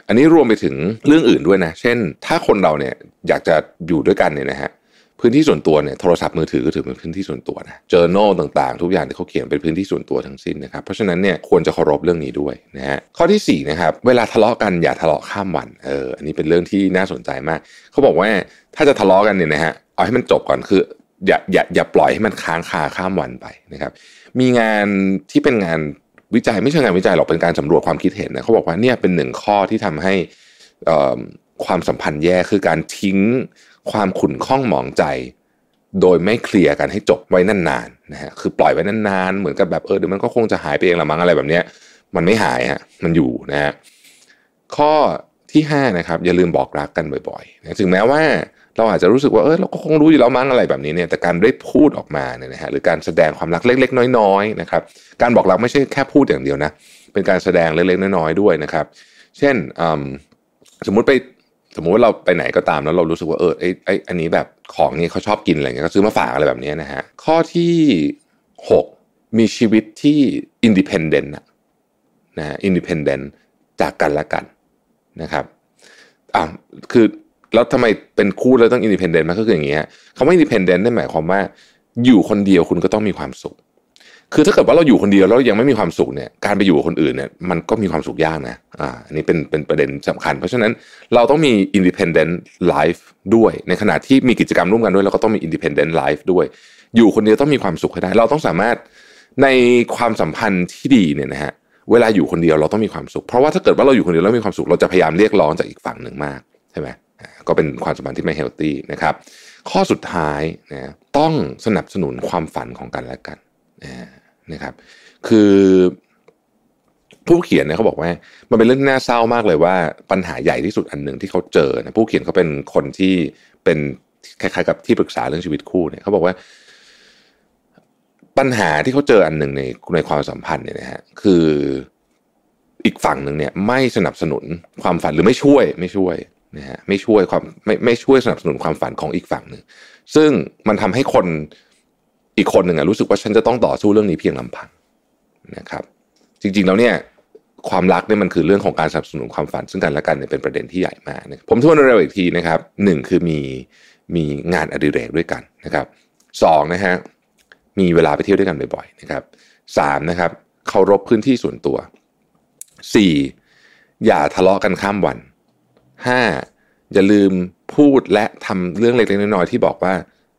อันนี้รวมไปถึงเรื่องอื่นด้วยนะเช่นถ้าคนเราเนี่ยอยากจะอยู่ด้วยกันเนี่ยนะฮะพื้นที่ส่วนตัวเนี่ยโทรศัพท์มือถือก็ถือเป็นพื้นที่ส่วนตัวนะ journal ต่างๆทุกอย่างที่เขาเขียนเป็นพื้นที่ส่วนตัวทั้งสิ้นนะครับเพราะฉะนั้นเนี่ยควรจะเคารพเรื่องนี้ด้วยนะฮะข้อที่สี่นะครับเวลาทะเลาะกันอย่าทะเลาะข้ามวันเอออันนี้เป็นเรื่องที่น่าสนใจมากเขาบอกว่าถ้าจะทะเลาะกันเนี่ยนะฮะเอาให้มันจบก่อนคืออย่าอย่าอย่าปล่อยให้มันค้างคาข้ามวันไปนะครับมีงานที่เป็นงานวิจัยไม่ใช่งานวิจัยหรอกเป็นการสำรวจความคิดเห็นนะเขาบอกว่าเนี่ยเป็นหนึ่งข้อที่ทำให้ความสัมพันธ์แย่คือการทิ้งความขุ่นข้องหมองใจโดยไม่เคลียร์กันให้จบไว้นานๆนะฮะคือปล่อยไว้นานๆเหมือนกับแบบเออเดี๋ยวมันก็คงจะหายไปเองละมั้งอะไรแบบเนี้ยมันไม่หายฮะมันอยู่นะฮะข้อที่ห้านะครับอย่าลืมบอกรักกันบ่อยๆนะถึงแม้ว่าเราอาจจะรู้สึกว่าเออเราก็คงรู้อยู่แล้วมั้งอะไรแบบนี้เนี่ยแต่การได้พูดออกมาเนี่ยนะฮะหรือการแสดงความรักเล็กๆน้อยๆนะครับการบอกรักไม่ใช่แค่พูดอย่างเดียวนะเป็นการแสดงเล็กๆน้อยๆด้วยนะครับเช่นสมมุติไปสมมุติว่าเราไปไหนก็ตามแล้วเรารู้สึกว่าเออไอ้ไอ้อันนี้แบบของนี้เขาชอบกินอะไรเงี้ยก็ซื้อมาฝากอะไรแบบนี้นะฮะข้อที่หกมีชีวิตที่ independent นะนะฮะ independent จากกันและกันนะครับอ่ะคือแล้วทำไมเป็นคู่แล้วต้อง independent มันก็คืออย่างนี้ฮะคำว่า independent นั่นหมายความว่าอยู่คนเดียวคุณก็ต้องมีความสุขคือถ้าเกิดว่าเราอยู่คนเดียวแล้วยังไม่มีความสุขเนี่ยการไปอยู่กับคนอื่นเนี่ยมันก็มีความสุขยากนะอ่าอันนี้เป็นเป็นประเด็นสำคัญเพราะฉะนั้นเราต้องมี independent life ด้วยในขณะที่มีกิจกรรมร่วมกันด้วยเราก็ต้องมี independent life ด้วยอยู่คนเดียวต้องมีความสุขให้ได้เราต้องสามารถในความสัมพันธ์ที่ดีเนี่ยนะฮะเวลาอยู่คนเดียวเราต้องมีความสุขเพราะว่าถ้าเกิดว่าเราอยู่คนเดียวแล้วมีความสุขเราจะพยายามเรียกร้องจากอีกฝั่งหนึ่งมากใช่ไหมก็เป็นความสัมพันธ์ที่ไม่ healthy นะครับข้อสุดท้ายนะต้องสนับสนุนความฝันของกันและกันนะครับคือผู้เขียนเนี่ยเขาบอกว่ามันเป็นเรื่องที่น่าเศร้ามากเลยว่าปัญหาใหญ่ที่สุดอันหนึ่งที่เขาเจอนะผู้เขียนเขาเป็นคนที่เป็นคล้ายๆกับที่ปรึกษาเรื่องชีวิตคู่เนี่ยเขาบอกว่าปัญหาที่เขาเจออันหนึ่งในในความสัมพันธ์เนี่ยนะฮะคืออีกฝั่งหนึ่งเนี่ยไม่สนับสนุนความฝันหรือไม่ช่วยไม่ช่วยนะฮะไม่ช่วยความไม่ไม่ช่วยสนับสนุนความฝันของอีกฝั่งหนึ่งซึ่งมันทำให้คนอีกคนหนึ่งอ่ะรู้สึกว่าฉันจะต้องต่อสู้เรื่องนี้เพียงลำพังนะครับจริงๆแล้วเนี่ยความรักเนี่ยมันคือเรื่องของการสนับสนุนความฝันซึ่งกันและกันเนี่ยเป็นประเด็นที่ใหญ่มากนะผมทวนเร็วอีกทีนะครับหนึ่งคือมีมีงานอดิเรกด้วยกันนะครับสองนะฮะมีเวลาไปเที่ยวด้วยกันบ่อยๆนะครับสามนะครับเคารพพื้นที่ส่วนตัวสี่อย่าทะเลาะกันข้ามวันห้าอย่าลืมพูดและทำเรื่องเล็กๆน้อยๆที่บอกว่า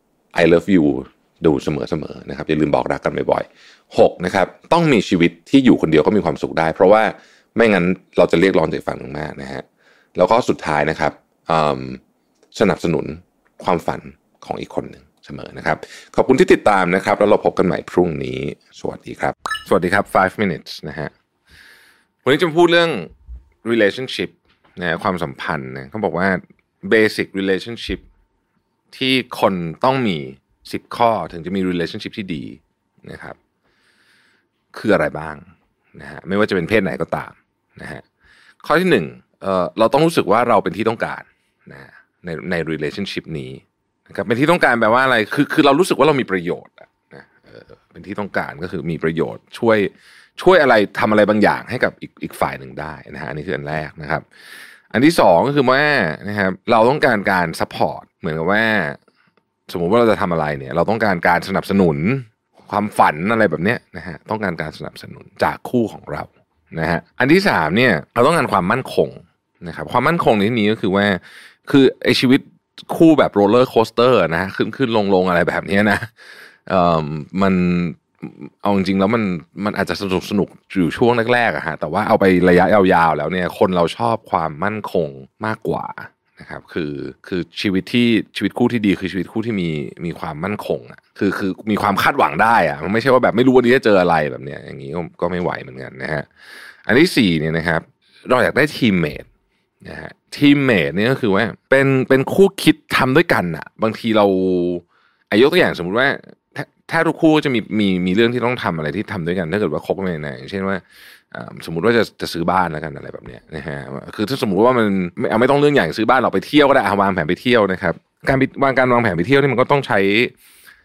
I love youดูเสมอๆนะครับอย่าลืมบอกรักกันบ่อยๆหกนะครับต้องมีชีวิตที่อยู่คนเดียวก็มีความสุขได้เพราะว่าไม่งั้นเราจะเรียกร้องจากฝั่งหนึ่งมากนะฮะแล้วก็สุดท้ายนะครับสนับสนุนความฝันของอีกคนหนึ่งเสมอนะครับขอบคุณที่ติดตามนะครับแล้วเราพบกันใหม่พรุ่งนี้สวัสดีครับสวัสดีครับfive minutes นะฮะวันนี้จะพูดเรื่อง relationship นะความสัมพันธ์นะเขาบอกว่า basic relationship ที่คนต้องมีสิบข้อถึงจะมี relationship ที่ดีนะครับคืออะไรบ้างนะฮะไม่ว่าจะเป็นเพศไหนก็ตามนะฮะข้อที่หนึ่งเอ่อเราต้องรู้สึกว่าเราเป็นที่ต้องการนะในใน relationship นี้นะครับเป็นที่ต้องการแปลว่าอะไรคือคือเรารู้สึกว่าเรามีประโยชน์นะเออเป็นที่ต้องการก็คือมีประโยชน์ช่วยช่วยอะไรทำอะไรบางอย่างให้กับอีกอีกฝ่ายหนึ่งได้นะฮะอันนี้คืออันแรกนะครับอันที่สองก็คือว่านะครับเราต้องการการ support เหมือนกับว่าสมมุติว่าเราจะทำอะไรเนี่ยเราต้องการการสนับสนุนความฝันอะไรแบบเนี้ยนะฮะต้องการการสนับสนุนจากคู่ของเรานะฮะอันที่สามเนี่ยเราต้องการความมั่นคงนะครับความมั่นคงในที่นี้ก็คือว่าคือไอชีวิตคู่แบบโรลเลอร์โคสเตอร์นะขึ้นขึ้นลงลงอะไรแบบนี้นะเอ่อมันเอาจริงๆแล้วมันมันอาจจะสนุกสนุกอยู่ช่วงแรกๆอะฮะแต่ว่าเอาไประยะยาวๆแล้วเนี่ยคนเราชอบความมั่นคงมากกว่านะครับคือคือชีวิตที่ชีวิตคู่ที่ดีคือชีวิตคู่ที่มีมีความมั่นคงอ่ะคือคือมีความคาดหวังได้อ่ะมันไม่ใช่ว่าแบบไม่รู้วันนี้จะเจออะไรแบบเนี้ยอย่างนี้ก็ก็ไม่ไหวเหมือนกันนะฮะอันที่สี่เนี่ยนะครับเราอยากได้ทีมเมทนะฮะทีมเมทนี่ก็คือว่าเป็นเป็นคู่คิดทำด้วยกันอ่ะบางทีเราไอ้ยกตัวอย่างสมมุติว่าถ้าถ้าทุกคู่จะมีมีมีเรื่องที่ต้องทำอะไรที่ทำด้วยกันถ้าเกิดว่าคบกันมาอย่างเช่นว่าสมมุติว่าจะจะซื้อบ้านแล้วกันอะไรแบบเนี้ยนะฮะคือถ้าสมมุติว่ามันไม่เอาไม่ต้องเรื่องใหญ่ซื้อบ้านเราไปเที่ยวก็ได้วางแผนไปเที่ยวนะครับการวางการวางแผนไปเที่ยวนี่มันก็ต้องใช้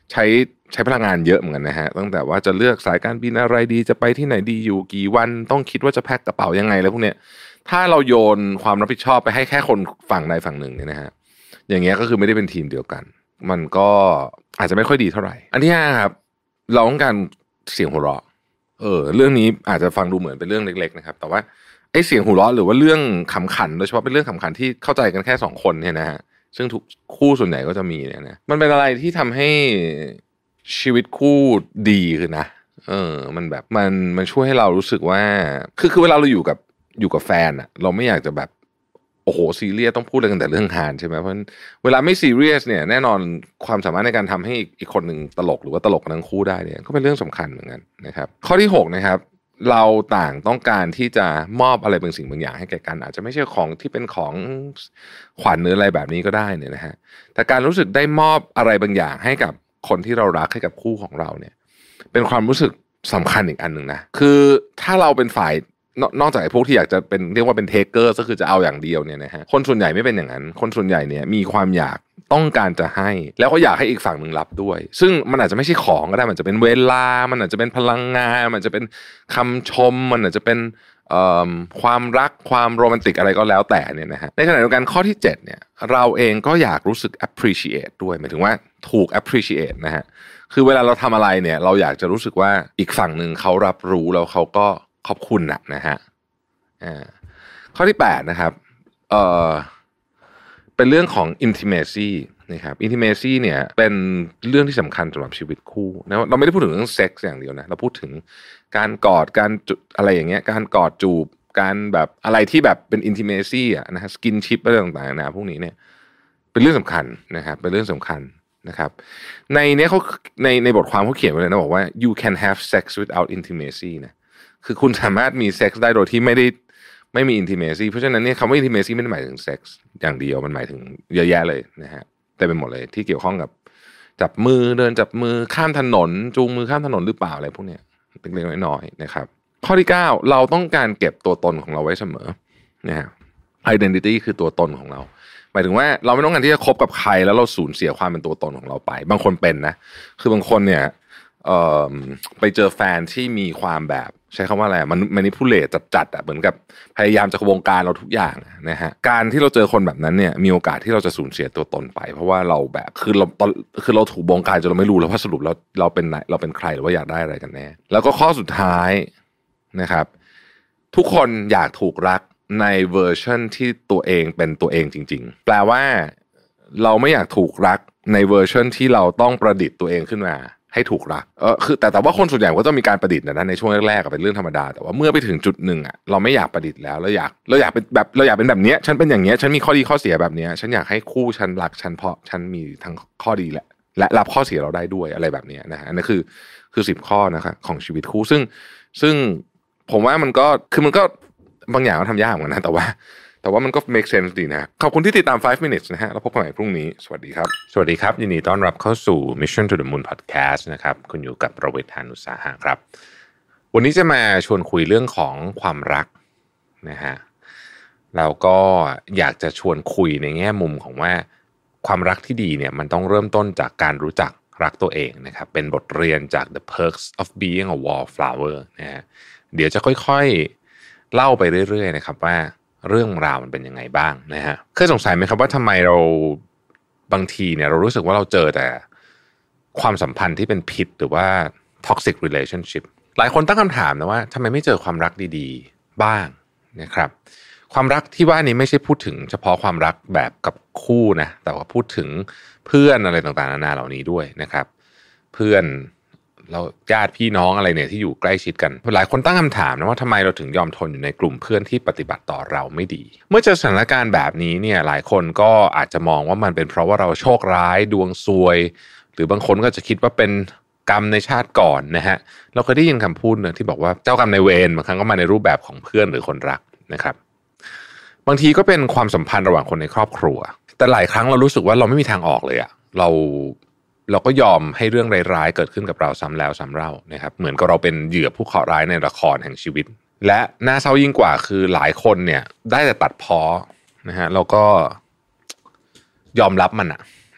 ใช้ใช้พลังงานเยอะเหมือนกันนะฮะตั้งแต่ว่าจะเลือกสายการบินอะไรดีจะไปที่ไหนดีอยู่กี่วันต้องคิดว่าจะแพ็คกระเป๋ายังไงแล้วพวกเนี้ยถ้าเราโยนความรับผิดชอบไปให้แค่คนฝั่งใดฝั่งหนึ่งเนี่ยนะฮะอย่างเงี้ยก็คือไม่ได้เป็นทีมเดียวกันมันก็อาจจะไม่ค่อยดีเท่าไหร่อันที่ห้าครับเราต้องการเสียงหัวเราะเออเรื่องนี้อาจจะฟังดูเหมือนเป็นเรื่องเล็กๆนะครับแต่ว่าไอ้เสียงหัวเราะหรือว่าเรื่องขำขันโดยเฉพาะเป็นเรื่องขำขันที่เข้าใจกันแค่สองคนเนี่ยนะฮะซึ่งทุกคู่ส่วนใหญ่ก็จะมีเนี่ยนะมันเป็นอะไรที่ทำให้ชีวิตคู่ดีขึ้นนะเออมันแบบมันมันช่วยให้เรารู้สึกว่าคือคือเวลาเราอยู่กับอยู่กับแฟนอะเราไม่อยากจะแบบโอ้โหซีเรียสต้องพูดอะไรกันแต่เรื่องงานใช่ไหมเพราะเวลาไม่ซีเรียสเนี่ยแน่นอนความสามารถในการทำให้อีกคนหนึ่งตลกหรือว่าตลกกันทั้งคู่ได้เนี่ยก็เป็นเรื่องสำคัญเหมือนกันนะครับข้อที่หกนะครับเราต่างต้องการที่จะมอบอะไรบางสิ่งบางอย่างให้แก่กันอาจจะไม่ใช่ของที่เป็นของขวัญหรืออะไรแบบนี้ก็ได้เนี่ยนะฮะแต่การรู้สึกได้มอบอะไรบางอย่างให้กับคนที่เรารักให้กับคู่ของเราเนี่ยเป็นความรู้สึกสำคัญอีกอันหนึ่งนะคือถ้าเราเป็นฝ่ายนอกจากไอ้พวกที่อยากจะเป็นเรียกว่าเป็นเทคเกอร์ก็คือจะเอาอย่างเดียวเนี่ยนะฮะคนส่วนใหญ่ไม่เป็นอย่างนั้นคนส่วนใหญ่เนี่ยมีความอยากต้องการจะให้แล้วก็อยากให้อีกฝั่งหนึ่งรับด้วยซึ่งมันอาจจะไม่ใช่ของก็ได้มันจะเป็นเวลามันอาจจะเป็นพลังงานมันจะเป็นคำชมมันอาจจะเป็นความรักความโรแมนติกอะไรก็แล้วแต่เนี่ยนะฮะในขณะเดียวกันข้อที่เจ็ดเนี่ยเราเองก็อยากรู้สึก appreciate ด้วยหมายถึงว่าถูก appreciate นะฮะคือเวลาเราทำอะไรเนี่ยเราอยากจะรู้สึกว่าอีกฝั่งหนึ่งเขารับรู้แล้วเขาก็ขอบคุณนะนะฮะอ่าข้อที่แปดนะครับเอ่อเป็นเรื่องของ intimacy นะครับ intimacy เนี่ยเป็นเรื่องที่สำคัญสำหรับชีวิตคู่นะเราไม่ได้พูดถึงเรื่องเซ็กส์อย่างเดียวนะเราพูดถึงการกอดการจุอะไรอย่างเงี้ยการกอดจูบการแบบอะไรที่แบบเป็น intimacy อ่ะนะฮะ skinship อะไรต่างๆนะพวกนี้เนี่ยเป็นเรื่องสำคัญนะครับเป็นเรื่องสำคัญนะครับในเนี้ยเขาในในบทความเขาเขียนไว้เลยนะบอกว่า you can have sex without intimacy นะคือคุณสามารถมีเซ็กส์ได้โดยที่ไม่ได้ไม่มี intimacy เพราะฉะนั้นเนี่ยคำว่า intimacy ไม่ได้หมายถึงเซ็กส์อย่างเดียวมันหมายถึงเยอะแยะเลยนะฮะแต่เป็นหมดเลยที่เกี่ยวข้องกับจับมือเดินจับมือข้ามถนนจูงมือข้ามถนนหรือเปล่าอะไรพวกเนี้ยเล็กๆน้อยๆนะครับข้อที่เก้าเราต้องการเก็บตัวตนของเราไว้เสมอนะฮะ identity คือตัวตนของเราหมายถึงว่าเราไม่ต้องการที่จะคบกับใครแล้วเราสูญเสียความเป็นตัวตนของเราไปบางคนเป็นนะคือบางคนเนี่ยเอ่อไปเจอแฟนที่มีความแบบใช้คำว่าอะไรมันmanipulateจัดๆอ่ะเหมือนกับพยายามจะวงการเราทุกอย่างนะฮะการที่เราเจอคนแบบนั้นเนี่ยมีโอกาสที่เราจะสูญเสียตัวตนไปเพราะว่าเราแบบคือเราคือเราถูกวงการจนเราไม่รู้แล้วว่าสรุปแล้วเราเป็นไหนเราเป็นใครหรือว่าอยากได้อะไรกันแน่แล้วก็ข้อสุดท้ายนะครับทุกคนอยากถูกรักในเวอร์ชันที่ตัวเองเป็นตัวเองจริงๆแปลว่าเราไม่อยากถูกรักในเวอร์ชันที่เราต้องประดิษฐ์ตัวเองขึ้นมาให้ถูกรักเออคือแต่แต่ว่าคนส่วนใหญ่ก็ต้องมีการประดิษฐ์นะในช่วงแรกๆเป็นเรื่องธรรมดาแต่ว่าเมื่อไปถึงจุดหนึ่งอ่ะเราไม่อยากประดิษฐ์แล้วเราอยากเราอยากเป็นแบบเราอยากเป็นแบบนี้ฉันเป็นอย่างเงี้ยฉันมีข้อดีข้อเสียแบบนี้ฉันอยากให้คู่ฉันรักฉันเพราะฉันมีทั้งข้อดีและและรับข้อเสียเราได้ด้วยอะไรแบบนี้นะฮะอันนี้คือคือสิบข้อนะครับของชีวิตคู่ซึ่งซึ่งผมว่ามันก็คือมันก็บางอย่างก็ทำยากเหมือนกันนะแต่ว่าแต่ว่ามันก็ make sense ดีนะขอบคุณที่ติดตามไฟว์ minutes นะฮะแล้วพบกันใหม่พรุ่งนี้สวัสดีครับสวัสดีครับยินดีต้อนรับเข้าสู่ Mission to the Moon Podcast นะครับคุณอยู่กับประวิทย์ หาญอุตสาหะครับวันนี้จะมาชวนคุยเรื่องของความรักนะฮะแล้วก็อยากจะชวนคุยในแง่มุมของว่าความรักที่ดีเนี่ยมันต้องเริ่มต้นจากการรู้จักรักตัวเองนะครับเป็นบทเรียนจาก The Perks of Being a Wallflower นะฮะเดี๋ยวจะค่อยๆเล่าไปเรื่อยๆนะครับว่าเรื่องราวมันเป็นยังไงบ้างนะฮะเคยสงสัยไหมครับว่าทำไมเราบางทีเนี่ยเรารู้สึกว่าเราเจอแต่ความสัมพันธ์ที่เป็นพิษหรือว่า toxic relationship หลายคนตั้งคำถามนะว่าทำไมไม่เจอความรักดีๆบ้างนะครับความรักที่ว่านี้ไม่ใช่พูดถึงเฉพาะความรักแบบกับคู่นะแต่ว่าพูดถึงเพื่อนอะไรต่างๆนานาเหล่านี้ด้วยนะครับเพื่อนเราญาติพี่น้องอะไรเนี่ยที่อยู่ใกล้ชิดกันหลายคนตั้งคำถามนะว่าทำไมเราถึงยอมทนอยู่ในกลุ่มเพื่อนที่ปฏิบัติต่อเราไม่ดีเมื่อเจอสถานการณ์แบบนี้เนี่ยหลายคนก็อาจจะมองว่ามันเป็นเพราะว่าเราโชคร้ายดวงซวยหรือบางคนก็จะคิดว่าเป็นกรรมในชาติก่อนนะฮะเราเคยได้ยินคำพูดนะที่บอกว่าเจ้ากรรมนายเวรบางครั้งก็มาในรูปแบบของเพื่อนหรือคนรักนะครับบางทีก็เป็นความสัมพันธ์ระหว่างคนในครอบครัวแต่หลายครั้งเรารู้สึกว่าเราไม่มีทางออกเลยอะเราเราก็ยอมให้เรื่องร้ายๆเกิดขึ้นกับเราซ้ำแล้วซ้ำเล่านะครับเหมือนกับเราเป็นเหยื่อผู้เคราะห์ร้ายในละครแห่งชีวิตและน่าเศร้ายิ่งกว่าคือหลายคนเนี่ยได้แต่ตัดพ้อนะฮะแล้วก็ยอมรับมันอะ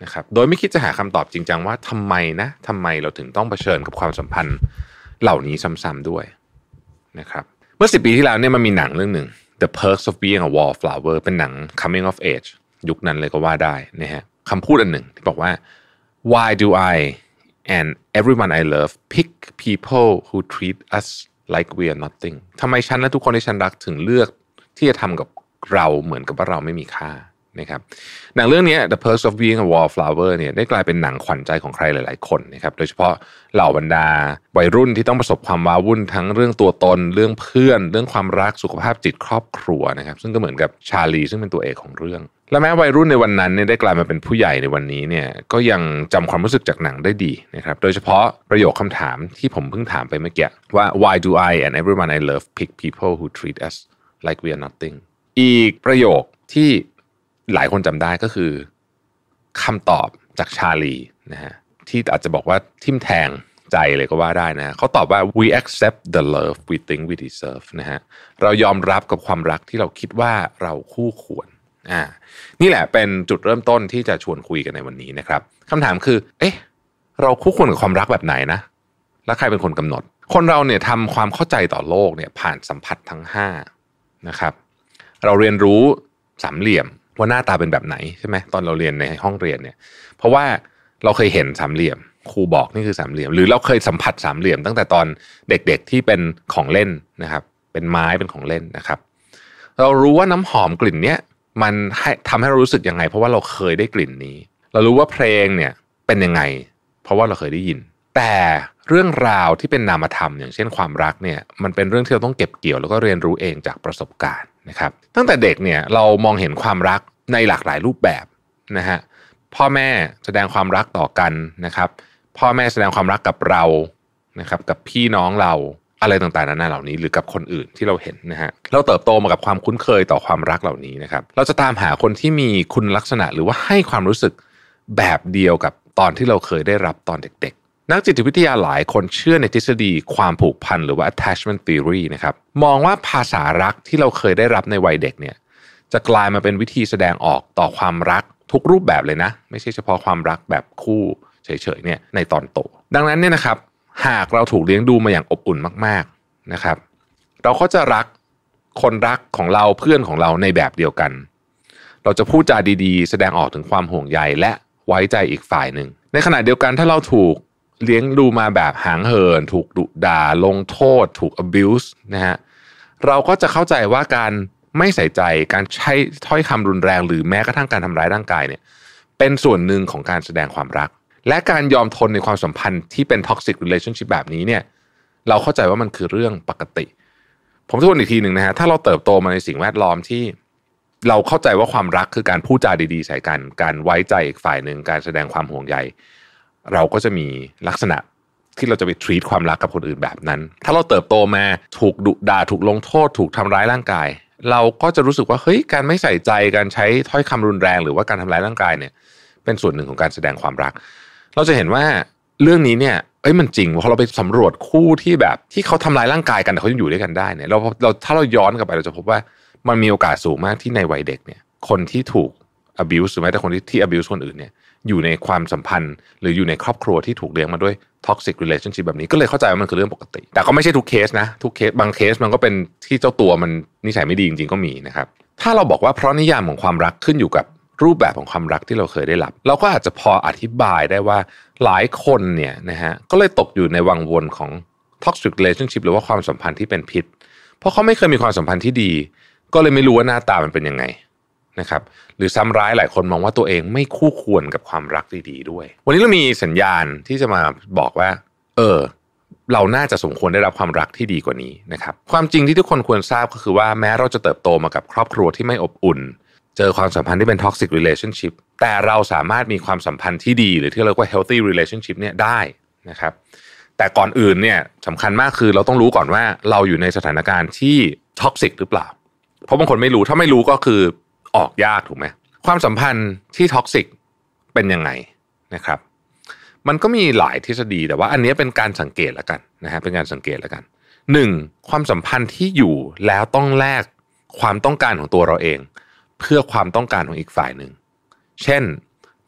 นะครับโดยไม่คิดจะหาคำตอบจริงจังว่าทำไมนะทำไมเราถึงต้องเผชิญกับความสัมพันธ์เหล่านี้ซ้ำๆด้วยนะครับเมื่อสิบปีที่แล้วเนี่ยมันมีหนังเรื่องหนึ่ง The Perks of Being a Wallflower เป็นหนัง coming of age ยุคนั้นเลยก็ว่าได้นะฮะคำพูดอันหนึ่งที่บอกว่า Why do I and everyone I love pick people who treat us like we are nothing ทำไมฉันและทุกคนที่ฉันรักถึงเลือกที่จะทำกับเราเหมือนกับว่าเราไม่มีค่านะครับหนังเรื่องนี้ The Perks of Being a Wallflower เนี่ยได้กลายเป็นหนังขวัญใจของใครหลายๆคนนะครับโดยเฉพาะเหล่าบรรดาวัยรุ่นที่ต้องประสบความว้าวุ่นทั้งเรื่องตัวตนเรื่องเพื่อนเรื่องความรักสุขภาพจิตครอบครัวนะครับซึ่งก็เหมือนกับชาลีซึ่งเป็นตัวเอกของเรื่องและแม้วัยรุ่นในวันนั้นเนี่ยได้กลายมาเป็นผู้ใหญ่ในวันนี้เนี่ยก็ยังจำความรู้สึกจากหนังได้ดีนะครับโดยเฉพาะประโยคคำถามที่ผมเพิ่งถามไปเมื่อกี้ว่า Why do I and everyone I love pick people who treat us like we are nothing อีกประโยคที่หลายคนจำได้ก็คือคำตอบจากชาลีนะฮะที่อาจจะบอกว่าทิ่มแทงใจเลยก็ว่าได้นะเขาตอบว่า we accept the love we think we deserve นะฮะเรายอมรับกับความรักที่เราคิดว่าเราคู่ควรอ่านี่แหละเป็นจุดเริ่มต้นที่จะชวนคุยกันในวันนี้นะครับคำถามคือเอ๊ะเราคู่ควรกับความรักแบบไหนนะและใครเป็นคนกำหนดคนเราเนี่ยทำความเข้าใจต่อโลกเนี่ยผ่านสัมผัสทั้งห้านะครับเราเรียนรู้สามเหลี่ยมว่าหน้าตาเป็นแบบไหนใช่ไหมตอนเราเรียนในห้องเรียนเนี่ยเพราะว่าเราเคยเห็นสามเหลี่ยมครูบอกนี่คือสามเหลี่ยมหรือเราเคยสัมผัสสามเหลี่ยมตั้งแต่ตอนเด็กๆที่เป็นของเล่นนะครับเป็นไม้เป็นของเล่นนะครับเรารู้ว่าน้ำหอมกลิ่นเนี้ยมันให้ทำให้เรารู้สึกยังไงเพราะว่าเราเคยได้กลิ่นนี้เรารู้ว่าเพลงเนี่ยเป็นยังไงเพราะว่าเราเคยได้ยินแต่เรื่องราวที่เป็นนามธรรมอย่างเช่นความรักเนี่ยมันเป็นเรื่องที่เราต้องเก็บเกี่ยวแล้วก็เรียนรู้เองจากประสบการณ์นะครับตั้งแต่เด็กเนี่ยเรามองเห็นความรักในหลากหลายรูปแบบนะฮะพ่อแม่แสดงความรักต่อกันนะครับพ่อแม่แสดงความรักกับเรานะครับกับพี่น้องเราอะไรต่างๆนานาเหล่านี้หรือกับคนอื่นที่เราเห็นนะฮะเราเติบโตมากับความคุ้นเคยต่อความรักเหล่านี้นะครับเราจะตามหาคนที่มีคุณลักษณะหรือว่าให้ความรู้สึกแบบเดียวกับตอนที่เราเคยได้รับตอนเด็กๆนักจิตวิทยาหลายคนเชื่อในทฤษฎีความผูกพันหรือว่า attachment theory นะครับมองว่าภาษารักที่เราเคยได้รับในวัยเด็กเนี่ยจะกลายมาเป็นวิธีแสดงออกต่อความรักทุกรูปแบบเลยนะไม่ใช่เฉพาะความรักแบบคู่เฉยๆเนี่ยในตอนโตดังนั้นเนี่ยนะครับหากเราถูกเลี้ยงดูมาอย่างอบอุ่นมากๆนะครับเราก็จะรักคนรักของเราเพื่อนของเราในแบบเดียวกันเราจะพูดจาดีๆแสดงออกถึงความห่วงใยและไว้ใจอีกฝ่ายหนึ่งในขณะเดียวกันถ้าเราถูกเลี้ยงดูมาแบบหางเหินถูกดุด่าลงโทษถูก abuse นะฮะเราก็จะเข้าใจว่าการไม่ใส่ใจการใช้ถ้อยคำรุนแรงหรือแม้กระทั่งการทำร้ายร่างกายเนี่ยเป็นส่วนหนึ่งของการแสดงความรักและการยอมทนในความสัมพันธ์ที่เป็น toxic relationship แบบนี้เนี่ยเราเข้าใจว่ามันคือเรื่องปกติผมทวนอีกทีหนึ่งนะฮะถ้าเราเติบโตมาในสิ่งแวดล้อมที่เราเข้าใจว่าความรักคือการพูดจาดีๆใส่กันการไว้ใจอีกฝ่ายหนึ่งการแสดงความห่วงใยเราก็จะมีลักษณะที่เราจะไป treat ความรักกับคนอื่นแบบนั้นถ้าเราเติบโตมาถูกดุด่าถูกลงโทษถูกทำร้ายร่างกายเราก็จะรู้สึกว่าเฮ้ยการไม่ใส่ใจการใช้ถ้อยคำรุนแรงหรือว่าการทำร้ายร่างกายเนี่ยเป็นส่วนหนึ่งของการแสดงความรักเราจะเห็นว่าเรื่องนี้เนี่ยเอ้ยมันจริงพอเราไปสำรวจคู่ที่แบบที่เขาทำร้ายร่างกายกันแต่เขายังอยู่ด้วยกันได้เนี่ยเราเราถ้าเราย้อนกลับไปเราจะพบว่ามันมีโอกาสสูงมากที่ในวัยเด็กเนี่ยคนที่ถูก abuse หรือแม้แต่คนที่ที่ abuse คนอื่นเนี่ยอยู่ในความสัมพันธ์หรืออยู่ในครอบครัวที่ถูกเลี้ยงมาด้วย toxic relationship แบบนี้ก็เลยเข้าใจว่ามันคือเรื่องปกติแต่ก็ไม่ใช่ทุกเคสนะทุกเคสบางเคสมันก็เป็นที่เจ้าตัวมันนิสัยไม่ดีจริงๆก็มีนะครับถ้าเราบอกว่าเพราะนิยามของความรักขึ้นอยู่กับรูปแบบของความรักที่เราเคยได้รับเราก็อาจจะพออธิบายได้ว่าหลายคนเนี่ยนะฮะก็เลยตกอยู่ในวังวนของ toxic relationship หรือว่าความสัมพันธ์ที่เป็นพิษเพราะเขาไม่เคยมีความสัมพันธ์ที่ดีก็เลยไม่รู้ว่าหน้าตามันเป็นยังไงนะครับหรือซ้ำร้ายหลายคนมองว่าตัวเองไม่คู่ควรกับความรักดีๆด้วยวันนี้เรามีสัญญาณที่จะมาบอกว่าเออเราน่าจะสมควรได้รับความรักที่ดีกว่านี้นะครับความจริงที่ทุกคนควรทราบก็คือว่าแม้เราจะเติบโตมากับครอบครัวที่ไม่อบอุ่นเจอความสัมพันธ์ที่เป็น toxic relationship แต่เราสามารถมีความสัมพันธ์ที่ดีหรือที่เรียกว่า healthy relationship เนี่ยได้นะครับแต่ก่อนอื่นเนี่ยสำคัญมากคือเราต้องรู้ก่อนว่าเราอยู่ในสถานการณ์ที่ toxic หรือเปล่าเพราะบางคนไม่รู้ถ้าไม่รู้ก็คือออกยากถูกไหมความสัมพันธ์ที่ toxic เป็นยังไงนะครับมันก็มีหลายทฤษฎีแต่ว่าอันนี้เป็นการสังเกตแล้วกันนะฮะเป็นการสังเกตแล้วกันหนึ่งความสัมพันธ์ที่อยู่แล้วต้องแลกความต้องการของตัวเราเองเพื่อความต้องการของอีกฝ่ายหนึ่งเช่น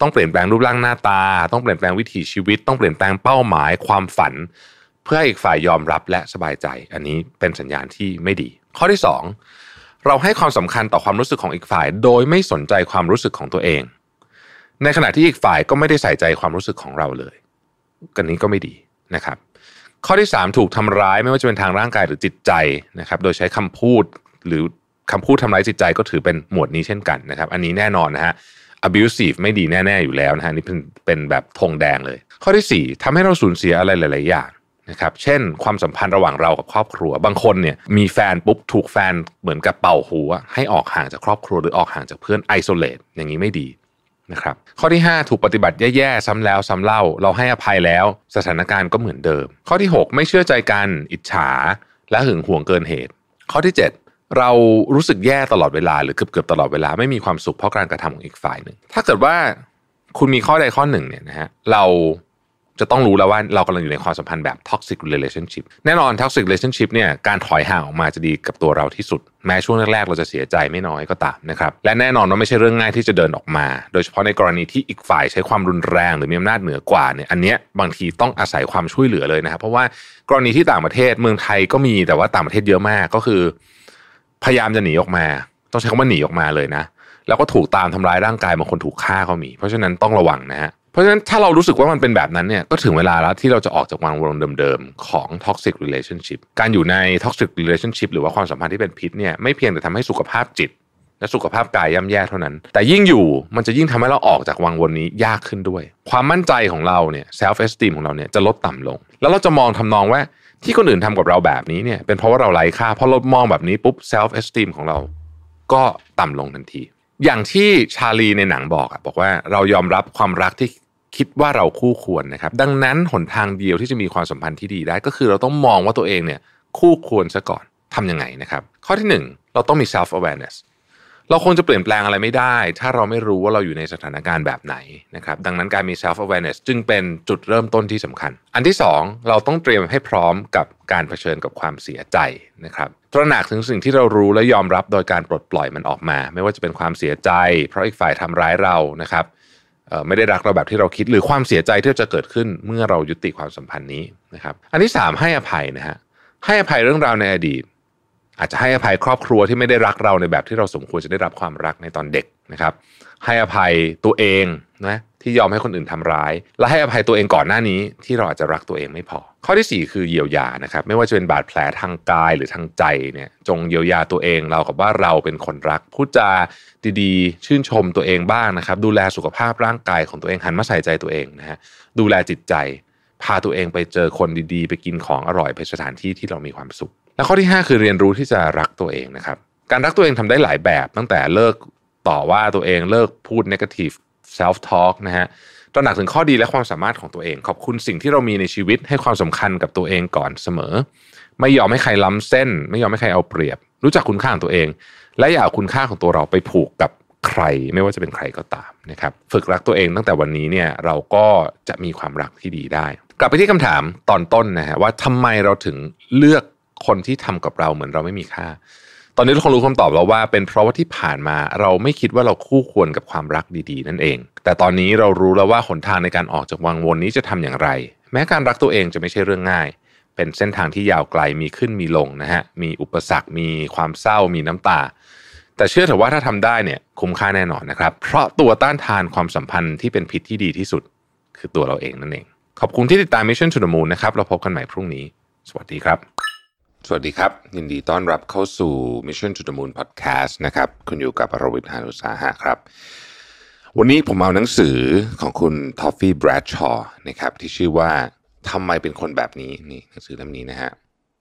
ต้องเปลี่ยนแปลงรูปร่างหน้าตาต้องเปลี่ยนแปลงวิถีชีวิตต้องเปลี่ยนแปลงเป้าหมายความฝันเพื่อให้อีกฝ่ายยอมรับและสบายใจอันนี้เป็นสัญญาณที่ไม่ดีข้อที่สองเราให้ความสำคัญต่อความรู้สึกของอีกฝ่ายโดยไม่สนใจความรู้สึกของตัวเองในขณะที่อีกฝ่ายก็ไม่ได้ใส่ใจความรู้สึกของเราเลยกันนี้ก็ไม่ดีนะครับข้อที่สามถูกทำร้ายไม่ว่าจะเป็นทางร่างกายหรือจิตใจนะครับโดยใช้คำพูดหรือคำพูดทำร้ายจิตใจก็ถือเป็นหมวดนี้เช่นกันนะครับอันนี้แน่นอนนะฮะ abusive ไม่ดีแน่ๆอยู่แล้วนะฮะนี่เป็นเป็นแบบธงแดงเลยข้อที่สี่ทำให้เราสูญเสียอะไรหลายๆอย่างนะครับเช่นความสัมพันธ์ระหว่างเรากับครอบครัวบางคนเนี่ยมีแฟนปุ๊บถูกแฟนเหมือนกับเป่าหูให้ออกห่างจากครอบครัวหรือออกห่างจากเพื่อน isolate อย่างนี้ไม่ดีนะครับข้อที่ห้าถูกปฏิบัติแย่ๆซ้ำแล้วซ้ำเล่าเราให้อภัยแล้วสถานการณ์ก็เหมือนเดิมข้อที่หกไม่เชื่อใจกันอิจฉาและหึงหวงเกินเหตุข้อที่เจ็ดเรารู้สึกแย่ตลอดเวลาหรือเกือบๆตลอดเวลาไม่มีความสุขเพราะการกระทำของอีกฝ่ายหนึ่งถ้าเกิดว่าคุณมีข้อใดข้อหนึ่งเนี่ยนะฮะเราจะต้องรู้แล้วว่าเรากำลังอยู่ในความสัมพันธ์แบบ toxic relationship แน่นอน toxic relationship เนี่ยการถอยห่างออกมาจะดีกับตัวเราที่สุดแม้ช่วงแรกๆเราจะเสียใจไม่น้อยก็ตามนะครับและแน่นอนว่าไม่ใช่เรื่องง่ายที่จะเดินออกมาโดยเฉพาะในกรณีที่อีกฝ่ายใช้ความรุนแรงหรือมีอำนาจเหนือกว่าเนี่ยอันเนี้ยบางทีต้องอาศัยความช่วยเหลือเลยนะครับเพราะว่ากรณีที่ต่างประเทศเมืองไทยก็มีแต่ว่าต่างประเทศเยอะมากก็คือพยายามจะหนีออกมาต้องใช้คำว่าหนีออกมาเลยนะแล้วก็ถูกตามทำร้ายร่างกายบางคนถูกฆ่าก็มีเพราะฉะนั้นต้องระวังนะฮะเพราะฉะนั้นถ้าเรารู้สึกว่ามันเป็นแบบนั้นเนี่ยก็ถึงเวลาแล้วที่เราจะออกจากวังวนเดิมๆของ toxic relationship การอยู่ใน toxic relationship หรือว่าความสัมพันธ์ที่เป็นพิษเนี่ยไม่เพียงแต่ทำให้สุขภาพจิตและสุขภาพกายย่ำแย่เท่านั้นแต่ยิ่งอยู่มันจะยิ่งทำให้เราออกจากวังวนนี้ยากขึ้นด้วยความมั่นใจของเราเนี่ย self esteem ของเราเนี่ยจะลดต่ำลงแล้วเราจะมองทำนองว่าที่คนอื่นทำกับเราแบบนี้เนี่ยเป็นเพราะว่าเราไร้ค่าพอเรามองแบบนี้ปุ๊บ self esteem ของเราก็ต่ำลงทันทีอย่างที่ชาลีในหนังบอกอะบอกว่าเรายอมรับความรักที่คิดว่าเราคู่ควรนะครับดังนั้นหนทางเดียวที่จะมีความสัมพันธ์ที่ดีได้ก็คือเราต้องมองว่าตัวเองเนี่ยคู่ควรซะก่อนทำยังไงนะครับข้อที่หนึ่งเราต้องมี self awareness เราคงจะเปลี่ยนแปลงอะไรไม่ได้ถ้าเราไม่รู้ว่าเราอยู่ในสถานการณ์แบบไหนนะครับดังนั้นการมี self awareness จึงเป็นจุดเริ่มต้นที่สำคัญอันที่สองเราต้องเตรียมให้พร้อมกับการเผชิญกับความเสียใจนะครับตระหนักถึงสิ่งที่เรารู้และยอมรับโดยการปลดปล่อยมันออกมาไม่ว่าจะเป็นความเสียใจเพราะอีกฝ่ายทำร้ายเรานะครับไม่ได้รักเราแบบที่เราคิดหรือความเสียใจที่จะเกิดขึ้นเมื่อเรายุติความสัมพันธ์นี้นะครับอันที่สามให้อภัยนะฮะให้อภัยเรื่องราวในอดีตอาจจะให้อภัยครอบครัวที่ไม่ได้รักเราในแบบที่เราสมควรจะได้รับความรักในตอนเด็กนะครับให้อภัยตัวเองนะที่ยอมให้คนอื่นทำร้ายและให้อภัยตัวเองก่อนหน้านี้ที่เราอาจจะรักตัวเองไม่พอข้อที่สี่คือเยียวยานะครับไม่ว่าจะเป็นบาดแผลทางกายหรือทางใจเนี่ยจงเยียวยาตัวเองเรากับว่าเราเป็นคนรักพูดจาดีๆชื่นชมตัวเองบ้างนะครับดูแลสุขภาพร่างกายของตัวเองหันมาใส่ใจตัวเองนะฮะดูแลจิตใจพาตัวเองไปเจอคนดีๆไปกินของอร่อยไปสถานที่ที่เรามีความสุขและข้อที่ห้าคือเรียนรู้ที่จะรักตัวเองนะครับการรักตัวเองทำได้หลายแบบตั้งแต่เลิกต่อว่าตัวเองเลิกพูด negative self talk นะฮะตระหนักถึงข้อดีและความสามารถของตัวเองขอบคุณสิ่งที่เรามีในชีวิตให้ความสำคัญกับตัวเองก่อนเสมอไม่ยอมให้ใครล้ำเส้นไม่ยอมให้ใครเอาเปรียบรู้จักคุณค่าของตัวเองและอย่าเอาคุณค่าของตัวเราไปผูกกับใครไม่ว่าจะเป็นใครก็ตามนะครับฝึกรักตัวเองตั้งแต่วันนี้เนี่ยเราก็จะมีความรักที่ดีได้กลับไปที่คำถามตอนต้นนะฮะว่าทำไมเราถึงเลือกคนที่ทำกับเราเหมือนเราไม่มีค่าตอนนี้เราคงรู้คำตอบแล้วว่าเป็นเพราะว่าที่ผ่านมาเราไม่คิดว่าเราคู่ควรกับความรักดีๆนั่นเองแต่ตอนนี้เรารู้แล้วว่าหนทางในการออกจากวังวนนี้จะทำอย่างไรแม้การรักตัวเองจะไม่ใช่เรื่องง่ายเป็นเส้นทางที่ยาวไกลมีขึ้นมีลงนะฮะมีอุปสรรคมีความเศร้ามีน้ำตาแต่เชื่อเถอะว่าถ้าทำได้เนี่ยคุ้มค่าแน่นอนนะครับเพราะตัวต้านทานความสัมพันธ์ที่เป็นพิษที่ดีที่สุดคือตัวเราเองนั่นเองขอบคุณที่ติดตาม Mission to the Moon นะครับเราพบกันใหม่พรุ่งนี้สวัสดีครับสวัสดีครับยินดีต้อนรับเข้าสู่ Mission to the Moon Podcast นะครับคุณอยู่กับรวิทย์ หาญอุตสาหะครับวันนี้ผมเอาหนังสือของคุณทอฟฟี่ แบรดชอว์นะครับที่ชื่อว่าทำไมเป็นคนแบบนี้นี่หนังสือเล่มนี้นะฮะ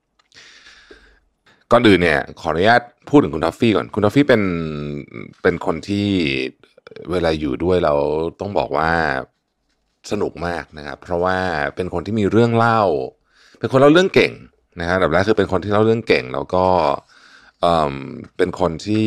ก่อนอื่นเนี่ยขออนุญาตพูดถึงคุณทอฟฟี่ก่อนคุณทอฟฟี่เป็นเป็นคนที่เวลาอยู่ด้วยเราต้องบอกว่าสนุกมากนะครับเพราะว่าเป็นคนที่มีเรื่องเล่าเป็นคนเล่าเรื่องเก่งนะครับแบบแรกคือเป็นคนที่เล่าเรื่องเก่งแล้วก็เอ่อเป็นคนที่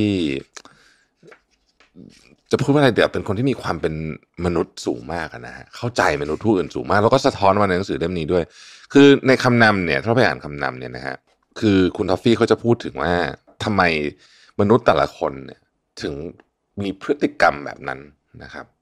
จะพูดว่าอะไรเดี๋ยวเป็นคนที่มีความเป็นมนุษย์สูงมากนะฮะเข้าใจมนุษย์ผู้อื่นสูงมากแล้วก็สะท้อนมาในหนังสือเล่มนี้ด้วยคือในคำนำเนี่ยถ้าไปอ่านคำนำเนี่ยนะฮะคือคุณทอฟฟี่เขาจะพูดถึงว่าทำไมมนุษย์แต่ละคนเนี่ยถึงมีพฤติกรรมแบบนั้นนะครับ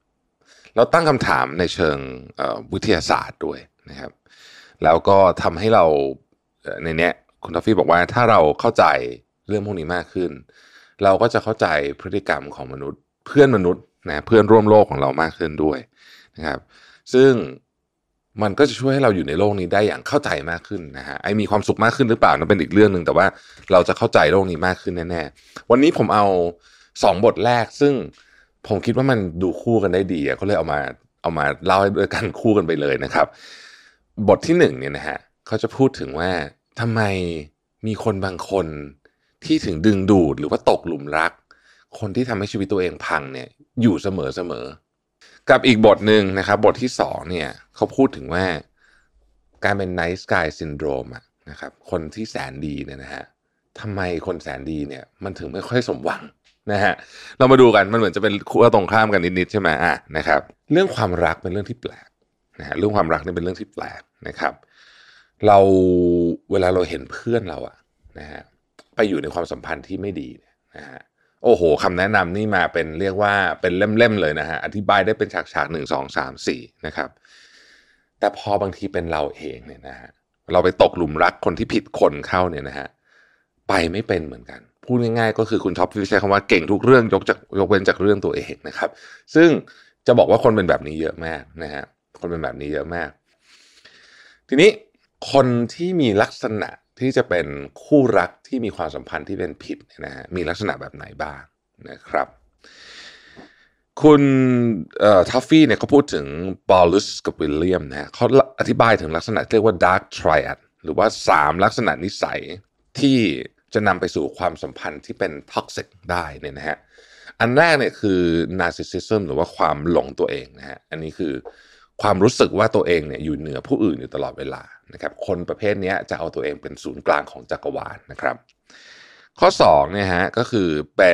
เราตั้งคำถามในเชิงวิทยาศาสตร์ด้วยนะครับแล้วก็ทำให้เราในเนี้ยคุณทอฟฟี่บอกว่าถ้าเราเข้าใจเรื่องพวกนี้มากขึ้นเราก็จะเข้าใจพฤติกรรมของมนุษย์เพื่อนมนุษย์นะเพื่อนร่วมโลกของเรามากขึ้นด้วยนะครับซึ่งมันก็จะช่วยให้เราอยู่ในโลกนี้ได้อย่างเข้าใจมากขึ้นนะฮะไอ้มีความสุขมากขึ้นหรือเปล่านั่นเป็นอีกเรื่องนึงแต่ว่าเราจะเข้าใจโลกนี้มากขึ้นแน่ๆวันนี้ผมเอาสองบทแรกซึ่งผมคิดว่ามันดูคู่กันได้ดีก็เลยเอามาเอามาเล่าให้ด้วยกันคู่กันไปเลยนะครับบทที่หนึ่งเนี่ยนะฮะเขาจะพูดถึงว่าทำไมมีคนบางคนที่ถึงดึงดูดหรือว่าตกหลุมรักคนที่ทำให้ชีวิตตัวเองพังเนี่ยอยู่เสมอเสมอกับอีกบทหนึ่งนะครับบทที่สองเนี่ยเขาพูดถึงว่าการเป็น nice guy syndrome อะนะครับคนที่แสนดีเนี่ยนะฮะทำไมคนแสนดีเนี่ยมันถึงไม่ค่อยสมหวังนะฮะเรามาดูกันมันเหมือนจะเป็นคู่ตรงข้ามกันนิดๆใช่ไหมอ่ะนะครับเรื่องความรักเป็นเรื่องที่แปลกนะฮะเรื่องความรักนี่เป็นเรื่องที่แปลกนะครับเราเวลาเราเห็นเพื่อนเราอะนะฮะไปอยู่ในความสัมพันธ์ที่ไม่ดีนะฮะโอ้โหคำแนะนำนี่มาเป็นเรียกว่าเป็นเล่มๆเลยนะฮะอธิบายได้เป็นฉากๆหนึ่งสองสามสี่นะครับแต่พอบางทีเป็นเราเองเนี่ยนะฮะเราไปตกหลุมรักคนที่ผิดคนเข้าเนี่ยนะฮะไปไม่เป็นเหมือนกันพูดง่ายๆก็คือคุณท็อปใช้คำว่าเก่งทุกเรื่องยกจากยกเว้นจากเรื่องตัวเองนะครับซึ่งจะบอกว่าคนเป็นแบบนี้เยอะมากนะฮะคนเป็นแบบนี้เยอะมากทีนี้คนที่มีลักษณะที่จะเป็นคู่รักที่มีความสัมพันธ์ที่เป็นผิดนะฮะมีลักษณะแบบไหนบ้างนะครับคุณเอ่อทัฟฟี่เนี่ยเขาพูดถึงบอลลุสกับวิลเลียมนะฮะเขาอธิบายถึงลักษณะเรียกว่า dark triad หรือว่าสามลักษณะนิสัยที่จะนำไปสู่ความสัมพันธ์ที่เป็น toxic ได้เนี่ยนะฮะอันแรกเนี่ยคือ narcissism หรือว่าความหลงตัวเองนะฮะอันนี้คือความรู้สึกว่าตัวเองเนี่ยอยู่เหนือผู้อื่นอยู่ตลอดเวลานะครับคนประเภทนี้จะเอาตัวเองเป็นศูนย์กลางของจักรวาลนะครับข้อสองเนี่ยฮะก็คือเป็น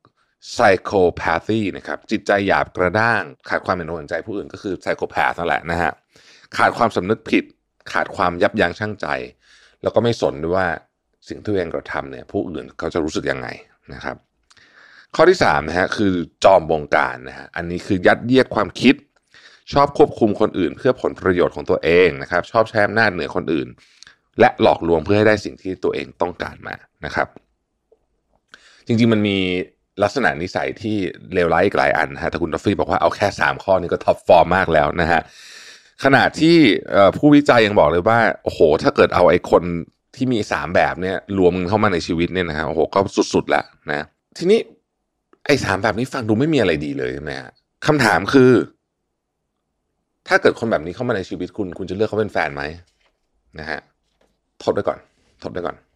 psychopathy นะครับจิตใจหยาบกระด้างขาดความเป็นห่วงใจผู้อื่นก็คือ psychopath นั่นแหละนะฮะขาดความสำนึกผิดขาดความยับยั้งชั่งใจแล้วก็ไม่สนด้วยว่าสิ่งที่ตัวเองกระทำเนี่ยผู้อื่นเขาจะรู้สึกยังไงนะครับข้อที่สามนะฮะคือจอมบงการนะฮะอันนี้คือยัดเยียดความคิดชอบควบคุมคนอื่นเพื่อผลประโยชน์ของตัวเองนะครับชอบใช้อำนาจเหนือคนอื่นและหลอกลวงเพื่อให้ได้สิ่งที่ตัวเองต้องการมานะครับจริงๆมันมีลักษณะนิสัยที่เลวร้ายอีกหลายอันนะฮะแต่คุณทอฟฟี่บอกว่าเอาแค่สามข้อนี้ก็ท็อปฟอร์มมากแล้วนะฮะขณะที่ผู้วิจัยยังบอกเลยว่าโอ้โหถ้าเกิดเอาไอ้คนที่มีสามแบบเนี่ยรวมเข้ามาในชีวิตเนี่ยนะฮะโอ้โหก็สุดๆแล้วนะทีนี้ไอ้สามแบบนี้ฟังดูไม่มีอะไรดีเลยใช่ไหมฮะคำถามคือถ้าเกิดคนแบบนี้เข้ามาในชีวิตคุณคุณจะเลือกเขาเป็นแฟนไหมนะฮะทดไว้ก่อนทดไว้ก่อน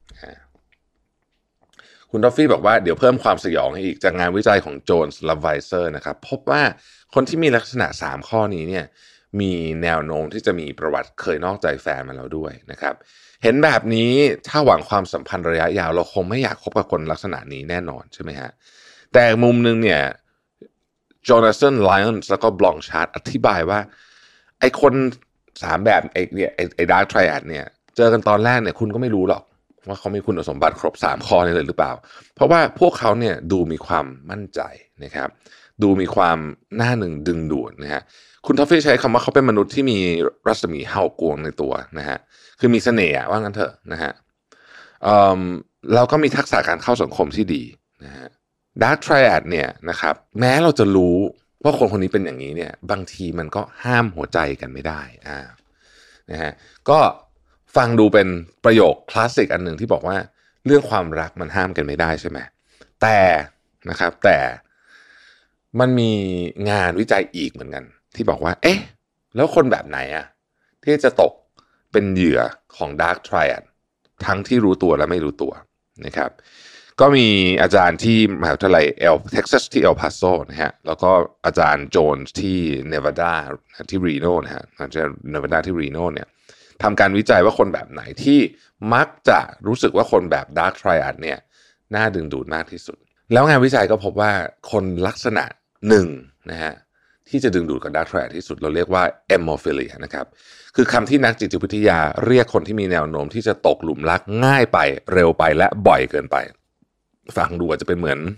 คุณทอฟฟี่บอกว่าเดี๋ยวเพิ่มความสยองให้อีกจากงานวิจัยของโจนส์และไวเซอร์นะครับพบว่าคนที่มีลักษณะสามข้อนี้เนี่ยมีแนวโน้มที่จะมีประวัติเคยนอกใจแฟนมาแล้วด้วยนะครับเห็นแบบนี้ถ้าหวังความสัมพันธ์ระยะยาวเราคงไม่อยากคบกับคนลักษณะนี้แน่นอนใช่ไหมฮะแต่มุมนึงเนี่ยโจนาธานไลออนส์แล้วก็บลองชาร์ตอธิบายว่าไอ้คนสามแบบไอ้เนี่ยไอ้ไอ้ดาร์กไทรแอดเนี่ยเจอกันตอนแรกเนี่ยคุณก็ไม่รู้หรอกว่าเขามีคุณสมบัติครบสามข้อนี้เลยหรือเปล่าเพราะว่าพวกเขาเนี่ยดูมีความมั่นใจนะครับดูมีความหน้าหนึ่งดึงดูดนะฮะคุณทอฟฟี่ใช้คำว่าเขาเป็นมนุษย์ที่มีรัศมีเห่ากวงในตัวนะฮะคือมีเสน่ห์ว่างั้นเถอะนะฮะแล้วก็มีทักษะการเข้าสังคมที่ดีนะฮะดาร์กไทรแอดเนี่ยนะครับแม้เราจะรู้ว่าคนคนนี้เป็นอย่างนี้เนี่ยบางทีมันก็ห้ามหัวใจกันไม่ได้อ่านะฮะก็ฟังดูเป็นประโยคคลาสสิกอันหนึ่งที่บอกว่าเรื่องความรักมันห้ามกันไม่ได้ใช่ไหมแต่นะครับแต่มันมีงานวิจัยอีกเหมือนกันที่บอกว่าเอ๊ะแล้วคนแบบไหนอะที่จะตกเป็นเหยื่อของ Dark Triad ทั้งที่รู้ตัวและไม่รู้ตัวนะครับก็มีอาจารย์ที่มหาวิทยาลัยเอลเท็กซัสที่เอลพาโซนะฮะแล้วก็อาจารย์โจนส์ที่เนวาดาที่รีโนนะฮะอาจารย์เนวาดาที่รีโนเนี่ยทำการวิจัยว่าคนแบบไหนที่มักจะรู้สึกว่าคนแบบ Dark Triad เนี่ยน่าดึงดูดมากที่สุดแล้วงานวิจัยก็พบว่าคนลักษณะหนึ่งนะฮะที่จะดึงดูดกับ Dark Triad ที่สุดเราเรียกว่า Hemophilia นะครับคือคำที่นักจิตวิทยาเรียกคนที่มีแนวโน้มที่จะตกหลุมรักง่ายไปเร็วไปและบ่อยเกินไปฟังดูอาจจะเป็นเหมือน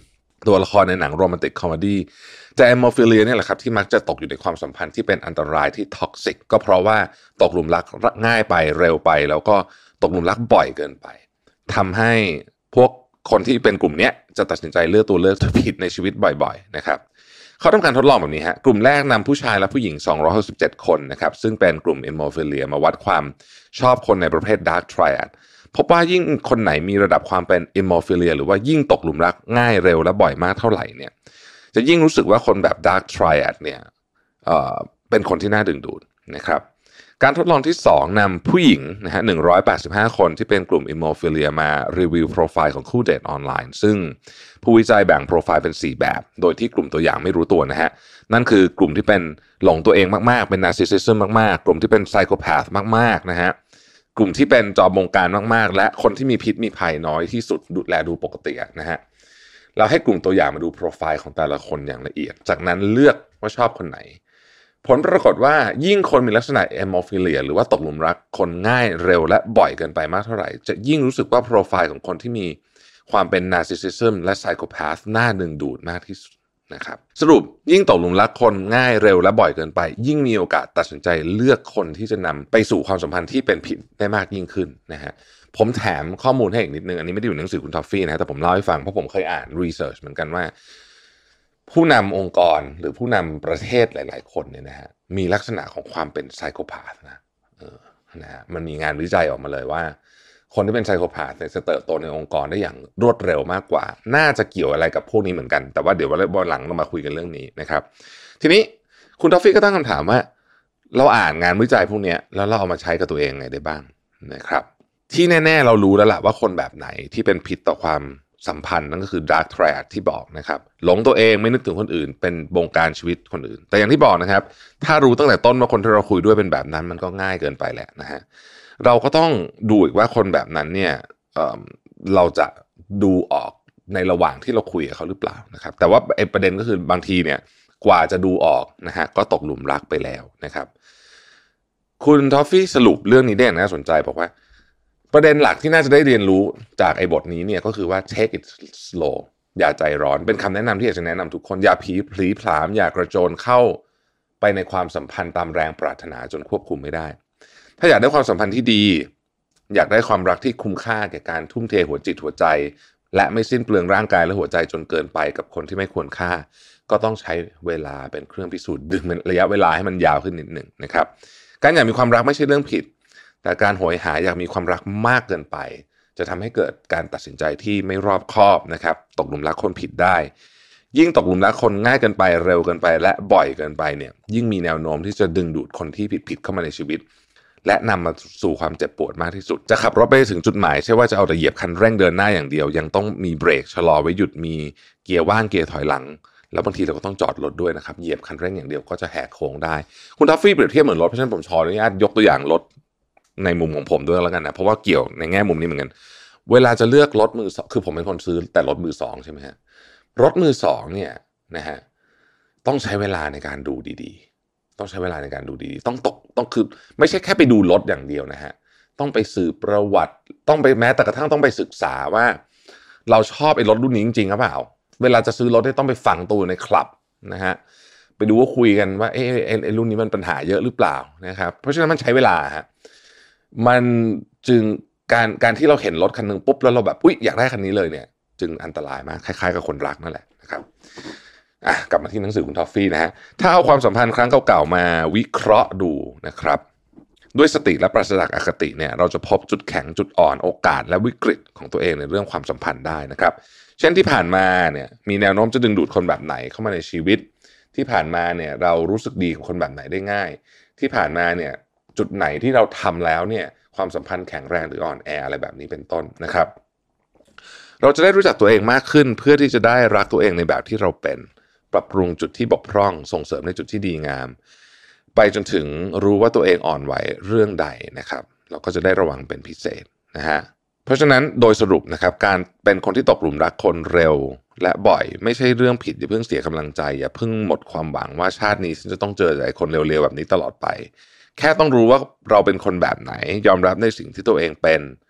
ตัวละครในหนังโรแมนติกคอมเมดี้แต่เอโมฟิเลียเนี่ยแหละครับที่มักจะตกอยู่ในความสัมพันธ์ที่เป็นอันตรายที่ท็อกซิกก็เพราะว่าตกหลุมรักง่ายไปเร็วไปแล้วก็ตกหลุมรักบ่อยเกินไปทำให้พวกคนที่เป็นกลุ่มนี้จะตัดสินใจเลือกตัวเลือกที่ผิดในชีวิตบ่อยๆนะครับเขาทำการทดลองแบบนี้ฮะกลุ่มแรกนำผู้ชายและผู้หญิงสองร้อยหกสิบเจ็ดคนนะครับซึ่งเป็นกลุ่มเอโมฟิเลียมาวัดความชอบคนในประเภทดาร์กไทรแอดพบว่ายิ่งคนไหนมีระดับความเป็นเอโมฟิเลียหรือว่ายิ่งตกหลุมรักง่ายเร็วและบ่อยมากเท่าไหร่เนี่ยจะยิ่งรู้สึกว่าคนแบบ Dark Triad เนี่ย เอ่อ เป็นคนที่น่าดึงดูดนะครับการทดลองที่สองนำผู้หญิงนะฮะหนึ่งร้อยแปดสิบห้าคนที่เป็นกลุ่ม Emophilia มารีวิวโปรไฟล์ของคู่เดทออนไลน์ซึ่งผู้วิจัยแบ่งโปรไฟล์เป็นสี่แบบโดยที่กลุ่มตัวอย่างไม่รู้ตัวนะฮะนั่นคือกลุ่มที่เป็นหลงตัวเองมากๆเป็น Narcissism มากๆกลุ่มที่เป็น Psychopath มากๆนะฮะกลุ่มที่เป็นจอมบงการมากๆและคนที่มีพิษมีภัยน้อยที่สุดดูแลดูปกตินะฮะเราให้กลุ่มตัวอย่างมาดูโปรไฟล์ของแต่ละคนอย่างละเอียดจากนั้นเลือกว่าชอบคนไหนผลปรากฏว่ายิ่งคนมีลักษณะเอโมฟิเลียหรือว่าตกหลุมรักคนง่ายเร็วและบ่อยเกินไปมากเท่าไหร่จะยิ่งรู้สึกว่าโปรไฟล์ของคนที่มีความเป็น Narcissism และ Psychopath น่าดึงดูดมากที่สุดนะครับสรุปยิ่งตกหลุมรักคนง่ายเร็วและบ่อยเกินไปยิ่งมีโอกาสตัดสินใจเลือกคนที่จะนำไปสู่ความสัมพันธ์ที่เป็นผิดได้มากยิ่งขึ้นนะฮะผมแถมข้อมูลให้อีกนิดนึงอันนี้ไม่ได้อยู่ในหนังสือคุณทอฟฟี่นะแต่ผมเล่าให้ฟังเพราะผมเคยอ่านรีเสิร์ชเหมือนกันว่าผู้นำองค์กรหรือผู้นำประเทศหลายๆคนเนี่ยนะฮะมีลักษณะของความเป็นไซโคพาธนะเออนะฮะมันมีงานวิจัยออกมาเลยว่าคนที่เป็นไซโคพาธเนี่ยจะเติบโตในองค์กรได้อย่างรวดเร็วมากกว่าน่าจะเกี่ยวอะไรกับพวกนี้เหมือนกันแต่ว่าเดี๋ยววันหลังเรามาคุยกันเรื่องนี้นะครับทีนี้คุณทอฟฟี่ก็ตั้งคำถามว่าเราอ่านงานวิจัยพวกนี้แล้วเราเอามาใช้กับตัวเองไงได้บ้างนะครับที่แน่ๆเรารู้แล้วล่ะว่าคนแบบไหนที่เป็นพิษต่อความสัมพันธ์นั่นก็คือ Dark Triad ที่บอกนะครับหลงตัวเองไม่นึกถึงคนอื่นเป็นบงการชีวิตคนอื่นแต่อย่างที่บอกนะครับถ้ารู้ตั้งแต่ต้นว่าคนที่เราคุยด้วยเป็นแบบนั้นมันก็ง่ายเกินไปแหละนะฮะเราก็ต้องดูอีกว่าคนแบบนั้นเนี่ย เอ่อ เราจะดูออกในระหว่างที่เราคุยกับเขาหรือเปล่านะครับแต่ว่าไอ้ประเด็นก็คือบางทีเนี่ยกว่าจะดูออกนะฮะก็ตกหลุมรักไปแล้วนะครับคุณทอฟฟี่สรุปเรื่องนี้ได้น่าสนใจบอกว่าประเด็นหลักที่น่าจะได้เรียนรู้จากไอ้บทนี้เนี่ยก็คือว่า take it slow อย่าใจร้อนเป็นคำแนะนำที่อยากจะแนะนำทุกคนอย่าผีพลีผลามอย่ากระโจนเข้าไปในความสัมพันธ์ตามแรงปรารถนาจนควบคุมไม่ได้ถ้าอยากได้ความสัมพันธ์ที่ดีอยากได้ความรักที่คุ้มค่าแก่การทุ่มเทหัวจิตหัวใจและไม่สิ้นเปลืองร่างกายและหัวใจจนเกินไปกับคนที่ไม่ควรค่าก็ต้องใช้เวลาเป็นเครื่องพิสูจน์ดึงระยะเวลาให้มันยาวขึ้นนิดหนึ่งนะครับการอยากมีความรักไม่ใช่เรื่องผิดแต่การโหยหาอยากมีความรักมากเกินไปจะทำให้เกิดการตัดสินใจที่ไม่รอบคอบนะครับตกหลุมรักคนผิดได้ยิ่งตกหลุมรักคนง่ายเกินไปเร็วเกินไปและบ่อยเกินไปเนี่ยยิ่งมีแนวโน้มที่จะดึงดูดคนที่ผิดๆเข้ามาในชีวิตและนำมาสู่ความเจ็บปวดมากที่สุดจะขับรถไปถึงจุดหมายใช่ว่าจะเอาแต่เหยียบคันเร่งเดินหน้าอย่างเดียวยังต้องมีเบรกชะลอไว้หยุดมีเกียร์ว่างเกียร์ถอยหลังแล้วบางทีเราก็ต้องจอดรถด้วยนะครับเหยียบคันเร่งอย่างเดียวก็จะแหกโค้งได้คุณทัฟฟี่เปรียบเทียบเหมือนรถเพราะฉะนั้นผมขออนุญาตยกตัวอย่างรถในมุมของผมด้วยแล้วกันนะเพราะว่าเกี่ยวในแง่มุมนี้เหมือนกันเวลาจะเลือกรถมือสองคือผมเป็นคนซื้อแต่รถมือสองใช่ไหมฮะรถมือสองเนี่ยนะฮะต้องใช้เวลาในการดูดีๆต้องใช้เวลาในการดูดีๆต้องตกต้องคือไม่ใช่แค่ไปดูรถอย่างเดียวนะฮะต้องไปสืบประวัติต้องไปแม้แต่กระทั่งต้องไปศึกษาว่าเราชอบไอ้รถรุ่นนี้จริงๆหรือเปล่าเวลาจะซื้อรถต้องไปฝังตัวในคลับนะฮะไปดูว่าคุยกันว่าเอ๊ะไอ้รุ่นนี้มันปัญหาเยอะหรือเปล่านะครับเพราะฉะนั้นมันใช้เวลาฮะมันจึงการการที่เราเห็นรถคันนึงปุ๊บแล้วเราแบบอุ๊ยอยากได้คันนี้เลยเนี่ยจึงอันตรายมากคล้ายๆกับคนรักนั่นแหละนะครับอ่ะกลับมาที่หนังสือคุณทอฟฟี่นะฮะถ้าเอาความสัมพันธ์ครั้งเก่าๆมาวิเคราะห์ดูนะครับด้วยสติและปราศจากอคติเนี่ยเราจะพบจุดแข็งจุดอ่อนโอกาสและวิกฤตของตัวเองในเรื่องความสัมพันธ์ได้นะครับเช่นที่ผ่านมาเนี่ยมีแนวโน้มจะดึงดูดคนแบบไหนเข้ามาในชีวิตที่ผ่านมาเนี่ยเรารู้สึกดีกับคนแบบไหนได้ง่ายที่ผ่านมาเนี่ยจุดไหนที่เราทำแล้วเนี่ยความสัมพันธ์แข็งแรงหรืออ่อนแออะไรแบบนี้เป็นต้นนะครับเราจะได้รู้จักตัวเองมากขึ้นเพื่อที่จะได้รักตัวเองในแบบที่เราเป็นปรับปรุงจุดที่บกพร่องส่งเสริมในจุดที่ดีงามไปจนถึงรู้ว่าตัวเองอ่อนไหวเรื่องใดนะครับเราก็จะได้ระวังเป็นพิเศษนะฮะเพราะฉะนั้นโดยสรุปนะครับการเป็นคนที่ตกหลุมรักคนเร็วและบ่อยไม่ใช่เรื่องผิดอย่าเพิ่งเสียกำลังใจอย่าเพิ่งหมดความหวังว่าชาตินี้ฉันจะต้องเจอแต่คนเร็วๆแบบนี้ตลอดไปแค่ต้องรู้ว่าเราเป็นคนแบบไหนยอมรับในสิ่งที่ตัวเองเป็น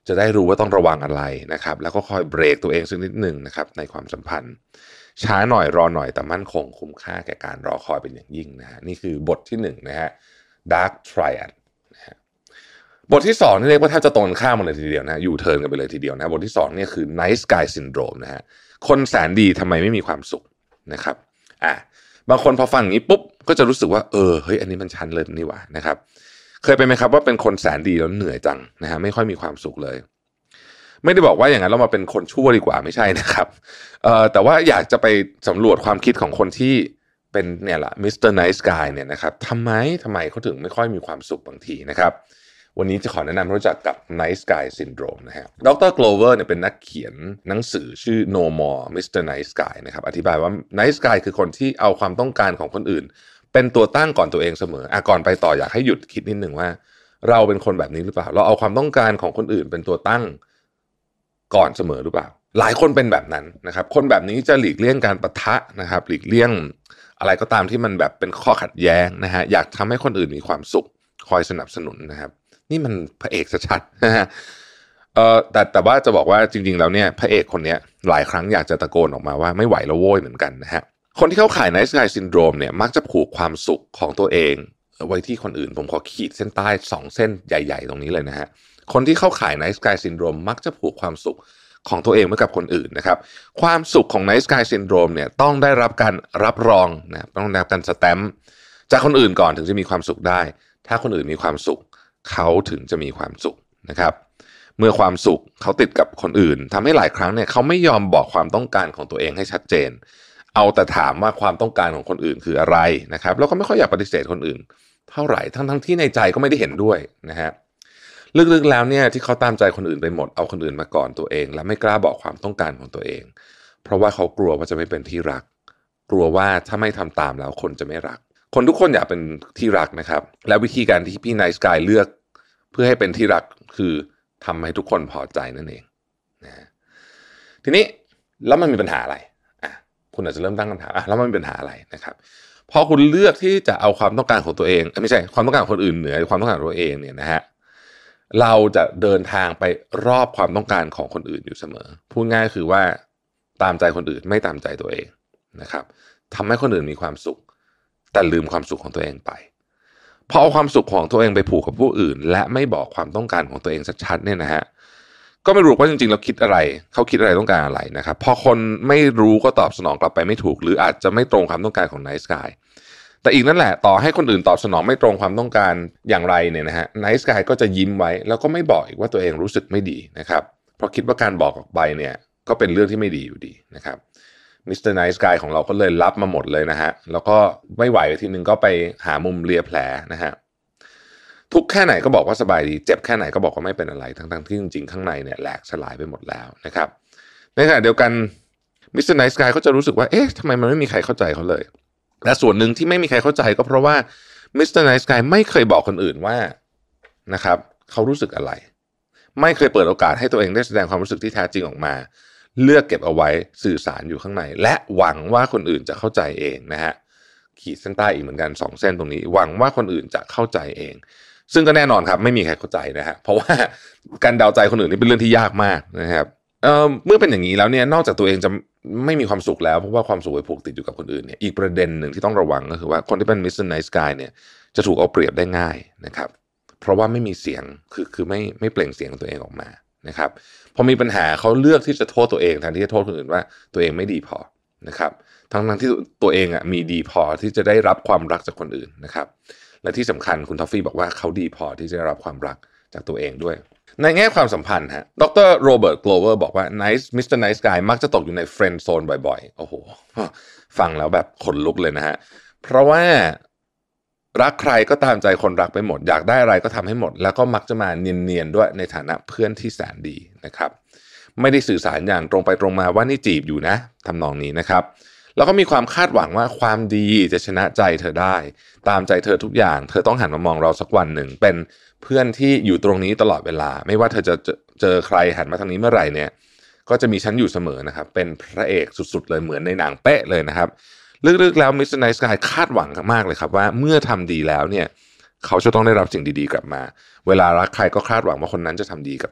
จะได้รู้ว่าต้องระวังอะไรนะครับแล้วก็คอยเบรกตัวเองสักนิดหนึ่งนะครับในความสัมพันธ์ช้าหน่อยรอหน่อยแต่มั่นคงคุ้มค่าแก่การรอคอยเป็นอย่างยิ่งนะฮะนี่คือบทที่หนึ่งนะฮะ Dark Triad นะฮะบทที่สองนี่เรียกว่าแทบจะตรงข้ามกันเลยทีเดียวนะอยู่เทิร์นกันไปเลยทีเดียวนะบทที่สองเนี่ยคือ Nice Guy Syndrome นะฮะคนแสนดีทำไมไม่มีความสุขนะครับอ่ะบางคนพอฟังอย่างนี้ปุ๊บก็จะรู้สึกว่าเออเฮ้ยอันนี้มันชันเลยนี่หว่านะครับเคยเป็นไหมครับว่าเป็นคนแสนดีแล้วเหนื่อยจังนะฮะไม่ค่อยมีความสุขเลยไม่ได้บอกว่าอย่างนั้นเรามาเป็นคนชั่วดีกว่าไม่ใช่นะครับเอ่อแต่ว่าอยากจะไปสำรวจความคิดของคนที่เป็นเนี่ยแหละมิสเตอร์ไนซ์กายเนี่ยนะครับทำไมทำไมเขาถึงไม่ค่อยมีความสุขบางทีนะครับวันนี้จะขอแนะนำรู้จักกับ Nice Guy Syndrome นะฮะดร. Glover เนี่ยเป็นนักเขียนหนังสือชื่อ No More มิสเตอร์ Nice Guy นะครับอธิบายว่า Nice Guy คือคนที่เอาความต้องการของคนอื่นเป็นตัวตั้งก่อนตัวเองเสมออ่ะก่อนไปต่ออยากให้หยุดคิดนิดหนึ่งว่าเราเป็นคนแบบนี้หรือเปล่าเราเอาความต้องการของคนอื่นเป็นตัวตั้งก่อนเสมอหรือเปล่าหลายคนเป็นแบบนั้นนะครับคนแบบนี้จะหลีกเลี่ยงการปะทะนะครับหลีกเลี่ยงอะไรก็ตามที่มันแบบเป็นข้อขัดแย้งนะฮะอยากทำให้คนอื่นมีความสุขคอยสนับสนุนนะครับนี่มันพระเอกชัดๆนะฮะเอ่อแต่แต่ว่าจะบอกว่าจริงๆแล้วเนี่ยพระเอกคนนี้หลายครั้งอยากจะตะโกนออกมาว่าไม่ไหวแล้วโว้ยเหมือนกันนะฮะคนที่เข้าข่าย Nice Guy Syndrome เนี่ยมักจะผูกความสุขของตัวเองไว้ที่คนอื่นผมขอขีดเส้นใต้สองเส้นใหญ่ๆตรงนี้เลยนะฮะคนที่เข้าข่าย Nice Guy Syndrome มักจะผูกความสุขของตัวเองไว้กับคนอื่นนะครับความสุขของ Nice Guy Syndrome เนี่ยต้องได้รับการรับรองนะต้องได้รับการสแตมป์จากคนอื่นก่อนถึงจะมีความสุขได้ถ้าคนอื่นมีความสุขเขาถึงจะมีความสุขนะครับเมื่อความสุขเขาติดกับคนอื่นทำให้หลายครั้งเนี่ยเขาไม่ยอมบอกความต้องการของตัวเองให้ชัดเจนเอาแต่ถามว่าความต้องการของคนอื่นคืออะไรนะครับแล้วก็ไม่ค่อยอยากปฏิเสธคนอื่นเท่าไหร่ทั้งทั้งที่ในใจก็ไม่ได้เห็นด้วยนะฮะลึกๆแล้วเนี่ยที่เขาตามใจคนอื่นไปหมดเอาคนอื่นมาก่อนตัวเองและไม่กล้าบอกความต้องการของตัวเองเพราะว่าเขากลัวว่าจะไม่เป็นที่รักกลัวว่าถ้าไม่ทำตามแล้วคนจะไม่รักคนทุกคนอยากเป็นที่รักนะครับและวิธีการที่พี่ Nice Guy เลือกเพื่อให้เป็นที่รักคือทำให้ทุกคนพอใจนั่นเองนะทีนี้แล้วมันมีปัญหาอะไรอ่ะคุณอาจจะเริ่มตั้งคำถามอ่ะแล้วมันมีปัญหาอะไรนะครับพอคุณเลือกที่จะเอาความต้องการของตัวเองไม่ใช่ความต้องการของคนอื่นเหนือความต้องการของตัวเองเนี่ยนะฮะเราจะเดินทางไปรอบความต้องการของคนอื่นอยู่เสมอพูดง่ายคือว่าตามใจคนอื่นไม่ตามใจตัวเองนะครับทำให้คนอื่นมีความสุขแต่ลืมความสุขของตัวเองไปพอเอาความสุขของตัวเองไปผูกกับผู้อื่นและไม่บอกความต้องการของตัวเองชัดๆเนี่ยนะฮะก็ไม่รู้ว่าจริงๆเราคิดอะไรเขาคิดอะไรต้องการอะไรนะครับพอคนไม่รู้ก็ตอบสนองกลับไปไม่ถูกหรืออาจจะไม่ตรงความต้องการของ Nice Guy แต่อีกนั่นแหละต่อให้คนอื่นตอบสนองไม่ตรงความต้องการอย่างไรเนี่ยนะฮะ Nice Guy ก็จะยิ้มไว้แล้วก็ไม่บอกอีกว่าตัวเองรู้สึกไม่ดีนะครับเพราะคิดว่าการบอกออกไปเนี่ยก็เป็นเรื่องที่ไม่ดีอยู่ดีนะครับมิสเตอร์ Nice Guy ของเราก็เลยรับมาหมดเลยนะฮะแล้วก็ไม่ไหวทีนึงก็ไปหามุมเลียแผลนะฮะทุกแค่ไหนก็บอกว่าสบายดีเจ็บแค่ไหนก็บอกว่าไม่เป็นอะไรทั้งๆที่จริงๆข้างในเนี่ยแหลกสลายไปหมดแล้วนะครับในขณะเดียวกันมิสเตอร์ Nice Guy ก็จะรู้สึกว่าเอ๊ะทำไมมันไม่มีใครเข้าใจเขาเลยและส่วนหนึ่งที่ไม่มีใครเข้าใจก็เพราะว่ามิสเตอร์ Nice Guy ไม่เคยบอกคนอื่นว่านะครับเขารู้สึกอะไรไม่เคยเปิดโอกาสให้ตัวเองได้แสดงความรู้สึกที่แท้จริงออกมาเลือกเก็บเอาไว้สื่อสารอยู่ข้างในและหวังว่าคนอื่นจะเข้าใจเองนะฮะขีดเส้นใต้อีกเหมือนกันสองเส้นตรงนี้หวังว่าคนอื่นจะเข้าใจเองซึ่งก็แน่นอนครับไม่มีใครเข้าใจนะฮะเพราะว่าการเดาใจคนอื่นนี่เป็นเรื่องที่ยากมากนะครับเอ่อเมื่อเป็นอย่างนี้แล้วเนี่ยนอกจากตัวเองจะไม่มีความสุขแล้วเพราะว่าความสุขไปผูกติดอยู่กับคนอื่นเนี่ยอีกประเด็นหนึ่งที่ต้องระวังก็คือว่าคนที่เป็นมิสเตอร์ Nice Guy เนี่ยจะถูกเอาเปรียบได้ง่ายนะครับเพราะว่าไม่มีเสียงคือคือไม่ไม่เปล่งเสียงตัวเองออกมานะครับพอมีปัญหาเขาเลือกที่จะโทษตัวเองแทนที่จะโทษคนอื่นว่าตัวเองไม่ดีพอนะครับทั้งทั้งที่ตัวเองอ่ะมีดีพอที่จะได้รับความรักจากคนอื่นนะครับและที่สำคัญคุณทอฟฟี่บอกว่าเขาดีพอที่จะได้รับความรักจากตัวเองด้วยในแง่ความสัมพันธ์ฮะดร. โรเบิร์ต โกลเวอร์บอกว่า Nice มิสเตอร์ Nice Guy มักจะตกอยู่ในเฟรนด์โซนบ่อยๆโอ้โหฟังแล้วแบบขนลุกเลยนะฮะเพราะว่ารักใครก็ตามใจคนรักไปหมดอยากได้อะไรก็ทำให้หมดแล้วก็มักจะมาเนียนๆด้วยในฐานะเพื่อนที่แสนดีนะครับไม่ได้สื่อสารอย่างตรงไปตรงมาว่านี่จีบอยู่นะทำนองนี้นะครับแล้วก็มีความคาดหวังว่าความดีจะชนะใจเธอได้ตามใจเธอทุกอย่างเธอต้องหันมามองเราสักวันหนึ่งเป็นเพื่อนที่อยู่ตรงนี้ตลอดเวลาไม่ว่าเธอจะเจอใครหันมาทางนี้เมื่อไหร่เนี่ยก็จะมีฉันอยู่เสมอนะครับเป็นพระเอกสุดๆเลยเหมือนในหนังเป๊ะเลยนะครับลึกๆแล้วมิสเตอร์ Nice Guy คาดหวังมากเลยครับว่าเมื่อทำดีแล้วเนี่ยเขาจะต้องได้รับสิ่งดีๆกลับมาเวลารักใครก็คาดหวังว่าคนนั้นจะทำดีกับเขา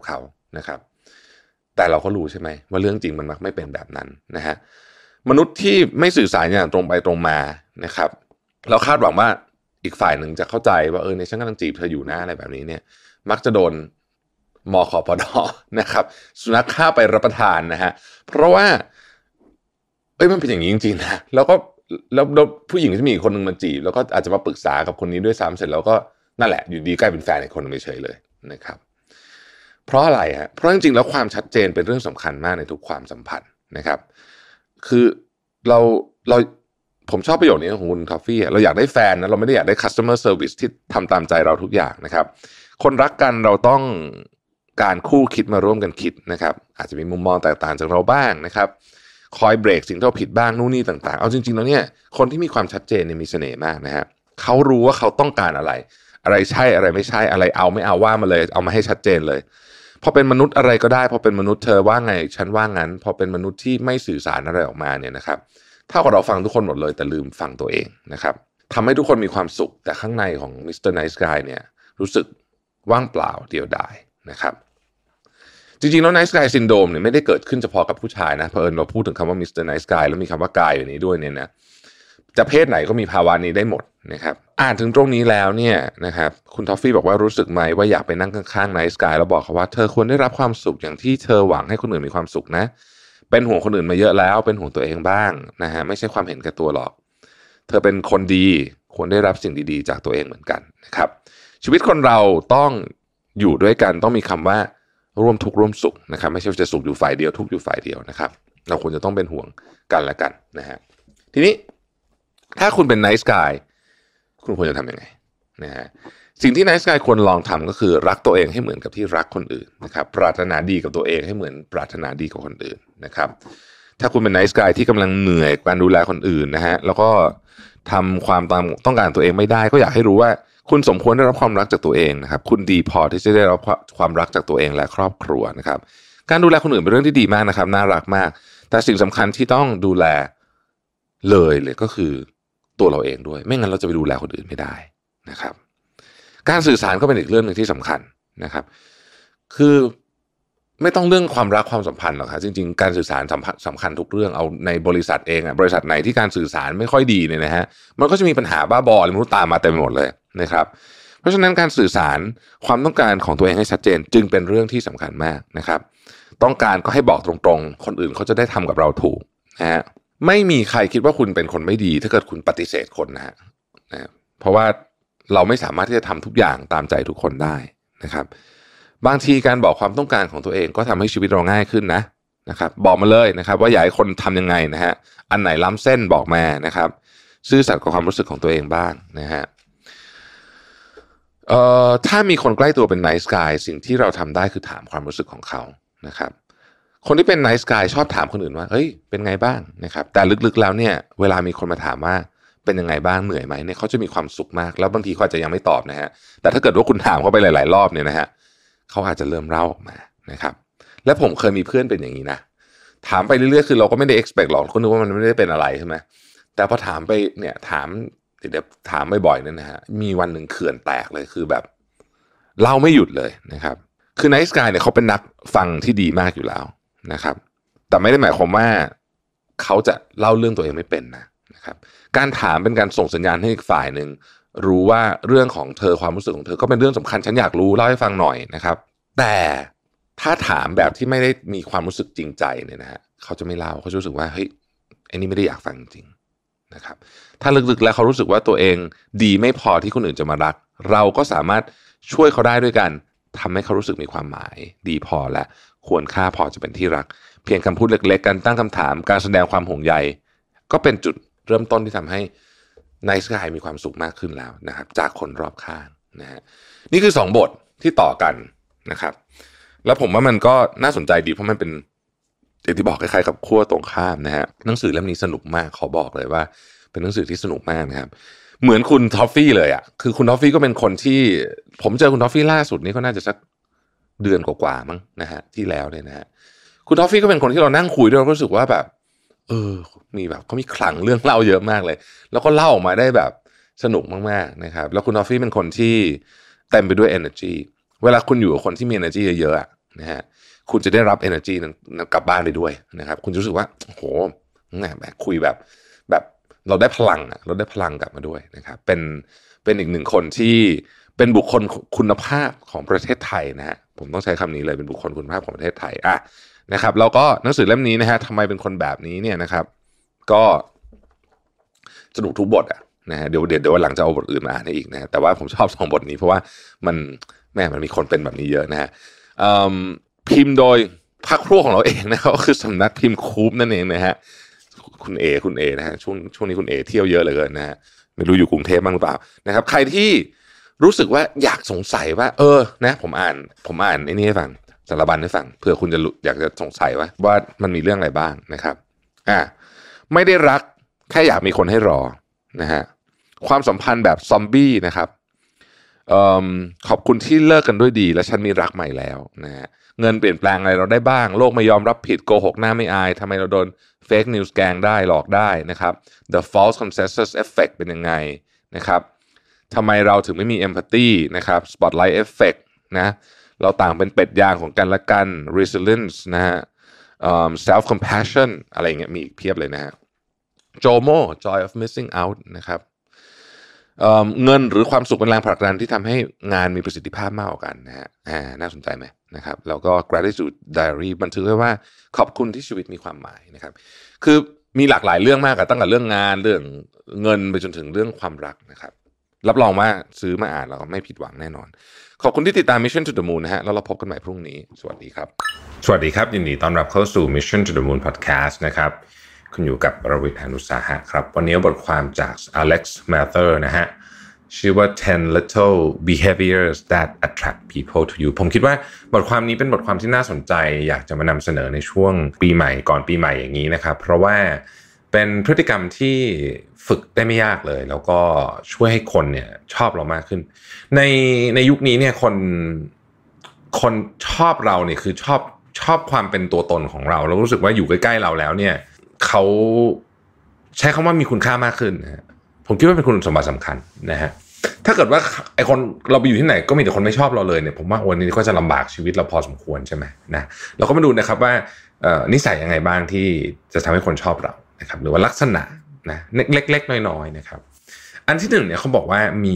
นะครับแต่เราก็รู้ใช่ไหมว่าเรื่องจริงมันมักไม่เป็นแบบนั้นนะฮะมนุษย์ที่ไม่สื่อสารอย่างตรงไปตรงมานะครับเราคาดหวังว่าอีกฝ่ายหนึ่งจะเข้าใจว่าเออในฉันกำลังจีบเธออยู่นะอะไรแบบนี้เนี่ยมักจะโดนมคปดนะครับสุนัขฆ่าไปรับประทานนะฮะเพราะว่าเอ้ยมันเป็นอย่างนี้จริงๆนะแล้วก็แล้วผู้หญิงที่มีอีกคนนึงมาจีบแล้วก็อาจจะมาปรึกษากับคนนี้ด้วยซ้ำเสร็จแล้วก็นั่นแหละอยู่ดีกลายเป็นแฟนอีกคนนึงไปเฉยเลยนะครับเพราะอะไรฮะเพราะจริงๆแล้วความชัดเจนเป็นเรื่องสำคัญมากในทุกความสัมพันธ์นะครับคือเราเราผมชอบประโยคนี้ของคุณทอฟฟี่เราอยากได้แฟนนะเราไม่ได้อยากได้ customer service ที่ทำตามใจเราทุกอย่างนะครับคนรักกันเราต้องการคู่คิดมาร่วมกันคิดนะครับอาจจะมีมุมมองแตกต่างจากเราบ้างนะครับคอยเบรกสิ่งที่เราผิดบ้างนู่นนี่ต่างๆเอาจริงๆแล้วเนี่ยคนที่มีความชัดเจนเนี่ยมีเสน่ห์มากนะฮะเขารู้ว่าเขาต้องการอะไรอะไรใช่อะไรไม่ใช่อะไรเอาไม่เอาว่ามาเลยเอามาให้ชัดเจนเลยพอเป็นมนุษย์อะไรก็ได้พอเป็นมนุษย์เธอว่าไงฉันว่างั้นพอเป็นมนุษย์ที่ไม่สื่อสารอะไรออกมาเนี่ยนะครับเท่ากับเราฟังทุกคนหมดเลยแต่ลืมฟังตัวเองนะครับทำให้ทุกคนมีความสุขแต่ข้างในของมิสเตอร์ไนซ์กายเนี่ยรู้สึกว่างเปล่าเดียวดายนะครับจริงๆแล้ว Nice Guy Syndrome เนี่ยไม่ได้เกิดขึ้นเฉพาะกับผู้ชายนะเผอิญเราพูดถึงคำว่า มิสเตอร์ Nice Guy แล้วมีคำว่ากายอยู่นี้ด้วยเนี่ยนะจะเพศไหนก็มีภาวะนี้ได้หมดนะครับอ่านถึงตรงนี้แล้วเนี่ยนะครับคุณทอฟฟี่บอกว่ารู้สึกไหมว่าอยากไปนั่งข้างๆ Nice Guy แล้วบอกเขาว่าเธอควรได้รับความสุขอย่างที่เธอหวังให้คนอื่นมีความสุขนะเป็นห่วงคนอื่นมาเยอะแล้วเป็นห่วงตัวเองบ้างนะฮะไม่ใช่ความเห็นแก่ตัวหรอกเธอเป็นคนดีควรได้รับสิ่งดีๆจากตัวเองเหมือนกันนะครับชีวิตคนเราต้องอยู่ด้วยกันต้องมีคำว่าร่วมทุกข์ร่วมสุขนะครับไม่ใช่จะสุขอยู่ฝ่ายเดียวทุกข์อยู่ฝ่ายเดียวนะครับเราควรจะต้องเป็นห่วงกันและกันนะฮะทีนี้ถ้าคุณเป็น Nice Guy คุณควรจะทำยังไงนะฮะสิ่งที่ Nice Guy ควรลองทำก็คือรักตัวเองให้เหมือนกับที่รักคนอื่นนะครับปรารถนาดีกับตัวเองให้เหมือนปรารถนาดีกับคนอื่นนะครับถ้าคุณเป็น Nice Guy ที่กำลังเหนื่อยการดูแลคนอื่นนะฮะแล้วก็ทำความตามต้องการตัวเองไม่ได้ก็อยากให้รู้ว่าคุณสมควรได้รับความรักจากตัวเองนะครับคุณดีพอที่จะได้รับความรักจากตัวเองและครอบครัวนะครับการดูแลคนอื่นเป็นเรื่องที่ดีมากนะครับน่ารักมากแต่สิ่งสำคัญที่ต้องดูแลเลยเลยก็คือตัวเราเองด้วยไม่งั้นเราจะไปดูแลคนอื่นไม่ได้นะครับการสื่อสารก็เป็นอีกเรื่องนึงที่สำคัญนะครับคือไม่ต้องเรื่องความรักความสัมพันธ์หรอกครับจริงๆการสื่อสารสำคัญทุกเรื่องเอาในบริษัทเองอ่ะบริษัทไหนที่การสื่อสารไม่ค่อยดีเนี่ยนะฮะมันก็จะมีปัญหาบ้าบออะไรไม่รู้ตามมาเต็มไปหมดเลยนะครับเพราะฉะนั้นการสื่อสารความต้องการของตัวเองให้ชัดเจนจึงเป็นเรื่องที่สำคัญมากนะครับต้องการก็ให้บอกตรงๆคนอื่นเขาจะได้ทำกับเราถูกนะฮะไม่มีใครคิดว่าคุณเป็นคนไม่ดีถ้าเกิดคุณปฏิเสธคนนะฮะนะเพราะว่าเราไม่สามารถที่จะทำทุกอย่างตามใจทุกคนได้นะครับบางทีการบอกความต้องการของตัวเองก็ทำให้ชีวิตเราง่ายขึ้นนะนะครับบอกมาเลยนะครับว่าอยากให้คนทำยังไงนะฮะอันไหนล้ำเส้นบอกมานะครับซื่อสัตย์กับความรู้สึกของตัวเองบ้างนะฮะเอ่อถ้ามีคนใกล้ตัวเป็น Nice Guy สิ่งที่เราทำได้คือถามความรู้สึกของเขานะครับคนที่เป็น Nice Guy ชอบถามคนอื่นว่าเฮ้ยเป็นไงบ้างนะครับแต่ลึกๆแล้วเนี่ยเวลามีคนมาถามว่าเป็นยังไงบ้างเหนื่อยไหมเนี่ยเขาจะมีความสุขมากแล้วบางทีเขาอาจจะยังไม่ตอบนะฮะแต่ถ้าเกิดว่าคุณถามเขาไปหลายๆรอบเนี่ยนะฮะเขาอาจจะเริ่มเล่าออกมานะครับและผมเคยมีเพื่อนเป็นอย่างนี้นะถามไปเรื่อยๆคือเราก็ไม่ได้ expect หรอกคนนึกว่ามันไม่ได้เป็นอะไรใช่ไหมแต่พอถามไปเนี่ยถามเดี๋ยวถามบ่อยๆเนี่ยนะฮะมีวันหนึ่งเขื่อนแตกเลยคือแบบเล่าไม่หยุดเลยนะครับคือ Nice Guy เนี่ยเขาเป็นนักฟังที่ดีมากอยู่แล้วนะครับแต่ไม่ได้หมายความว่าเขาจะเล่าเรื่องตัวเองไม่เป็นนะนะครับการถามเป็นการส่งสัญญาณให้อีกฝ่ายหนึ่งรู้ว่าเรื่องของเธอความรู้สึกของเธอก็เป็นเรื่องสำคัญฉันอยากรู้เล่าให้ฟังหน่อยนะครับแต่ถ้าถามแบบที่ไม่ได้มีความรู้สึกจริงใจเนี่ยนะฮะเขาจะไม่เล่าเขาจะรู้สึกว่าเฮ้ยไอ้นี่ไม่ได้อยากฟังจริงนะครับถ้าลึกๆแล้วเขารู้สึกว่าตัวเองดีไม่พอที่คนอื่นจะมารักเราก็สามารถช่วยเขาได้ด้วยกันทำให้เขารู้สึกมีความหมายดีพอและควรค่าพอจะเป็นที่รักเพียงคำพูดเล็กๆการตั้งคำถามการแสดงความห่วงใยก็เป็นจุดเริ่มต้นที่ทำให้Nice Guy มีความสุขมากขึ้นแล้วนะครับจากคนรอบข้างนะฮะนี่คือสองบทที่ต่อกันนะครับแล้วผมว่ามันก็น่าสนใจดีเพราะมันเป็นอย่างที่บอกคล้ายๆกับขั้วตรงข้ามนะฮะหนังสือเล่มนี้สนุกมากขอบอกเลยว่าเป็นหนังสือที่สนุกมากนะครับเหมือนคุณทอฟฟี่เลยอ่ะคือคุณทอฟฟี่ก็เป็นคนที่ผมเจอคุณทอฟฟี่ล่าสุดนี้ก็น่าจะสักเดือนกว่าๆมั้งนะฮะที่แล้วเนี่ยนะฮะคุณทอฟฟี่ก็เป็นคนที่เรานั่งคุยด้วยเรารู้สึกว่าแบบเออมีแบบเขามีคลังเรื่องเล่าเยอะมากเลยแล้วก็เล่าออกมาได้แบบสนุกมากๆนะครับแล้วคุณทอฟฟี่เป็นคนที่เต็มไปด้วย energy เวลาคุณอยู่กับคนที่มี energy เยอะๆนะฮะคุณจะได้รับ energy นั้นกลับบ้านไปด้วยนะครับคุณจะรู้สึกว่าโอ้โหแหมแบบคุยแบบแบบเราได้พลังอ่ะเราได้พลังกลับมาด้วยนะครับเป็นเป็นอีกหนึ่งคนที่เป็นบุคคลคุณภาพของประเทศไทยนะฮะผมต้องใช้คำนี้เลยเป็นบุคคลคุณภาพของประเทศไทยอ่ะนะครับแล้วก็หนังสือเล่มนี้นะฮะทำไมเป็นคนแบบนี้เนี่ยนะครับก็สนุกทุกบทอ่ะนะฮะเดี๋ยวเดี๋ยวเดี๋ยววันหลังจะเอาบทอื่นมาอ่านให้อีกนะฮะแต่ว่าผมชอบสองบทนี้เพราะว่ามันแม่มันมีคนเป็นแบบนี้เยอะนะฮะพิมพ์โดยพรรคพวกของเราเองนะครับก็คือสำนักพิมพ์คูปนั่นเองนะฮะคุณเอคุณเอนะฮะช่วงช่วงนี้คุณเอเที่ยวเยอะเหลือเกินนะฮะไม่รู้อยู่กรุงเทพบ้างหรือเปล่านะครับใครที่รู้สึกว่าอยากสงสัยว่าเออนะผมอ่านผมอ่านไอ้นี่ให้ฟังสารบัญให้ฟังเผื่อคุณจะอยากจะสงสัยว่าว่ามันมีเรื่องอะไรบ้างนะครับอ่ะไม่ได้รักแค่อยากมีคนให้รอนะฮะความสัมพันธ์แบบซอมบี้นะครับเอ่อขอบคุณที่เลิกกันด้วยดีและฉันมีรักใหม่แล้วนะฮะเงินเปลี่ยนแปลงอะไรเราได้บ้างโลกไม่ยอมรับผิดโกหกหน้าไม่อายทำไมเราโดน fake news แกล้งได้หลอกได้นะครับ the false consensus effect เป็นยังไงนะครับทำไมเราถึงไม่มี empathy นะครับ spotlight effect นะเราต่างเป็นเป็ดย่างของกันและกัน resilience นะฮะ um, self compassion อะไรเงี้ยมีอีกเพียบเลยนะฮะ jomo joy of missing out นะครับ เอ่อเงินหรือความสุขเป็นแรงผลักดันที่ทำให้งานมีประสิทธิภาพมากกว่ากันนะฮะอ่าน่าสนใจไหมนะครับแล้วก็ gratitude diary บันทึกไว้ว่าขอบคุณที่ชีวิตมีความหมายนะครับคือมีหลากหลายเรื่องมากอะตั้งแต่เรื่องงานเรื่องเงินไปจนถึงเรื่องความรักนะครับรับรองว่าซื้อมาอ่านแล้วก็ไม่ผิดหวังแน่นอนขอบคุณที่ติดตาม Mission to the Moon นะฮะแล้วเราพบกันใหม่พรุ่งนี้สวัสดีครับสวัสดีครับยินดีต้อนรับเข้าสู่ Mission to the Moon Podcast นะครับคุณอยู่กับรวิทย์ หาญอุตสาหะครับวันนี้บทความจาก Alex Mather นะฮะชื่อว่า ten little behaviors that attract people to you ผมคิดว่าบทความนี้เป็นบทความที่น่าสนใจอยากจะมานำเสนอในช่วงปีใหม่ก่อนปีใหม่อย่างนี้นะครับเพราะว่าเป็นพฤติกรรมที่ฝึกได้ไม่ยากเลยแล้วก็ช่วยให้คนเนี่ยชอบเรามากขึ้นในในยุคนี้เนี่ยคนคนชอบเราเนี่ยคือชอบชอบความเป็นตัวตนของเราแล้วรู้สึกว่าอยู่ใกล้ๆเราแล้วเนี่ยเขาใช้คำว่ามีคุณค่ามากขึ้นนะผมคิดว่าเป็นคุณสมบัติสำคัญนะฮะถ้าเกิดว่าไอคนเราไปอยู่ที่ไหนก็มีแต่คนไม่ชอบเราเลยเนี่ยผมว่าวันนี้ก็จะลำบากชีวิตเราพอสมควรใช่ไหมนะเราก็มาดูนะครับว่านิสัยยังไงบ้างที่จะทำให้คนชอบเรานะครับหรือว่าลักษณะนะเล็กๆน้อยๆนะครับอันที่หนึ่งเนี่ยเขาบอกว่ามี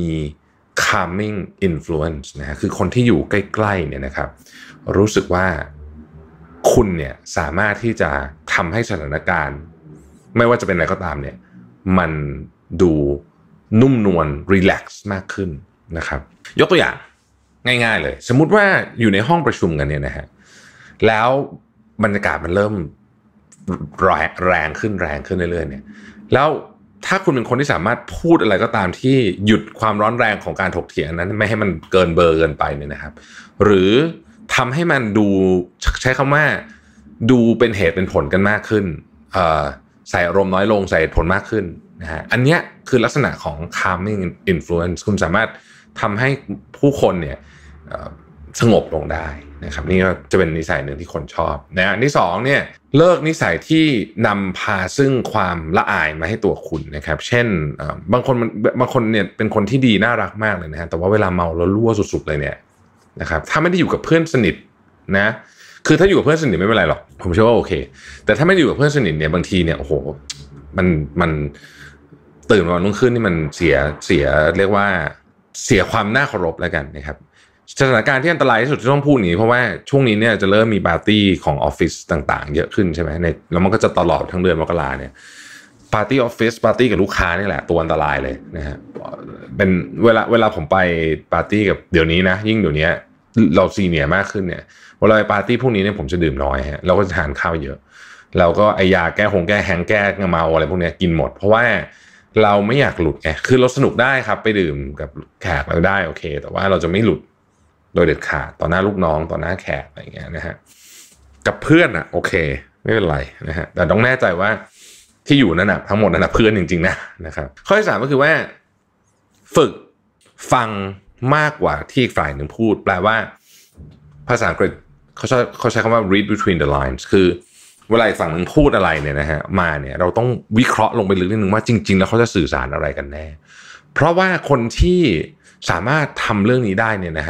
calming influence นะฮะคือคนที่อยู่ใกล้ๆเนี่ยนะครับรู้สึกว่าคุณเนี่ยสามารถที่จะทำให้สถานการณ์ไม่ว่าจะเป็นอะไรก็ตามเนี่ยมันดูนุ่มนวลรีแลกซ์มากขึ้นนะครับยกตัวอย่างง่ายๆเลยสมมุติว่าอยู่ในห้องประชุมกันเนี่ยนะฮะแล้วบรรยากาศมันเริ่มแรงขึ้นแรงขึ้นเรื่อยๆเนี่ยแล้วถ้าคุณเป็นคนที่สามารถพูดอะไรก็ตามที่หยุดความร้อนแรงของการถกเถียงนั้นไม่ให้มันเกินเบอร์เกินไปเนี่ยนะครับหรือทำให้มันดูใช้คำว่าดูเป็นเหตุเป็นผลกันมากขึ้นใส่อารมณ์น้อยลงใส่ผลมากขึ้นนะฮะอันเนี้ยคือลักษณะของ calming influence คุณสามารถทำให้ผู้คนเนี่ยสงบลงได้นะครับนี่ก็จะเป็นนิสัยหนึ่งที่คนชอบนะอันที่สองเนี่ยเลิกนิสัยที่นำพาซึ่งความละอายมาให้ตัวคุณนะครับเช่นบางคนบางคนเนี่ยเป็นคนที่ดีน่ารักมากเลยนะฮะแต่ว่าเวลาเมาแล้วรั่วสุดๆเลยเนี่ยนะครับถ้าไม่ได้อยู่กับเพื่อนสนิทนะคือถ้าอยู่กับเพื่อนสนิทไม่เป็นไรหรอกผมเชื่อว่าโอเคแต่ถ้าไม่ได้อยู่กับเพื่อนสนิทเนี่ยบางทีเนี่ยโอ้โหมันมันตื่นวันรุ่งขึ้นนี่มันเสียเสียเรียกว่าเสียความน่าเคารพแล้วกันนะครับสถานการณ์ที่อันตรายที่สุดที่ต้องพูดนี้เพราะว่าช่วงนี้เนี่ยจะเริ่มมีปาร์ตี้ของออฟฟิศต่างๆเยอะขึ้นใช่ไหมในแล้วมันก็จะตลอดทั้งเดือนมกราเนี่ยปาร์ตี้ออฟฟิศปาร์ตี้กับลูกค้านี่แหละตัวอันตรายเลยนะฮะเป็นเวลาเวลาผมไปปาร์ตี้กับเดี๋ยวนี้นะยิ่งเดี๋ยวนี้เราซีเนียร์มากขึ้นเนี่ยเวลาไปปาร์ตี้พวกนี้เนี่ยผมจะดื่มน้อยฮะเราก็จะทานข้าวเยอะแล้วก็ไอยาแก้หงแก้แห้งแก้เมาอะไรพวกนี้กินหมดเพราะว่าเราไม่อยากหลุดไงคือเราสนุกได้ครับไปดื่มกับแขกเราได้โอเคแต่ว่าเราจะไม่หลุดโดยเด็ดขาดต่อหน้าลูกน้องต่อหน้าแขกอะไรอย่างเงี้ยนะฮะกับเพื่อนอ่ะโอเคไม่เป็นไรนะฮะแต่ต้องแน่ใจว่าที่อยู่นั่นนะทั้งหมดนั่นนะเพื่อนจริงๆนะนะครับข้อที่สามก็คือว่าฝึกฟังมากกว่าที่ฝ่ายหนึ่งพูดแปลว่าภาษาอังกฤษเขาใช้เขาใช้คำว่า read between the lines คือเวลาฝั่งหนึ่งพูดอะไรเนี่ยนะฮะมาเนี่ยเราต้องวิเคราะห์ลงไปลึกนิดนึงว่าจริงๆแล้วเขาจะสื่อสารอะไรกันแน่เพราะว่าคนที่สามารถทำเรื่องนี้ได้เนี่ยนะฮะ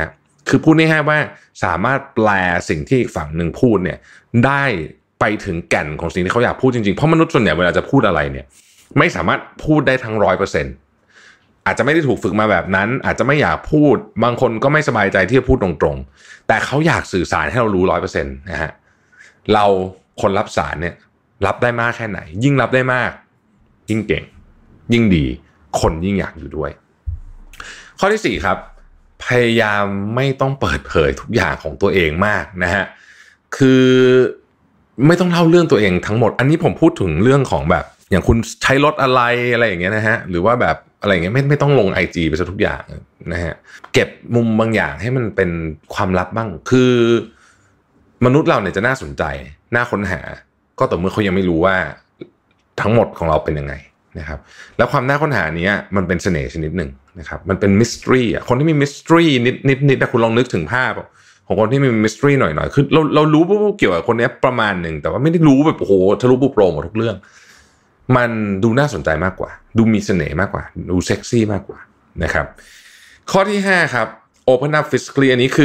คือพูดง่ายๆว่าสามารถแปลสิ่งที่อีกฝั่งหนึ่งพูดเนี่ยได้ไปถึงแก่นของสิ่งที่เขาอยากพูดจริงๆเพราะมนุษย์ส่วนใหญ่เวลาจะพูดอะไรเนี่ยไม่สามารถพูดได้ทั้ง ร้อยเปอร์เซ็นต์ อาจจะไม่ได้ถูกฝึกมาแบบนั้นอาจจะไม่อยากพูดบางคนก็ไม่สบายใจที่จะพูดตรงๆแต่เขาอยากสื่อสารให้เรารู้ ร้อยเปอร์เซ็นต์ นะฮะเราคนรับสารเนี่ยรับได้มากแค่ไหนยิ่งรับได้มากยิ่งเก่งยิ่งดีคนยิ่งอยากอยู่ด้วยข้อที่สี่ครับพยายามไม่ต้องเปิดเผยทุกอย่างของตัวเองมากนะฮะคือไม่ต้องเล่าเรื่องตัวเองทั้งหมดอันนี้ผมพูดถึงเรื่องของแบบอย่างคุณใช้รถอะไรอะไรอย่างเงี้ยนะฮะหรือว่าแบบอะไรอย่างเงี้ยไม่ไม่ต้องลง ไอ จี ไปซะทุกอย่างนะฮะเก็บมุมบางอย่างให้มันเป็นความลับบ้างคือมนุษย์เราเนี่ยจะน่าสนใจน่าค้นหาก็ต่อเมื่อเขายังไม่รู้ว่าทั้งหมดของเราเป็นยังไงนะครับแล้วความน่าค้นหานี้มันเป็นเสน่ห์ชนิดหนึ่งนะครับมันเป็นมิสทรีอ่ะคนที่มีมิสทรีนิดนิดนิดแต่คุณลองนึกถึงภาพของคนที่มีมิสทรีหน่อยหน่อยคือเราเรารู้เกี่ยวกับคนนี้ประมาณหนึ่งแต่ว่าไม่ได้รู้แบบโอ้โหทะลุปุโปร่งหมดทุกเรื่องมันดูน่าสนใจมากกว่าดูมีเสน่ห์มากกว่าดูเซ็กซี่มากกว่านะครับข้อที่ห้าครับ open up physically อันนี้คือ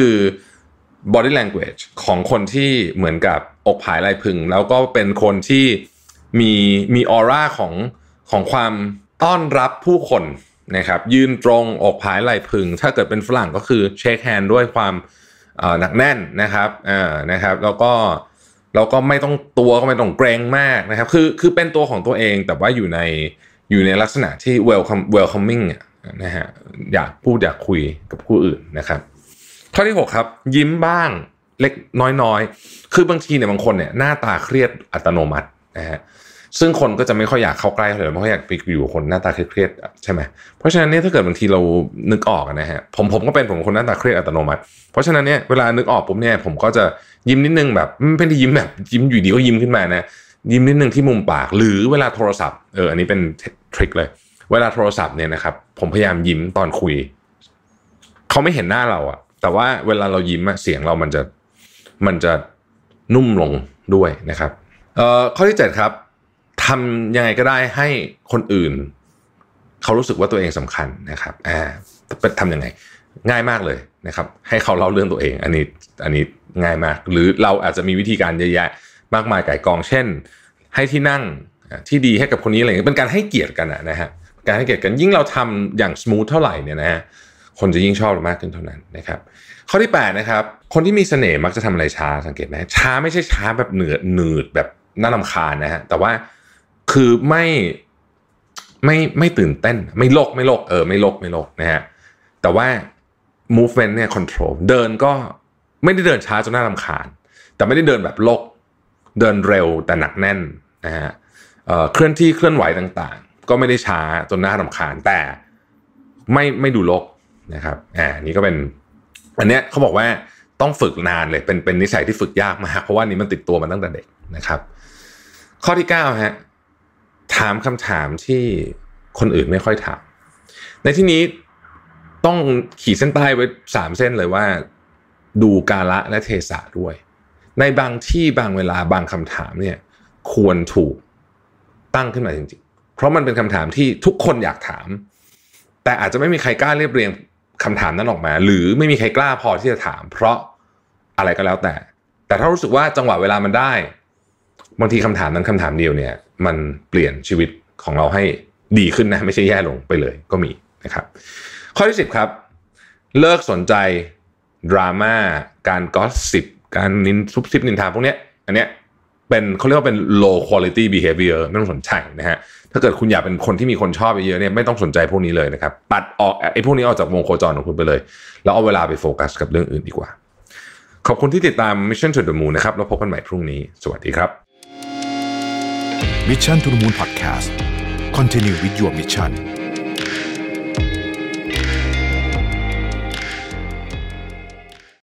body language ของคนที่เหมือนกับอกผายไหล่พึงแล้วก็เป็นคนที่มีมีออร่าของของความต้อนรับผู้คนนะครับยืนตรงอกผายไหล่พึงถ้าเกิดเป็นฝรั่งก็คือเช็คแฮนด์ด้วยความหนักแน่นนะครับอ่านะครับแล้วก็แล้วก็ไม่ต้องตัวก็ไม่ต้องเกรงมากนะครับคือคือเป็นตัวของตัวเองแต่ว่าอยู่ในอยู่ในลักษณะที่ welcome welcoming นะฮะอยากพูดอยากคุยกับผู้อื่นนะครับข้อที่หกครับยิ้มบ้างเล็กน้อยๆคือบางทีเนี่ยบางคนเนี่ยหน้าตาเครียดอัตโนมัตินะฮะซึ่งคนก็จะไม่ค่อยอยากเข้าใกล้เลยเพราะอยากไปอยู่กับคนหน้าตาเครียดๆใช่ไหมเพราะฉะนั้นเนี่ยถ้าเกิดบางทีเรานึกออกนะฮะผมผมก็เป็นผมคนหน้าตาเครียดอัตโนมัติเพราะฉะนั้นเนี่ยเวลานึกออกปุ๊บเนี่ยผมก็จะยิ้มนิดนึงแบบไม่เป็นที่ยิ้มแบบยิ้มอยู่ดีก็ยิ้มขึ้นมานะยิ้มนิดนึงที่มุมปากหรือเวลาโทรศัพท์เอออันนี้เป็นทริคเลยเวลาโทรศัพท์เนี่ยนะครับผมพยายามยิ้มตอนคุยเขาไม่เห็นหน้าเราอะแต่ว่าเวลาเรายิ้มเสียงเรามันจะมันจะนุ่มลงด้วยนะครับเอ่อข้อที่เจ็ดครับทำยังไงก็ได้ให้คนอื่นเขารู้สึกว่าตัวเองสำคัญนะครับอ่าทำยังไงง่ายมากเลยนะครับให้เขาเล่าเรื่องตัวเองอันนี้อันนี้ง่ายมากหรือเราอาจจะมีวิธีการเยอะแยะมากมายก่ายกองเช่นให้ที่นั่งที่ดีให้กับคนนี้อะไรอย่างเงี้ยเป็นการให้เกียรติกันนะฮะการให้เกียรติกันยิ่งเราทำอย่างสมูทเท่าไหร่เนี่ยนะฮะคนจะยิ่งชอบเรามากขึ้นเท่านั้นนะครับข้อที่แปดนะครับคนที่มีเสน่ห์มักจะทำอะไรช้าสังเกตไหมช้าไม่ใช่ช้าแบบเหนือหนืดแบบน่ารำคาญนะฮะแต่ว่าคือไม่ไม่ไม่ตื่นเต้นไม่โลกไม่โลกเออไม่โลกไม่โลกนะฮะแต่ว่า movement เนี่ย control เดินก็ไม่ได้เดินช้าจนน่ารำคาญแต่ไม่ได้เดินแบบโลกเดินเร็วแต่หนักแน่นนะฮะเอ่อเคลื่อนที่เคลื่อนไหวต่างๆก็ไม่ได้ช้าจนน่ารำคาญแต่ไม่ไม่ดูโลกนะครับอ่านี่ก็เป็นอันเนี้ยเขาบอกว่าต้องฝึกนานเลยเป็นเป็นนิสัยที่ฝึกยากมากเพราะว่านี้มันติดตัวมาตั้งแต่เด็กนะครับข้อที่เก้าฮะถามคำถามที่คนอื่นไม่ค่อยถามในที่นี้ต้องขีดเส้นใต้ไว้สามเส้นเลยว่าดูกาลและเทศะด้วยในบางที่บางเวลาบางคำถามเนี่ยควรถูกตั้งขึ้นมาจริงๆเพราะมันเป็นคำถามที่ทุกคนอยากถามแต่อาจจะไม่มีใครกล้าเรียบเรียงคำถามนั้นออกมาหรือไม่มีใครกล้าพอที่จะถามเพราะอะไรก็แล้วแต่แต่ถ้ารู้สึกว่าจังหวะเวลามันได้บางทีคำถามนั้นคำถามเดียวเนี่ยมันเปลี่ยนชีวิตของเราให้ดีขึ้นนะไม่ใช่แย่ลงไปเลยก็มีนะครับข้อที่สิบครับเลิกสนใจดราม่าการกอสซิปการนินซุบซิบนินทาพวกเนี้ยอันเนี้ยเป็นเขาเรียกว่าเป็น low quality behavior ไม่ต้องสนใจนะฮะถ้าเกิดคุณอยากเป็นคนที่มีคนชอบเยอะๆเนี่ยไม่ต้องสนใจพวกนี้เลยนะครับตัดออกไอ้พวกนี้ออกจากวงโคจรของคุณไปเลยแล้วเอาเวลาไปโฟกัสกับเรื่องอื่นดีกว่าขอบคุณที่ติดตาม Mission to the Moon นะครับแล้วพบกันใหม่พรุ่งนี้สวัสดีครับ Mission to the Moon Podcast Continue with your mission